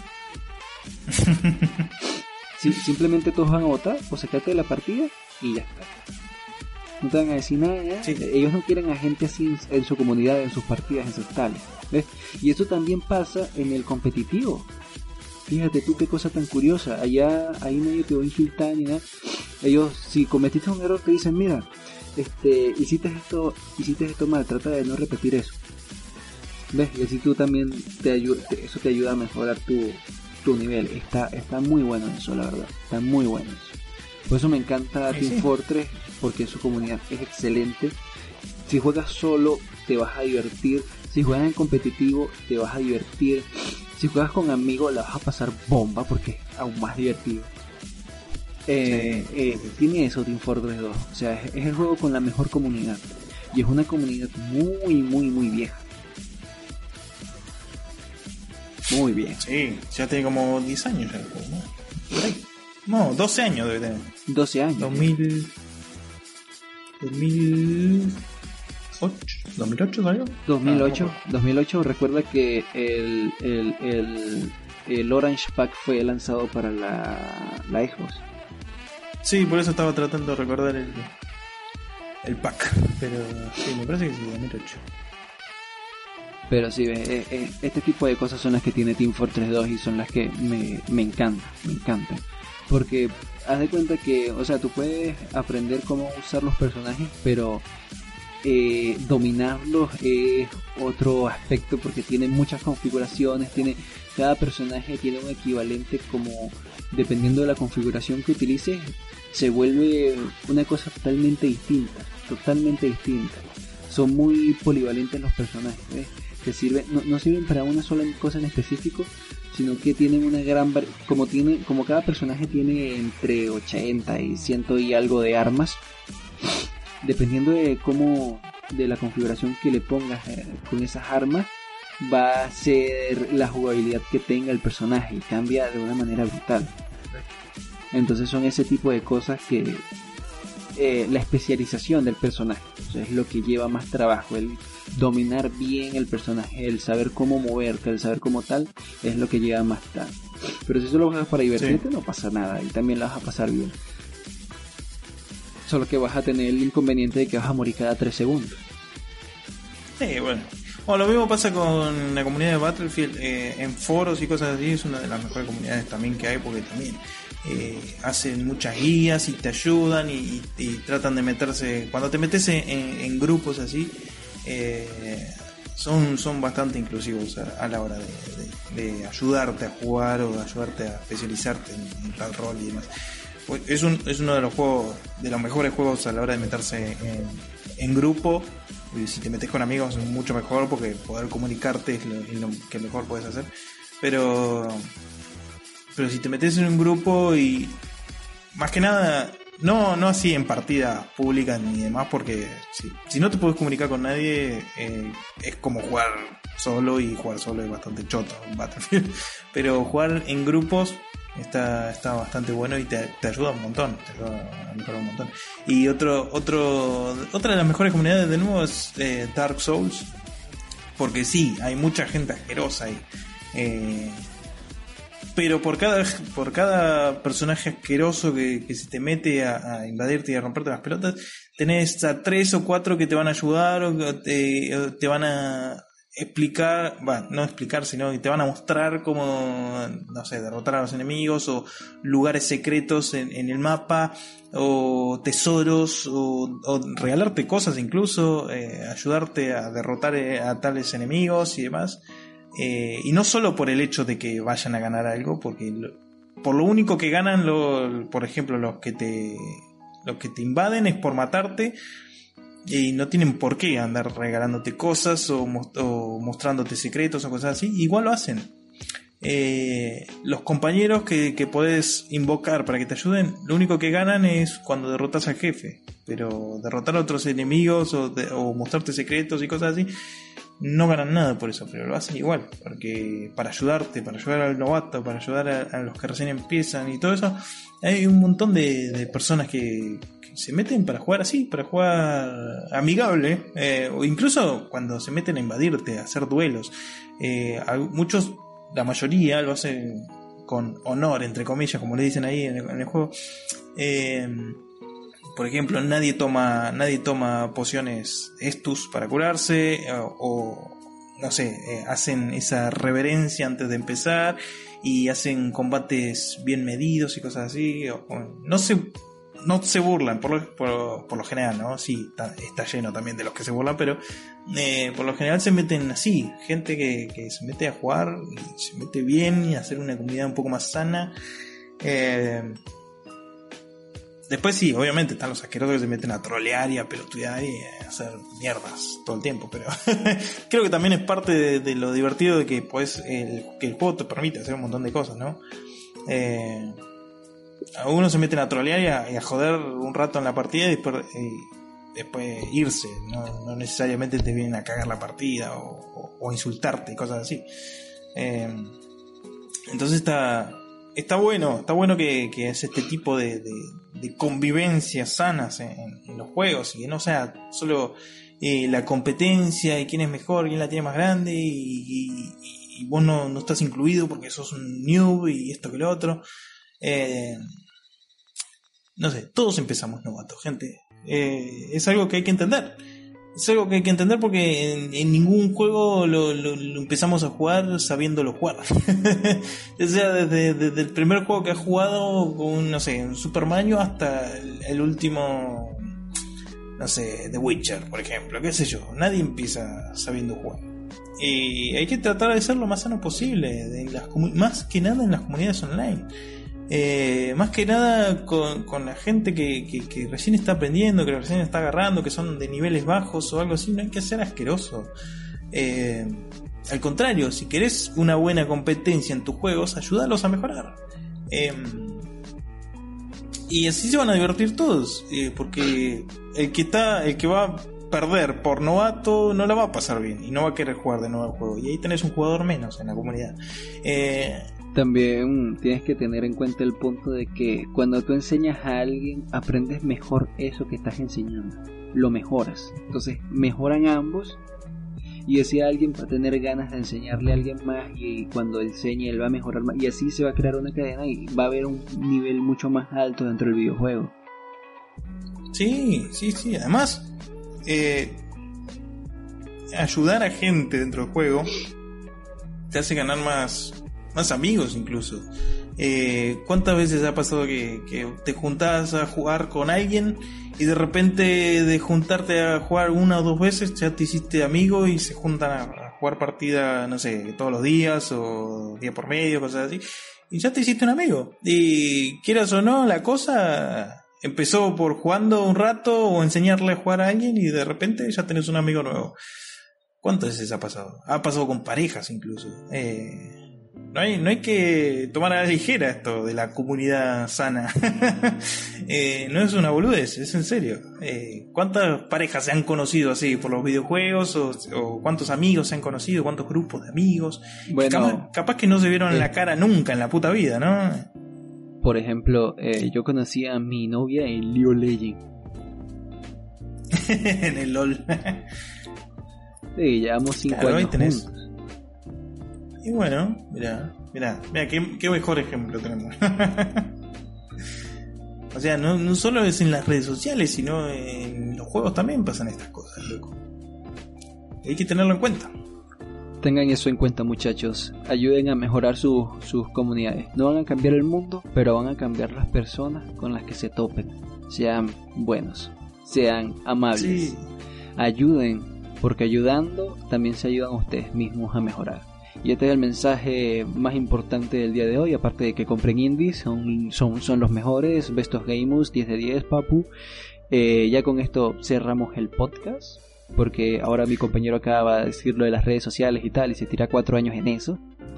Sí, simplemente todos van a votar o sacarte de la partida y ya está. No te van a decir nada, ¿ya? Sí. Ellos no quieren a gente así en su comunidad, en sus partidas, en sus tales, ¿ves? Y eso también pasa en el competitivo. Fíjate tú qué cosa tan curiosa. Ahí nadie te va a insultar ni nada. Ellos, si cometiste un error, te dicen, mira, hiciste esto mal, trata de no repetir eso. ¿Ves? Y así tú también eso te ayuda a mejorar tu nivel. Está muy bueno eso, la verdad. Está muy bueno eso. Por eso me encanta Team Fortress, porque su comunidad es excelente. Si juegas solo, te vas a divertir. Si juegas en competitivo, te vas a divertir. Si juegas con amigos, la vas a pasar bomba, porque es aún más divertido. Tiene eso Team Fortress 2. O sea, es el juego con la mejor comunidad. y es una comunidad muy vieja. Muy bien. Sí, ya tiene como 10 años ya el juego, ¿no? Por ahí. No, 12 años debe tener. 12 años. 2008 salió. 2008, recuerda que el Orange Pack fue lanzado para la Xbox. Sí, por eso estaba tratando de recordar el pack. Pero sí, me parece que sí, 2008. Pero sí, este tipo de cosas son las que tiene Team Fortress 2 y son las que me encantan. Porque haz de cuenta que, o sea, tú puedes aprender cómo usar los personajes, pero dominarlos es otro aspecto porque tiene muchas configuraciones, cada personaje tiene un equivalente como dependiendo de la configuración que utilices, se vuelve una cosa totalmente distinta. Son muy polivalentes los personajes, ¿ves? Que sirven, no sirven para una sola cosa en específico, sino que tienen una gran como cada personaje tiene entre 80 y 100 y algo de armas, dependiendo de la configuración que le pongas con esas armas, va a ser la jugabilidad que tenga el personaje y cambia de una manera brutal. Entonces son ese tipo de cosas que la especialización del personaje, o sea, es lo que lleva más trabajo. El dominar bien el personaje, el saber cómo moverte, el saber cómo tal, es lo que lleva más tarde. Pero si solo juegas para divertirte, no pasa nada y también la vas a pasar bien. Solo que vas a tener el inconveniente de que vas a morir cada 3 segundos. Sí, bueno. O lo mismo pasa con la comunidad de Battlefield, en foros y cosas así, es una de las mejores comunidades también que hay, porque también hacen muchas guías y te ayudan y tratan de meterse, cuando te metes en grupos así, son bastante inclusivos a la hora de ayudarte a jugar o de ayudarte a especializarte en tal rol y demás. Es uno de los juegos, de los mejores juegos a la hora de meterse en grupo. Y si te metes con amigos es mucho mejor, porque poder comunicarte es lo que mejor puedes hacer. Pero si te metes en un grupo y más que nada no así en partidas públicas ni demás, porque si no te puedes comunicar con nadie, es como jugar solo, y jugar solo es bastante choto en Battlefield. Pero jugar en grupos está bastante bueno y te ayuda un montón, te ayuda a mejorar un montón. Y otra de las mejores comunidades de nuevo es Dark Souls, porque sí, hay mucha gente asquerosa ahí, pero por cada personaje asqueroso que se te mete a invadirte y a romperte las pelotas, tenés a 3 o 4 que te van a ayudar o te van a explicar, no explicar, sino que te van a mostrar cómo, no sé, derrotar a los enemigos, o lugares secretos en el mapa, o tesoros, o regalarte cosas incluso, ayudarte a derrotar a tales enemigos y demás. Y no solo por el hecho de que vayan a ganar algo, porque por lo único que ganan, por ejemplo, los que te invaden es por matarte, y no tienen por qué andar regalándote cosas o mostrándote secretos o cosas así. Igual lo hacen. Los compañeros que podés invocar para que te ayuden, lo único que ganan es cuando derrotas al jefe. Pero derrotar a otros enemigos o mostrarte secretos y cosas así, no ganan nada por eso, pero lo hacen igual, porque para ayudarte, para ayudar al novato, para ayudar a los que recién empiezan y todo eso, hay un montón de personas que se meten para jugar así, para jugar amigable, o incluso cuando se meten a invadirte, a hacer duelos. Muchos, la mayoría lo hacen con honor, entre comillas, como le dicen ahí en el juego. Por ejemplo, nadie toma pociones Estus para curarse, o no sé, hacen esa reverencia antes de empezar y hacen combates bien medidos y cosas así. No se burlan por lo general, ¿no? Sí, está lleno también de los que se burlan, pero por lo general se meten así, gente que se mete a jugar y se mete bien y a hacer una comunidad un poco más sana. Después sí, obviamente están los asquerosos que se meten a trolear y a pelotudear y a hacer mierdas todo el tiempo, pero creo que también es parte de lo divertido de que que el juego te permite hacer un montón de cosas, ¿no? Algunos se meten a trolear y a joder un rato en la partida, y después irse, no necesariamente te vienen a cagar la partida o insultarte y cosas así. Entonces está bueno que es este tipo de convivencias sanas en los juegos, y que no sea solo la competencia y quién es mejor, quién la tiene más grande, y vos no estás incluido porque sos un noob y esto que lo otro. No sé, todos empezamos novatos, gente. Es algo que hay que entender. Es algo que hay que entender porque en ningún juego lo empezamos a jugar sabiéndolo jugar. O sea, desde el primer juego que has jugado, no sé, un Super Mario, hasta el último, no sé, The Witcher, por ejemplo, qué sé yo. Nadie empieza sabiendo jugar. Y hay que tratar de ser lo más sano posible, más que nada en las comunidades online. Más que nada con la gente que recién está aprendiendo, que recién está agarrando, que son de niveles bajos o algo así. No hay que ser asqueroso. Al contrario, si querés una buena competencia en tus juegos, ayúdalos a mejorar. Y así se van a divertir todos, porque el que va a perder por novato no la va a pasar bien y no va a querer jugar de nuevo el juego, y ahí tenés un jugador menos en la comunidad. También tienes que tener en cuenta el punto de que cuando tú enseñas a alguien, aprendes mejor eso que estás enseñando, lo mejoras, entonces mejoran ambos, y así alguien va a tener ganas de enseñarle a alguien más, y cuando enseñe él va a mejorar más, y así se va a crear una cadena y va a haber un nivel mucho más alto dentro del videojuego. Sí, además ayudar a gente dentro del juego te hace ganar más amigos incluso. ¿Cuántas veces ha pasado que te juntás a jugar con alguien y de repente de juntarte a jugar una o dos veces ya te hiciste amigo y se juntan a jugar partida, no sé, todos los días o día por medio, cosas así, y ya te hiciste un amigo? Y quieras o no, la cosa empezó por jugando un rato o enseñarle a jugar a alguien, y de repente ya tenés un amigo nuevo. ¿Cuántas veces ha pasado? Ha pasado con parejas incluso. No hay que tomar a la ligera esto de la comunidad sana. No es una boludez, es en serio. ¿Cuántas parejas se han conocido así por los videojuegos? O cuántos amigos se han conocido, cuántos grupos de amigos. Bueno, capaz que no se vieron la cara nunca en la puta vida, ¿no? Por ejemplo, yo conocí a mi novia en League of Legends. En el LOL. Sí, llevamos 5 años juntos. Y bueno, mira, qué mejor ejemplo tenemos. O sea, no solo es en las redes sociales, sino en los juegos también pasan estas cosas, loco. Hay que tenerlo en cuenta. Tengan eso en cuenta, muchachos. Ayuden a mejorar sus comunidades. No van a cambiar el mundo, pero van a cambiar las personas con las que se topen. Sean buenos, sean amables. Sí. Ayuden, porque ayudando también se ayudan ustedes mismos a mejorar. Y este es el mensaje más importante del día de hoy. Aparte de que compren indies, son los mejores. Best of Gamers, 10 de 10, papu. Ya con esto cerramos el podcast, porque ahora mi compañero acaba de decir lo de las redes sociales y tal, y se tira 4 años en eso.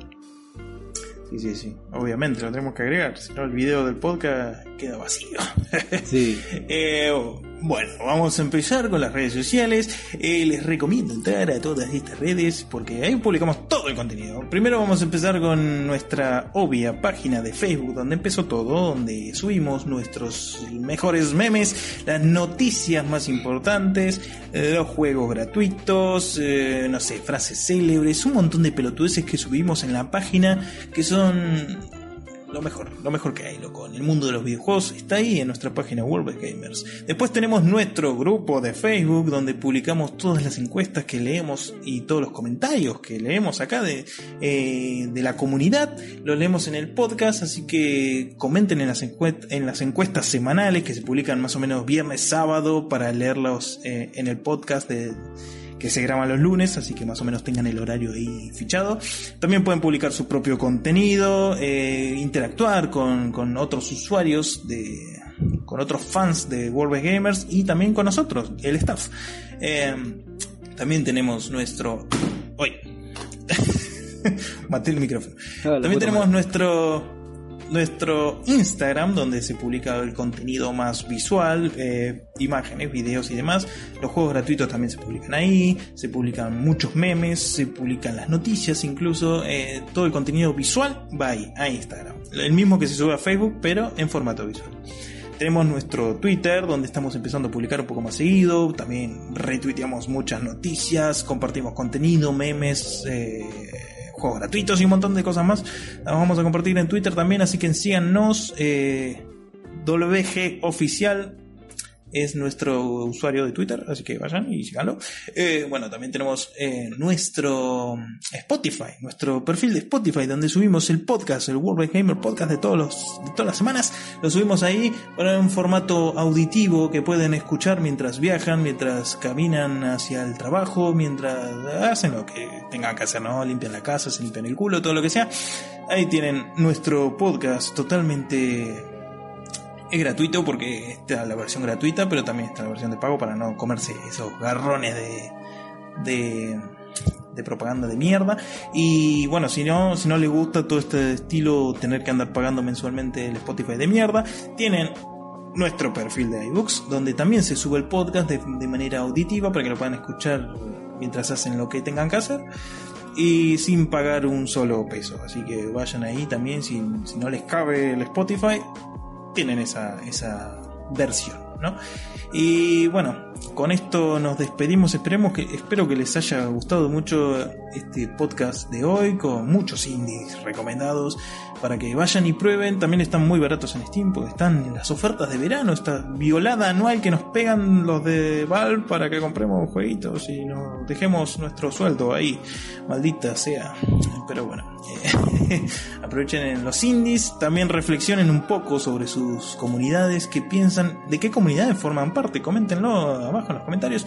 Sí, obviamente lo tenemos que agregar, si no el video del podcast queda vacío. Sí. Bueno, vamos a empezar con las redes sociales. Les recomiendo entrar a todas estas redes porque ahí publicamos todo el contenido. Primero vamos a empezar con nuestra obvia página de Facebook, donde empezó todo, donde subimos nuestros mejores memes, las noticias más importantes, los juegos gratuitos, no sé, frases célebres, un montón de pelotudeces que subimos en la página, que son lo mejor que hay, loco. En el mundo de los videojuegos está ahí en nuestra página World of Gamers. Después tenemos nuestro grupo de Facebook, donde publicamos todas las encuestas que leemos y todos los comentarios que leemos acá de la comunidad. Los leemos en el podcast, así que comenten en las encuestas semanales que se publican más o menos viernes, sábado, para leerlos en el podcast que se graban los lunes, así que más o menos tengan el horario ahí fichado. También pueden publicar su propio contenido, interactuar con otros usuarios, con otros fans de World of Gamers, y también con nosotros, el staff. También tenemos nuestro... ¡Uy! Maté el micrófono. También tenemos nuestro nuestro Instagram, donde se publica el contenido más visual, imágenes, videos y demás. Los juegos gratuitos también se publican ahí, se publican muchos memes, se publican las noticias, incluso todo el contenido visual va ahí, a Instagram. El mismo que se sube a Facebook, pero en formato visual. Tenemos nuestro Twitter, donde estamos empezando a publicar un poco más seguido. También retuiteamos muchas noticias, compartimos contenido, memes, juegos gratuitos y un montón de cosas más. Las vamos a compartir en Twitter también, así que síganos. WG Oficial es nuestro usuario de Twitter, así que vayan y síganlo. Bueno, también tenemos nuestro Spotify, nuestro perfil de Spotify, donde subimos el podcast, el World Gamer Podcast de todas las semanas. Lo subimos ahí para un formato auditivo que pueden escuchar mientras viajan, mientras caminan hacia el trabajo, mientras hacen lo que tengan que hacer, ¿no? Limpian la casa, se limpian el culo, todo lo que sea. Ahí tienen nuestro podcast totalmente... Es gratuito porque está la versión gratuita, pero también está la versión de pago para no comerse esos garrones de propaganda de mierda. Y bueno, si no les gusta todo este estilo, tener que andar pagando mensualmente el Spotify de mierda, tienen nuestro perfil de iBooks, donde también se sube el podcast de manera auditiva para que lo puedan escuchar mientras hacen lo que tengan que hacer y sin pagar un solo peso. Así que vayan ahí también, si no les cabe el Spotify, tienen esa versión, ¿no? Y bueno, con esto nos despedimos. Espero que les haya gustado mucho este podcast de hoy, con muchos indies recomendados para que vayan y prueben. También están muy baratos en Steam porque están en las ofertas de verano, esta violada anual que nos pegan los de Valve para que compremos jueguitos y nos dejemos nuestro sueldo ahí, maldita sea. Pero bueno, aprovechen en los indies. También reflexionen un poco sobre sus comunidades, qué piensan, de qué comunidades forman parte, coméntenlo abajo en los comentarios.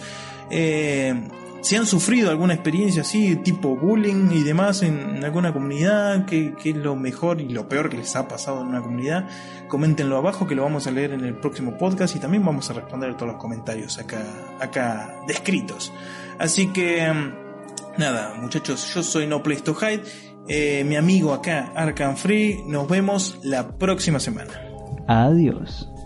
Si han sufrido alguna experiencia así, tipo bullying y demás en alguna comunidad, qué es lo mejor y lo peor que les ha pasado en una comunidad, coméntenlo abajo, que lo vamos a leer en el próximo podcast y también vamos a responder todos los comentarios acá descritos. Así que nada, muchachos, yo soy No Place to Hide, mi amigo acá Arkham Free, nos vemos la próxima semana. Adiós.